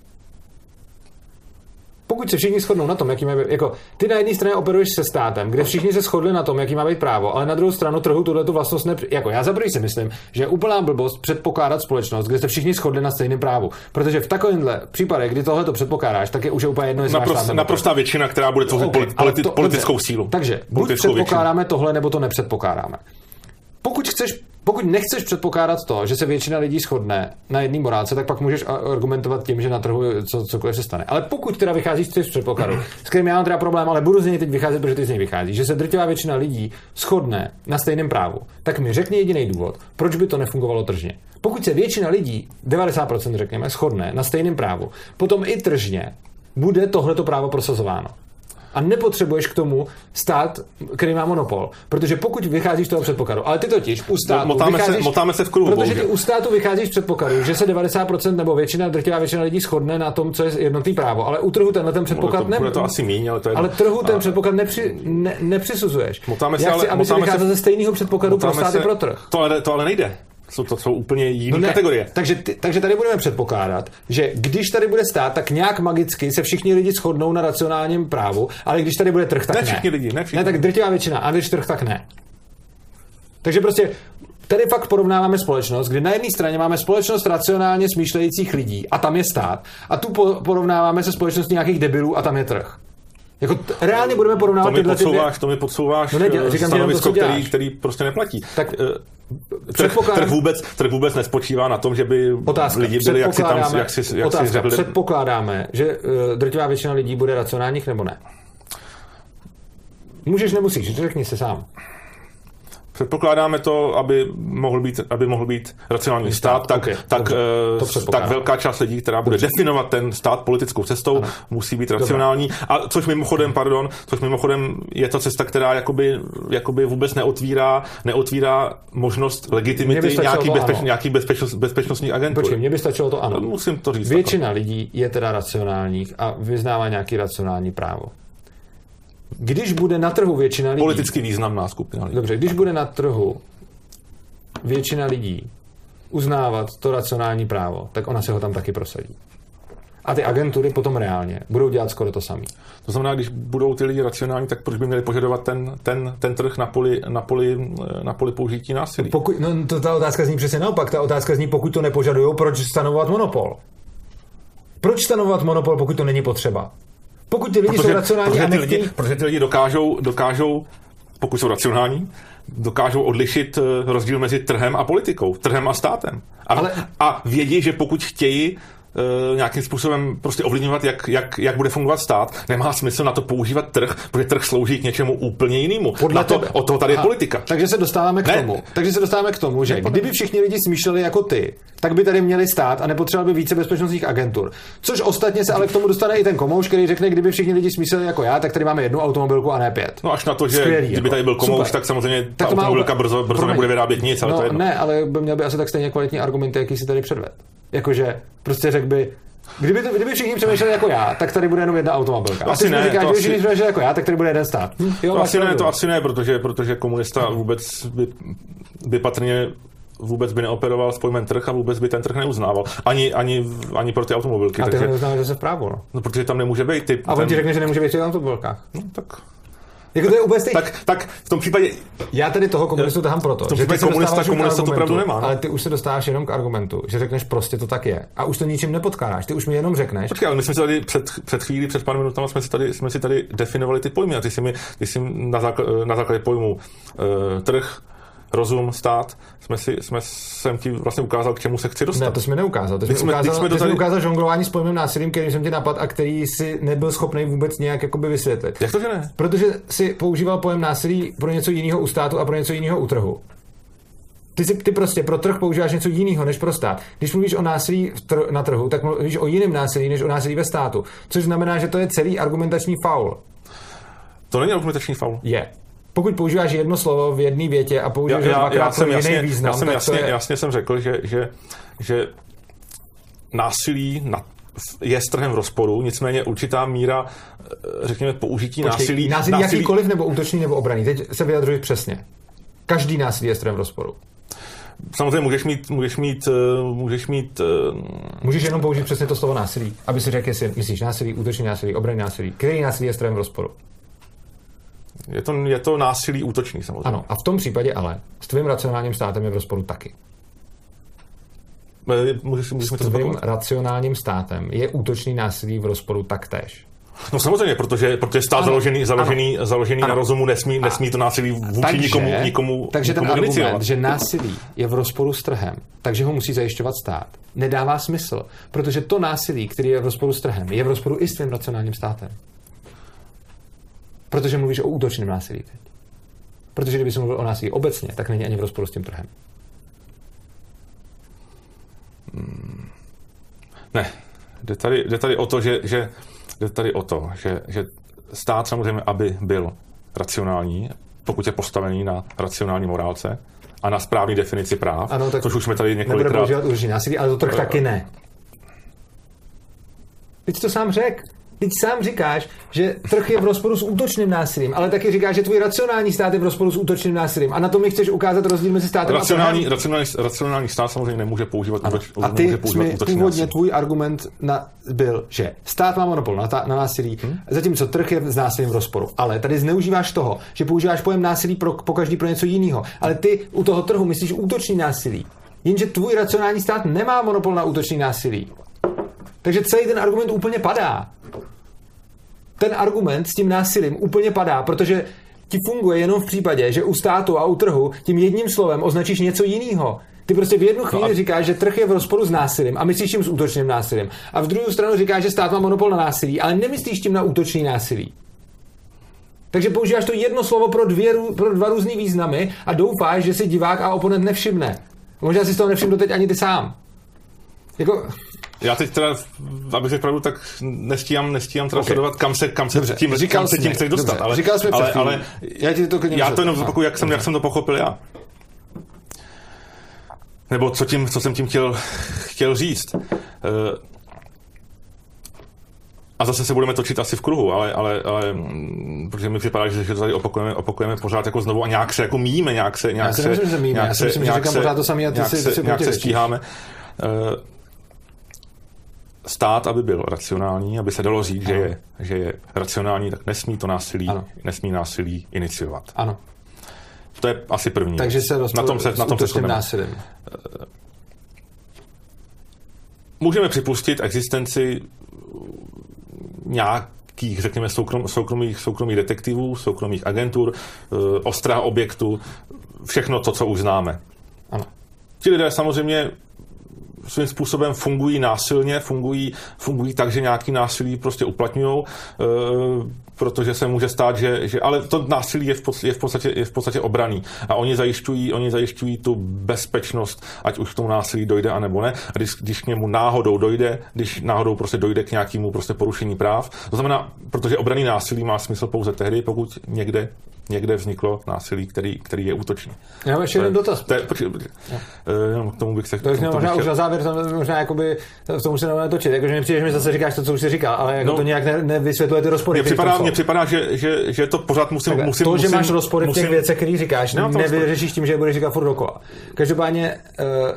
Pokud se všichni shodnou na tom, jaký má být, jako ty na jedné straně operuješ se státem, kde všichni se shodli na tom, jaký má být právo, ale na druhou stranu trhu tuhletu vlastnost jako já za první si myslím, že je úplná blbost předpokládat společnost, kde se všichni shodli na stejném právu, protože v takovémhle případě, kdy tohle to předpokládáš, tak je už úplně jedno, jestli máš stát. Naprostá většina, která bude tvořit politickou sílu. Takže buď předpokládáme tohle, nebo to nepředpokládáme. Pokud nechceš předpokládat to, že se většina lidí shodne na jedné morálce, tak pak můžeš argumentovat tím, že na trhu cokoliv se stane. Ale pokud teda vycházíš z předpokladu, s kterým já mám teda problém, ale budu z něj teď vycházet, protože ty z něj vycházíš, že se drtivá většina lidí shodne na stejném právu, tak mi řekni jediný důvod, proč by to nefungovalo tržně. Pokud se většina lidí, 90% řekněme, shodne na stejném právu, potom i tržně bude tohleto právo prosazováno. A nepotřebuješ k tomu stát, který má monopol. Protože pokud vycházíš z toho předpokladu, ale ty totiž u státu motáme se v kruhu. Protože ty u státu vycházíš z předpokladu, že se 90% nebo drtivá většina lidí shodne na tom, co je jednotný právo, ale u trhu tenhle ten předpoklad bude to asi míň, ale trhu ten předpoklad nepřisuzuješ. Já chci, aby se vycházel ze stejného předpokladu pro státy pro trh. To ale nejde. To jsou úplně jiné kategorie. Takže tady budeme předpokládat, že když tady bude stát, tak nějak magicky se všichni lidi shodnou na racionálním právu, ale když tady bude trh, tak ne. Všichni lidi, ne všichni. Ne, tak drtivá většina, a když trh, tak ne. Takže prostě tady fakt porovnáváme společnost, kdy na jedné straně máme společnost racionálně smýšlejících lidí a tam je stát, a tu porovnáváme se společností nějakých debilů a tam je trh. Jako reálně budeme porovnávat to mi podsouváš stanovisko, který prostě neplatí. Tak trh vůbec nespočívá na tom, že by lidi byli jak si řekli. Předpokládáme, že drtivá většina lidí bude racionálních nebo ne? Můžeš, nemusíš, řekni si sám. Předpokládáme to, aby mohl být racionální stát, tak velká část lidí, která bude definovat ten stát politickou cestou, ano, musí být racionální. A což mimochodem je ta cesta, která jakoby vůbec neotvírá možnost legitimity nějaký bezpečnostní agentury. Počkej, mně by stačilo to ano. Musím to říct. Většina lidí je teda racionálních a vyznává nějaký racionální právo. Když bude na trhu většina lidí... Politicky významná skupina lidí. Dobře, když bude na trhu většina lidí uznávat to racionální právo, tak ona se ho tam taky prosadí. A ty agentury potom reálně budou dělat skoro to samé. To znamená, když budou ty lidi racionální, tak proč by měli požadovat ten trh na poli použití násilí? Ta otázka zní přesně naopak. Ta otázka zní, pokud to nepožadujou, proč stanovovat monopol? Proč stanovovat monopol, pokud to není potřeba? Pokud ty lidi jsou racionální protože ty lidi dokážou, pokud jsou racionální, dokážou odlišit rozdíl mezi trhem a politikou, trhem a státem. A vědí, že pokud chtějí nějakým způsobem prostě ovlivňovat, jak bude fungovat stát, nemá smysl na to používat trh, protože trh slouží k něčemu úplně jinému. Od toho tady je politika. Takže se dostáváme k tomu, že kdyby všichni lidi smýšleli jako ty, tak by tady měli stát a nepotřebovali by více bezpečnostních agentur. Což ostatně se ale k tomu dostane i ten komouš, který řekne, kdyby všichni lidi smýšleli jako já, tak tady máme jednu automobilku a ne 5. No až na to, že kdyby tady byl komouš, tak samozřejmě ta automobilka brzo nebude vyrábět nic, ale to je jedno. Ne, ale by měl by asi tak stejně kvalitní argumenty, jaký si tady předved. Jakože prostě řekl by, kdyby všichni přemýšleli jako já, tak tady bude jenom jedna automobilka. A ty říkáš, že všichni přemýšleli jako já, tak tady bude jeden stát. To asi ne, protože komunista vůbec by patrně vůbec by neoperoval s pojmem trh a vůbec by ten trh neuznával. Ani pro ty automobilky. A ty neuznáváš, že se v právu, no. No, protože tam nemůže být. A on ti řekne, že nemůže být v těch automobilkách. No, tak... Jako to je vůbec tak v tom případě... Já tady toho komunistu tahám proto, v tom případě komunista to pravdu nemá. Ale ty už se dostáváš jenom k argumentu, že řekneš prostě to tak je. A už to ničím nepodkládáš. Ty už mi jenom řekneš. Počkej, ale my jsme si tady před chvílí, před pár minutami jsme si tady definovali ty pojmy a ty jsi na základě pojmu trh, rozum, stát, jsem ti vlastně ukázal, k čemu se chci dostat. Ne, to jsi mi neukázal. Ty jsi mi ukázal žonglování s pojmem násilím, kterým jsem ti napadl a který si nebyl schopný vůbec nějak jakoby vysvětlit. Jak to, že ne? Protože si používal pojem násilí pro něco jiného u státu a pro něco jiného u trhu. Ty prostě pro trh používáš něco jiného než pro stát. Když mluvíš o násilí na trhu, tak mluvíš o jiném násilí než o násilí ve státu. Což znamená, že to je celý argumentační faul. To není argumentační faul. Je. Pokud používáš jedno slovo v jedné větě a používáš dvakrát pro jiný význam, jasně jsem řekl, že násilí je s trhem v rozporu, nicméně určitá míra, řekněme, použití násilí... Násilí jakýkoliv, nebo útočný, nebo obranný. Teď se vyjadřuji přesně. Každý násilí je s trhem v rozporu. Samozřejmě Můžeš jenom použít přesně to slovo násilí, aby si řekl, jestli myslíš násilí, útočný násilí, obranný násilí. Který násilí je s trhem v rozporu? Je to násilí útočný, samozřejmě. Ano, a v tom případě ale s tvým racionálním státem je v rozporu taky. S tvým racionálním státem je útočný násilí v rozporu taktéž. No samozřejmě, protože stát založený na rozumu nesmí to násilí vůči nikomu. Takže ten argument, že násilí je v rozporu s trhem, takže ho musí zajišťovat stát, nedává smysl, protože to násilí, který je v rozporu s trhem, je v rozporu i s tvým racionálním státem. Protože mluvíš o útočném násilí teď. Protože kdyby jsi mluvil o násilí obecně, tak není ani v rozporu s tím trhem. Ne. Jde tady o to, že stát samozřejmě, aby byl racionální, pokud je postavený na racionální morálce a na správný definici práv, ano, tak což už jsme tady několikrát... Nebude používat útočný násilí, ale to trh taky ne. Teď to sám řekl. Teď sám říkáš, že trh je v rozporu s útočným násilím, ale taky říkáš, že tvůj racionální stát je v rozporu s útočným násilím. A na tom mi chceš ukázat rozdíl mezi státem a trhem. Racionální stát samozřejmě nemůže používat útočný násilí. Původně tvůj argument byl, že stát má monopol na násilí, zatímco trh je s násilím v rozporu. Ale tady zneužíváš toho, že používáš pojem násilí pokaždý pro něco jiného. Ale ty u toho trhu myslíš útočný násilí. Jenže tvůj racionální stát nemá monopol na útočný násilí. Takže celý ten argument úplně padá. Ten argument s tím násilím úplně padá, protože ti funguje jenom v případě, že u státu a u trhu tím jedním slovem označíš něco jiného. Ty prostě v jednu chvíli říkáš, že trh je v rozporu s násilím a myslíš tím s útočným násilím. A v druhou stranu říkáš, že stát má monopol na násilí, ale nemyslíš tím na útočný násilí. Takže používáš to jedno slovo pro dva různý významy a doufáš, že si divák a oponent nevšimne. Možná si z toho nevšiml doteď ani ty sám. Jako... Já teď teda, abych řekl pravdu, tak nestíhám teda sledovat, kam se tím chceš dostat. Ale, říkal jsi ale já to jenom zopakuju, jak jsem to pochopil já. Nebo co jsem tím chtěl říct. A zase se budeme točit asi v kruhu, ale protože mi připadá, že to tady opakujeme pořád jako znovu a nějak se jako míjíme, nějak se stíháme. Stát, aby byl racionální, aby se dalo říct, že je racionální, tak nesmí násilí iniciovat. Ano. To je asi první. Takže se na tom se shodneme. Násilím. Můžeme připustit existenci nějakých, řekněme, soukromých detektivů, soukromých agentur, ostrá objektu, všechno to, co už známe. Ano. Ti lidé samozřejmě svým způsobem fungují násilně, fungují tak, že nějaký násilí prostě uplatňujou, protože se může stát, že ale to násilí je v podstatě obranný a oni zajišťují tu bezpečnost, ať už k tomu násilí dojde anebo ne. A když k němu náhodou prostě dojde k nějakému prostě porušení práv, to znamená, protože obranný násilí má smysl pouze tehdy, pokud někde vzniklo násilí, který je útočný. Já mám ještě jeden dotaz. Jenom k tomu bych se... To bych možná už na závěr, možná jakoby v tom se netočit. Jakože mi přijde, že mi zase říkáš to, co už jsi říkal, ale jako to nějak nevysvětluje ty rozpory. Mně připadá, že to pořád musím... To, že máš rozpory v těch věcech, který říkáš, nevyřešíš tím, že je budeš říkat furt dokola. Každopádně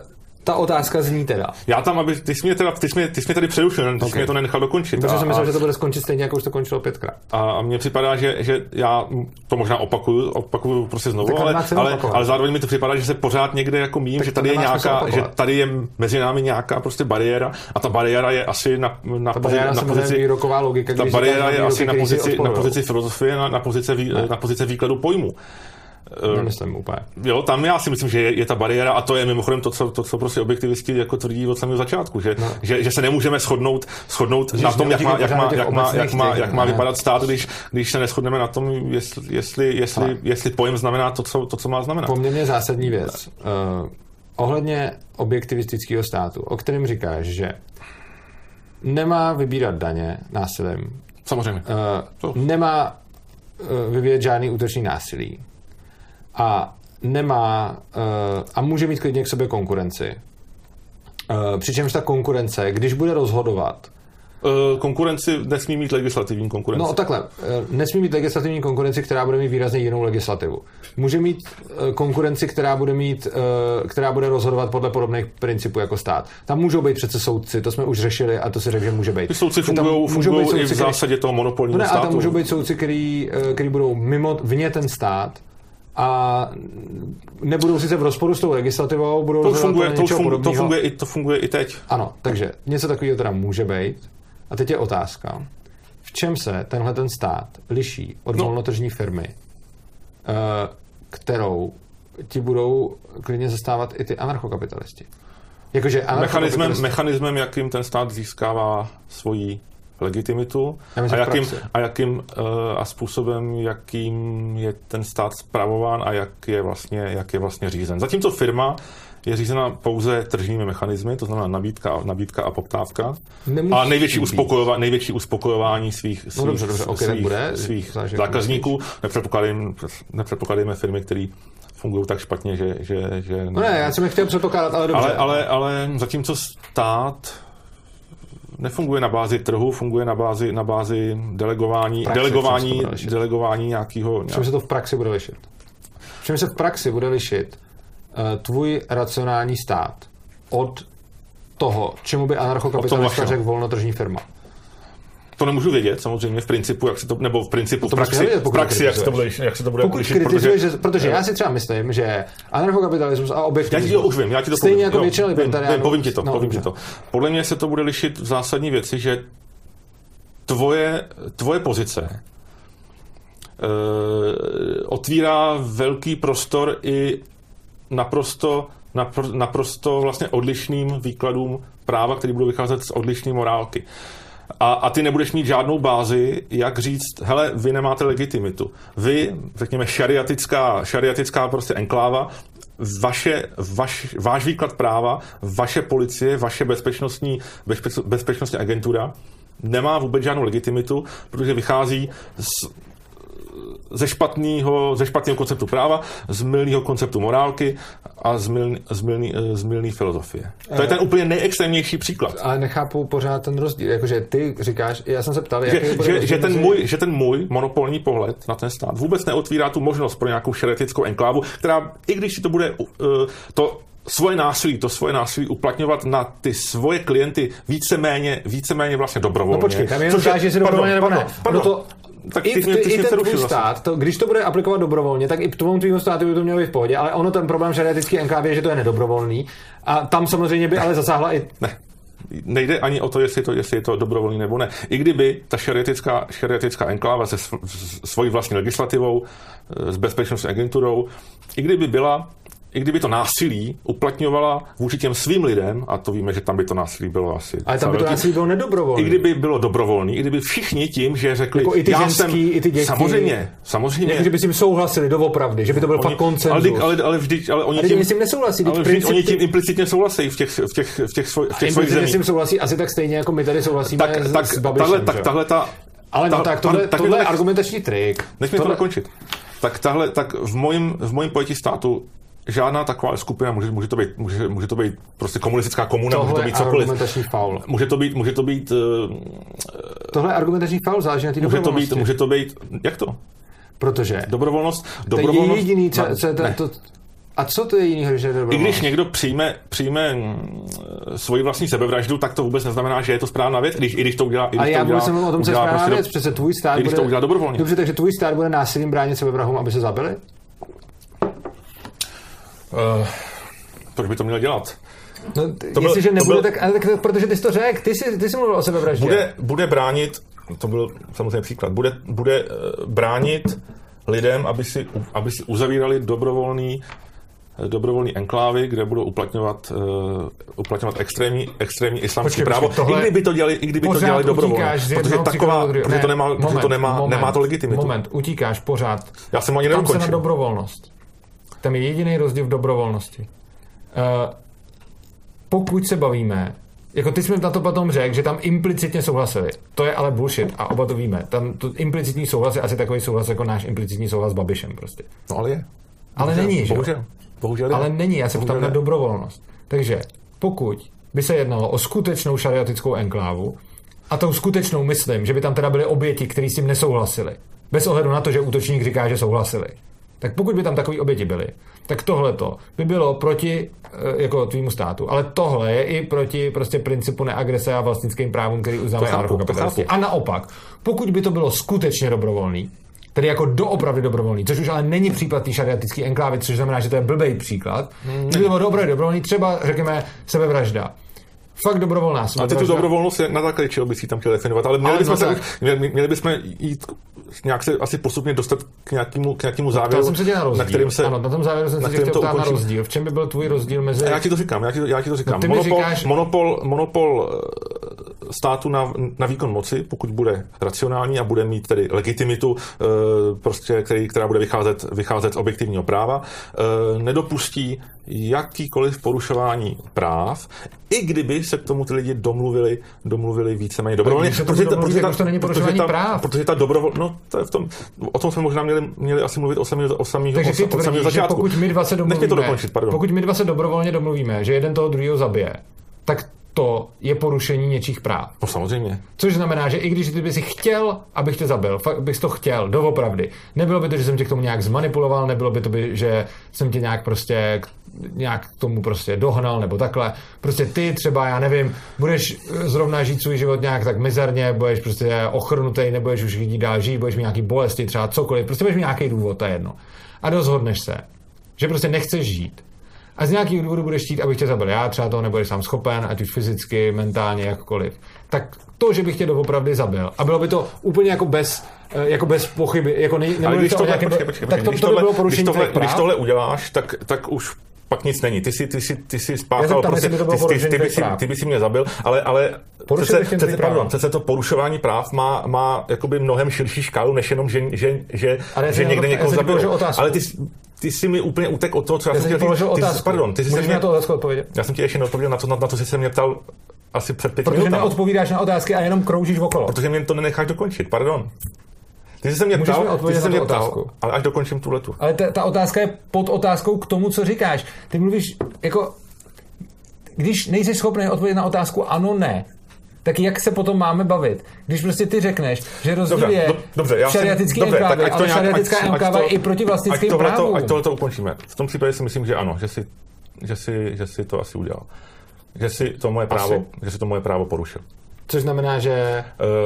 ta otázka zní teda. Já tam, aby ty jsi mě tady přerušil, ty jsi mě to nenechal dokončit. Protože jsem myslel, že to bude skončit stejně, jako už to končilo 5krát. A mně připadá, že já to možná opakuju prostě znovu, ale zároveň mi to připadá, že se pořád někde jako mím, že tady je nějaká, že tady je mezi námi nějaká prostě bariéra a ta bariéra je asi na pozici výroková logika. Ta bariéra je asi na pozici filozofie, na pozici výkladu pojmu. Nemyslím úplně. Jo, tam já si myslím, že je ta bariéra a to je mimochodem to, co prostě objektivisti jako tvrdí od samého začátku, že se nemůžeme shodnout na tom, jak má vypadat stát, když se neshodneme na tom, jestli pojem znamená to, co má znamenat. Poměrně zásadní věc. Ohledně objektivistického státu, o kterém říkáš, že nemá vybírat daně násilím. Samozřejmě. Nemá vyvíjet žádný útočný násilí. A nemá a může mít klidně k sobě konkurenci. Přičemž ta konkurence, když bude rozhodovat... Konkurenci nesmí mít legislativní konkurenci. No takhle, nesmí mít legislativní konkurenci, která bude mít výrazně jinou legislativu. Může mít konkurenci, která bude rozhodovat podle podobných principů jako stát. Tam můžou být přece soudci, to jsme už řešili a to si řekl, že může být. Ty soudci fungují i v zásadě toho monopolního státu. A tam můžou být soudci, který budou vně ten stát a nebudou sice v rozporu s tou legislativou, budou rozhodovat něčeho podobného. To funguje i teď. Ano, takže něco takového teda může být. A teď je otázka, v čem se tenhle ten stát liší od volnotržní firmy, kterou ti budou klidně zastávat i ty anarchokapitalisti. Jakože mechanismem, jakým ten stát získává svoji legitimitu a způsobem, jakým je ten stát spravován a jak je vlastně řízen. Zatímco firma je řízena pouze tržními mechanismy, to znamená nabídka a poptávka. A největší uspokojování svých zákazníků. Nepředpokládejme firmy, které fungují tak špatně, že no ne, já jsem je chtěl předpokládat, ale dobře. Ale zatímco stát nefunguje na bázi trhu, funguje na bázi delegování nějakého... V čem se to v praxi bude lišit? V čem se v praxi bude lišit tvůj racionální stát od toho, čemu by anarchokapitalista řekl volnotržní firma? To nemůžu vědět, samozřejmě v principu, v praxi, jak se to bude pokud lišit, protože já si třeba myslím, že anarchokapitalismus a objektivismus já ti to stejně jako většina libertariánů. Povím ti to. Podle mě se to bude lišit v zásadní věci, že tvoje pozice otvírá velký prostor i naprosto vlastně odlišným výkladům práva, které budou vycházet z odlišné morálky. A ty nebudeš mít žádnou bázi, jak říct, hele, vy nemáte legitimitu. Vy, řekněme, šariatická prostě enkláva, váš výklad práva, vaše policie, vaše bezpečnostní agentura nemá vůbec žádnou legitimitu, protože vychází ze špatného konceptu práva, z mylného konceptu morálky a z mylné filozofie. To je ten úplně nejextrémnější příklad. Ale nechápu pořád ten rozdíl. Jakože ty říkáš, já jsem se ptal, že ten můj monopolní pohled na ten stát vůbec neotvírá tu možnost pro nějakou šariatickou enklávu, která, i když si to bude to svoje násilí uplatňovat na ty svoje klienty víceméně vlastně dobrovolně. No počkej, tam jenom říkáš, že si dobrovolně nebo ne. Tak i ten tvůj stát, když to bude aplikovat dobrovolně, tak i tvýmu státu by to mělo být v pohodě, ale ono ten problém šariatický enklávy je, že to je nedobrovolný a tam samozřejmě by ale zasáhla i... Ne. Nejde ani o to, jestli je to dobrovolný nebo ne. I kdyby ta šariatická enkláva se svojí vlastní legislativou, s bezpečnostní agenturou, i kdyby to násilí uplatňovala vůči těm svým lidem, a to víme, že tam by to násilí bylo asi... Ale tam by to násilí bylo nedobrovolné. I kdyby bylo dobrovolný, i kdyby všichni tím, že řekli... Jako i ty ženský, i ty děti. Samozřejmě. Jako, že by s tím souhlasili doopravdy, že by to byl fakt konsenzus. Ale oni tím... s tím nesouhlasí. Oni tím implicitně souhlasí v těch svojich zemích. S tím souhlasí asi tak stejně, jako my tady souhlasíme s Babišem. Ale tohle je argumentační trik. Než mi to dokončit. Tak v mojím pojetí státu žádná taková skupina, může to být prostě komunistická komuna, může to být cokoliv. Může to být tohle je argumentační faul, záleží na té dobrovolnosti. Může to být, jak to? Protože Dobrovolnost. To je jediný, A co to je jinýho, že je dobrovolnost? I když někdo přijme svoji vlastní sebevraždu, tak to vůbec neznamená, že je to správná věc, i když to udělá. Ale já vůbec jsem o tom, co je správná věc, přece tvůj stát bude... to udělá dobrovolně. Dobře, takže tvůj stát bude násilím bránit sebevrahům, aby se zabili? Proč by to měl dělat? No, jestliže nebude, tak protože ty jsi to řekl, ty jsi mluvil o sebevraždě. Bude bránit, to byl samozřejmě příklad, bude bránit lidem, aby si uzavírali dobrovolný enklávy, kde budou uplatňovat extrémní islámské právo. I kdyby to dělali dobrovolně. Protože to nemá to legitimitu. Moment, utíkáš pořád. Já jsem ani neukončil. Tam se na dobrovolnost. Tam je jediný rozdíl v dobrovolnosti. Pokud se bavíme, jako ty jsi mi na to potom řekl, že tam implicitně souhlasili. To je ale bullshit a oba to víme. Tam to implicitní souhlas je asi takový souhlas jako náš implicitní souhlas s Babišem prostě. No ale je. Ale není, že? Bohužel ale není, já se ptám na dobrovolnost. Takže pokud by se jednalo o skutečnou šariatickou enklávu, a tou skutečnou myslím, že by tam teda byly oběti, kteří s tím nesouhlasili, bez ohledu na to, že útočník říká, že souhlasili, tak pokud by tam takový oběti byly, tak tohleto by bylo proti jako tvýmu státu, ale tohle je i proti prostě principu neagrese a vlastnickým právům, který uznávají anarchokapitalisti. A naopak, pokud by to bylo skutečně dobrovolný, tedy jako doopravdy dobrovolný, což už ale není případ té šariatické enklávy, což znamená, že to je blbej příklad, kdyby bylo doopravdy dobrovolný, třeba řekněme sebevražda. Fakt dobrovolná sebevražda. A ty tu dobrovolnost na základě čeho bys ji tam chtěl definovat, ale měli bychom jít nějak se asi postupně dostat k nějakému závěru, jsem se tě na rozdíl. Na kterým se... Ano, na tom závěru jsem se chtěl ptát na rozdíl. V čem by byl tvůj rozdíl mezi... Já ti to říkám. No, monopol státu na výkon moci, pokud bude racionální a bude mít tedy legitimitu, prostě, která bude vycházet z objektivního práva, nedopustí jakýkoliv porušování práv, i kdyby se k tomu ty lidi domluvili víceméně dobrovolně. Protože ta dobrovolnost, no to je v tom, o tom jsme možná měli asi mluvit od samého začátku. Pokud my dva se dobrovolně domluvíme, že jeden toho druhého zabije, tak to je porušení něčích práv. No samozřejmě. Což znamená, že i když ty bys chtěl, abych tě zabil, fakt bys to chtěl, doopravdy. Nebylo by to, že jsem tě k tomu nějak zmanipuloval, nebylo by to, že jsem tě nějak k tomu prostě dohnal, nebo takhle. Prostě ty třeba, já nevím, budeš zrovna žít svůj život nějak tak mizerně, budeš prostě ochrnutej, nebudeš už lidí dál žít, budeš mít nějaký bolesti, třeba cokoliv, prostě budeš mít nějaký důvod, to je jedno. A rozhodneš se, že prostě nechceš žít. A z nějakého důvodu budeš chtít, abych tě zabil já, třeba toho nebudeš sám schopen, ať už fyzicky, mentálně, jakkoliv. Tak to, že bych tě doopravdy zabil, a bylo by to úplně jako bez pochyby, jako ale když tohle, tak to by bylo porušení tvých práv. Když tohle uděláš, tak už pak nic není. Ty jsi spáchal, ty by si mě zabil, ale přece to porušování práv má jakoby mnohem širší škálu, než jenom, že někde někoho zabil. Ale ty jsi mi úplně utek od toho, co já jsem položil otázku. Můžeš mi na to otázku odpovědět? Já jsem ti ještě neodpověděl na to, co jsi mě ptal asi před 5 minutami. Protože neodpovídáš na otázky a jenom kroužíš okolo. Protože mě to nenecháš dokončit, pardon. Ty jsi se mě ptal, ale až dokončím tuhletu. Ale ta otázka je pod otázkou k tomu, co říkáš. Ty mluvíš jako... Když nejsi schopný odpovědět na otázku ano, ne, tak jak se potom máme bavit? Když prostě ty řekneš, že rozdíl je šariatický enklávy, ale šariatická enkláva je i proti vlastnickým právům. Ať tohleto ukončíme. V tom případě si myslím, že ano, že si to asi udělal. Že si to moje právo porušil. Což znamená, že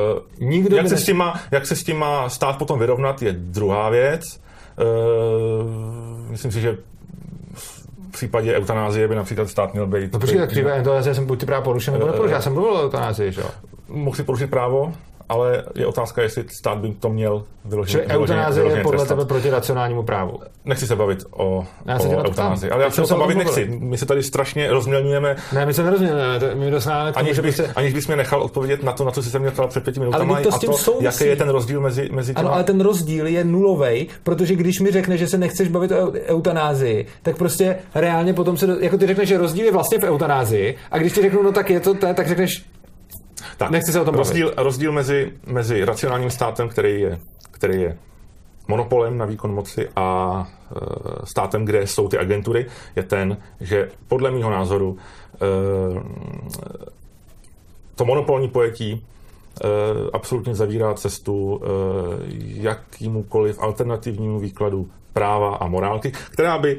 jak se s tím má stát potom vyrovnat, je druhá věc. Myslím si, že v případě eutanázie by například stát měl být... No počkej, tak v případě eutanázie jsem buď ty právo porušil, nebo neporušil. Já jsem mluvil o eutanázii, že jo? Mohl si porušit právo, ale je otázka, jestli stát by to měl vyloženě. Čili eutanázie je podle tebe proti racionálnímu právu. Nechci se bavit o eutanázii, ale já se o tom bavit nechci. My se tady strašně rozmělňujeme. Ne, my se nerozmělňujeme. My dostáváme k tomu, aniž bys mě nechal odpovědět na to, co jsi se mě ptal před 5 minutami, a to, jaký je ten rozdíl mezi těma. Ano, ale ten rozdíl je nulovej, protože když mi řekneš, že se nechceš bavit o eutanázii, tak prostě reálně potom se jako ty řekneš, že rozdíl je vlastně v eutanázii, a když ti řeknu, no tak je to, tak řekneš tak, nechci se o tom rozdíl mezi racionálním státem, který je monopolem na výkon moci, a státem, kde jsou ty agentury, je ten, že podle mýho názoru to monopolní pojetí absolutně zavírá cestu jakýmukoliv alternativnímu výkladu práva a morálky, která by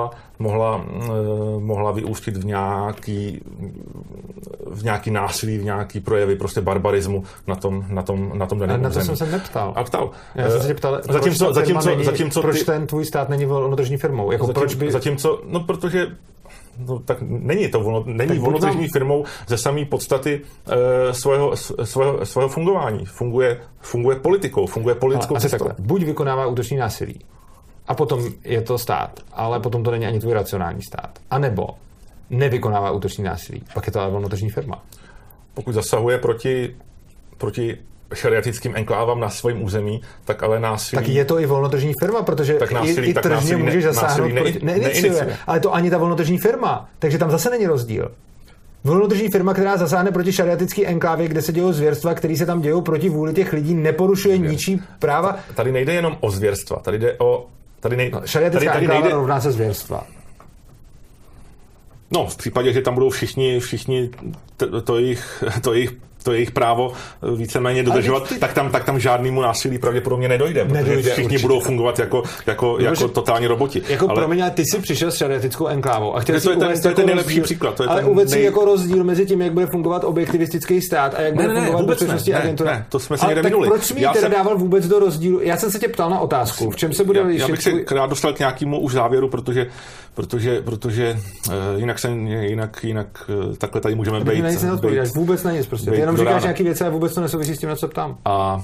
mohla vyústit v nějaký násilí, v nějaký projevy prostě barbarismu na tom daném na to území. jsem se neptal. A ptal. Já jsem se tě ptal, proč ten tvůj stát není volnotržní firmou? Jako protože tak není volnotržní firmou ze samé podstaty svého fungování. Funguje politikou, funguje politickou cestou. Buď vykonává útoční násilí, a potom je to stát, ale potom to není ani tvůj racionální stát. A nebo nevykonává útoční násilí, pak je to ale volnotržní firma. Pokud zasahuje proti šariatickým enklávám na svém území, tak ale násilí... Tak je to i volnotržní firma, protože i tržně můžeš zasáhnout... Neiniciuje. Ale to ani ta volnotržní firma, takže tam zase není rozdíl. Volnotržní firma, která zasáhne proti šariatické enklávě, kde se dějou zvěrstva, které se tam dějou proti vůli těch lidí, neporušuje ničí práva. Tady nejde jenom o zvěrstva, tady jde o... Šariatická enkláva rovná se zvěrstva. No, v případě, že tam budou všichni to jejich právo víceméně dodržovat, tak tam žádnému násilí pravděpodobně nedojde, protože všichni určitě budou fungovat jako totální roboti. Promiň, ty jsi přišel s šariatickou enklávou a chtěl to je ten nejlepší příklad. Ale uvedl si jako rozdíl mezi tím, jak bude fungovat objektivistický stát a jak bude fungovat bezpečnostní agentura. Ne, to jsme si někde minuli. Proč mi teda dával vůbec do rozdílu? Já jsem se tě ptal na otázku, v čem se bude lišit. Já bych se rád dostal k nějakému už závěru, protože jinak takhle tady můžeme být. Vůbec na nic prostě. Ty jenom říkáš nějaký věci a vůbec to nesouvisí s tím, na co ptám. A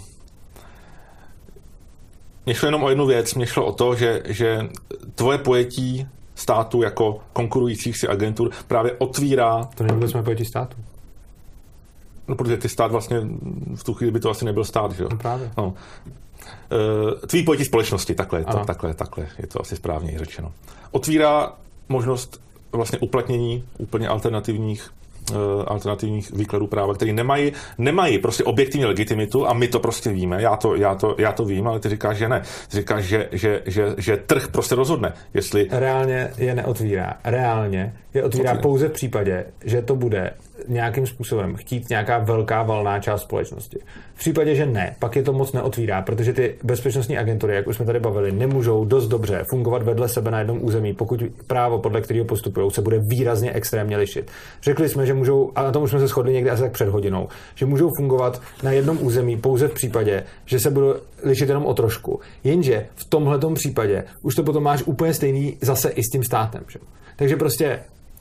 mě šlo jenom o jednu věc. Mě šlo o to, že tvoje pojetí státu jako konkurujících si agentur právě otvírá... To není vůbec moje pojetí státu. No, protože ty stát vlastně v tu chvíli by to asi nebyl stát, že jo? No právě. No. Tvý pojetí společnosti, takhle, je to asi správně řečeno. Otvírá možnost vlastně uplatnění úplně alternativních výkladů práva, které nemají prostě objektivní legitimitu a my to prostě víme, já to vím, ale ty říkáš, že ne. Ty říkáš, že trh prostě rozhodne, jestli... Reálně je neotvírá. Reálně je otvírá pouze v případě, že to bude nějakým způsobem chtít nějaká velká valná část společnosti. V případě, že ne, pak je to moc neotvírá, protože ty bezpečnostní agentury, jak už jsme tady bavili, nemůžou dost dobře fungovat vedle sebe na jednom území, pokud právo, podle kterého postupují, se bude výrazně extrémně lišit. Řekli jsme, že můžou, a na tom už jsme se shodli někde asi tak před hodinou, že můžou fungovat na jednom území pouze v případě, že se budou lišit jenom o trošku. Jenže v tomhletom případě už to potom máš úplně stejný zase i s tím státem. Že? Takže prostě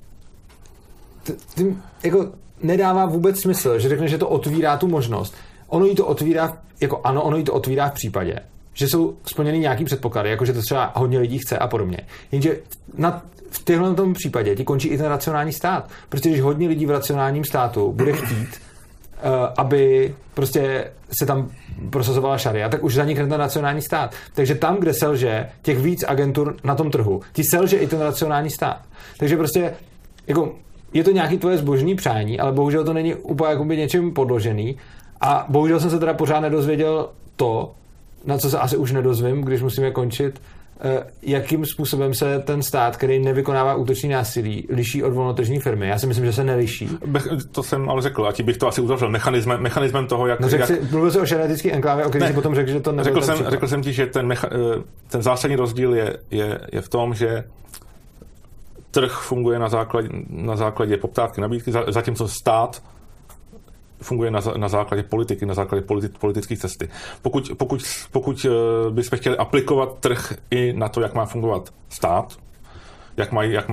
jako nedává vůbec smysl, že řekne, že to otvírá tu možnost. Ono jí to otvírá v případě, že jsou splněny nějaký předpoklady, jako že to třeba hodně lidí chce a podobně. Jenže v téhle tom případě ti končí i ten racionální stát. Protože když hodně lidí v racionálním státu bude chtít, aby prostě se tam prosazovala šaria, tak už zanikne ten racionální stát. Takže tam, kde selže těch víc agentur na tom trhu, ti selže i ten racionální stát. Takže prostě jako je to nějaký tvoje zbožný přání, ale bohužel to není úplně jakoby něčím podložený a bohužel jsem se teda pořád nedozvěděl to, na co se asi už nedozvím, když musíme končit, jakým způsobem se ten stát, který nevykonává útoční násilí, liší od volnotržní firmy. Já si myslím, že se neliší. To jsem ale řekl, a ti bych to asi uzavřel mechanismem toho, jak... No mluvil jsi o šariatické enklávě, o který si potom řekl, že to nebyl řekl jsem ti, že ten zásadní rozdíl je v tom, že trh funguje na základě poptávky, nabídky, zatímco stát funguje na základě politiky, na základě politické cesty. Pokud bychom chtěli aplikovat trh i na to, jak má fungovat stát, jak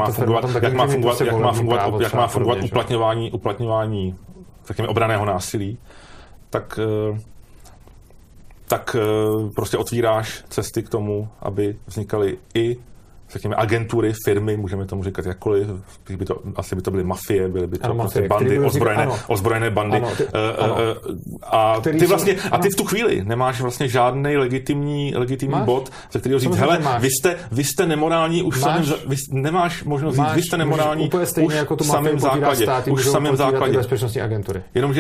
má fungovat uplatňování řekněme, obranného násilí, tak prostě otvíráš cesty k tomu, aby vznikaly i řekněme, agentury, firmy, můžeme tomu říkat jakkoliv, asi by to byly mafie, byly by to prostě bandy, ozbrojené bandy. Ty v tu chvíli nemáš vlastně žádný legitimní bod, ze kterého říct, hele, vy jste nemorální, nemáš možnost říct, vy jste nemorální úplně stejně jako tu mafii samém základě. Už v samém základě. Bezpečnostní agentury. Jenomže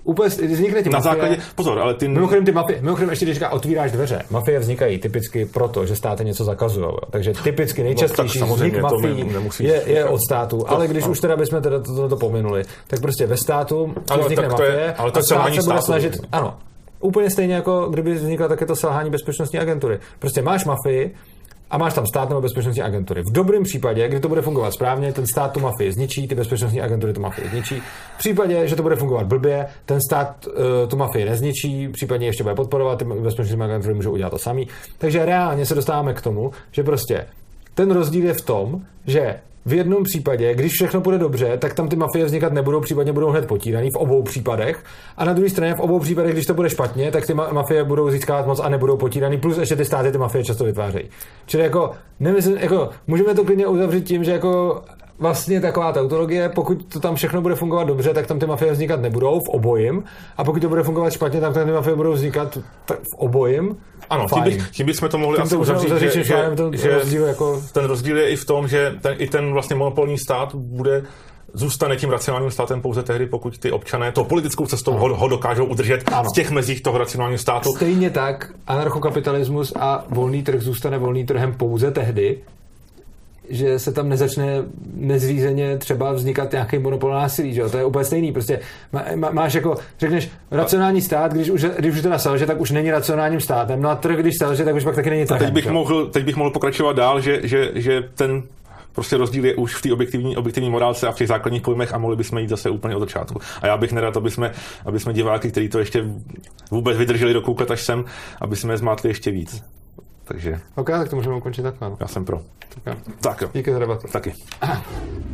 Úplně, když vznikne ti na mafie, základě, pozor, ale ty... Mimochodem ještě když říká otvíráš dveře, mafie vznikají typicky proto, že státy něco zakazují. Takže typicky nejčastější vznik mafií je od státu, ale když už teda bychom to pominuli, tak prostě ve státu vznikne mafie a stát se bude snažit, ano, úplně stejně jako kdyby vznikla takéto selhání bezpečnostní agentury. Prostě máš mafii a máš tam stát nebo bezpečnostní agentury. V dobrém případě, kdy to bude fungovat správně, ten stát tu mafii zničí, ty bezpečnostní agentury tu mafii zničí. V případě, že to bude fungovat blbě, ten stát tu mafii nezničí, případně ještě bude podporovat, ty bezpečnostní agentury můžou udělat to samý. Takže reálně se dostáváme k tomu, že prostě ten rozdíl je v tom, že v jednom případě, když všechno bude dobře, tak tam ty mafie vznikat nebudou, případně budou hned potíraný v obou případech. A na druhé straně v obou případech, když to bude špatně, tak ty mafie budou získávat moc a nebudou potíraný, plus ještě ty státy ty mafie často vytvářejí. Čili jako, nemyslím, jako můžeme to klidně uzavřít tím, že jako vlastně taková tautologie, pokud to tam všechno bude fungovat dobře, tak tam ty mafie vznikat nebudou v obojím, a pokud to bude fungovat špatně, tak tam ty mafie budou vznikat v obojím. Ano, tím bychom to mohli asi uzavřít, že jako... ten rozdíl je i v tom, že ten vlastně monopolní stát zůstane tím racionálním státem pouze tehdy, pokud ty občané to politickou cestou ho dokážou udržet v těch mezích toho racionálního státu. Stejně tak anarchokapitalismus a volný trh zůstane volný trhem pouze tehdy, že se tam nezačne nezřízeně třeba vznikat nějaký monopol násilí, že jo? To je úplně stejný. Prostě máš jako, řekneš, racionální stát, když už teda selže, tak už není racionálním státem. No a trh, když selže, tak už pak taky není trhem. Teď bych mohl pokračovat dál, že ten prostě rozdíl je už v té objektivní morálce a v těch základních pojmech a mohli bychom jít zase úplně od začátku. A já bych nerad, aby jsme diváky, kteří to ještě vůbec vydrželi dokouklat až sem, aby jsme je zmátli ještě víc. Takže... Ok, tak to můžeme ukončit takhle. Já jsem pro. Tak jo. Díky za debatu. Taky.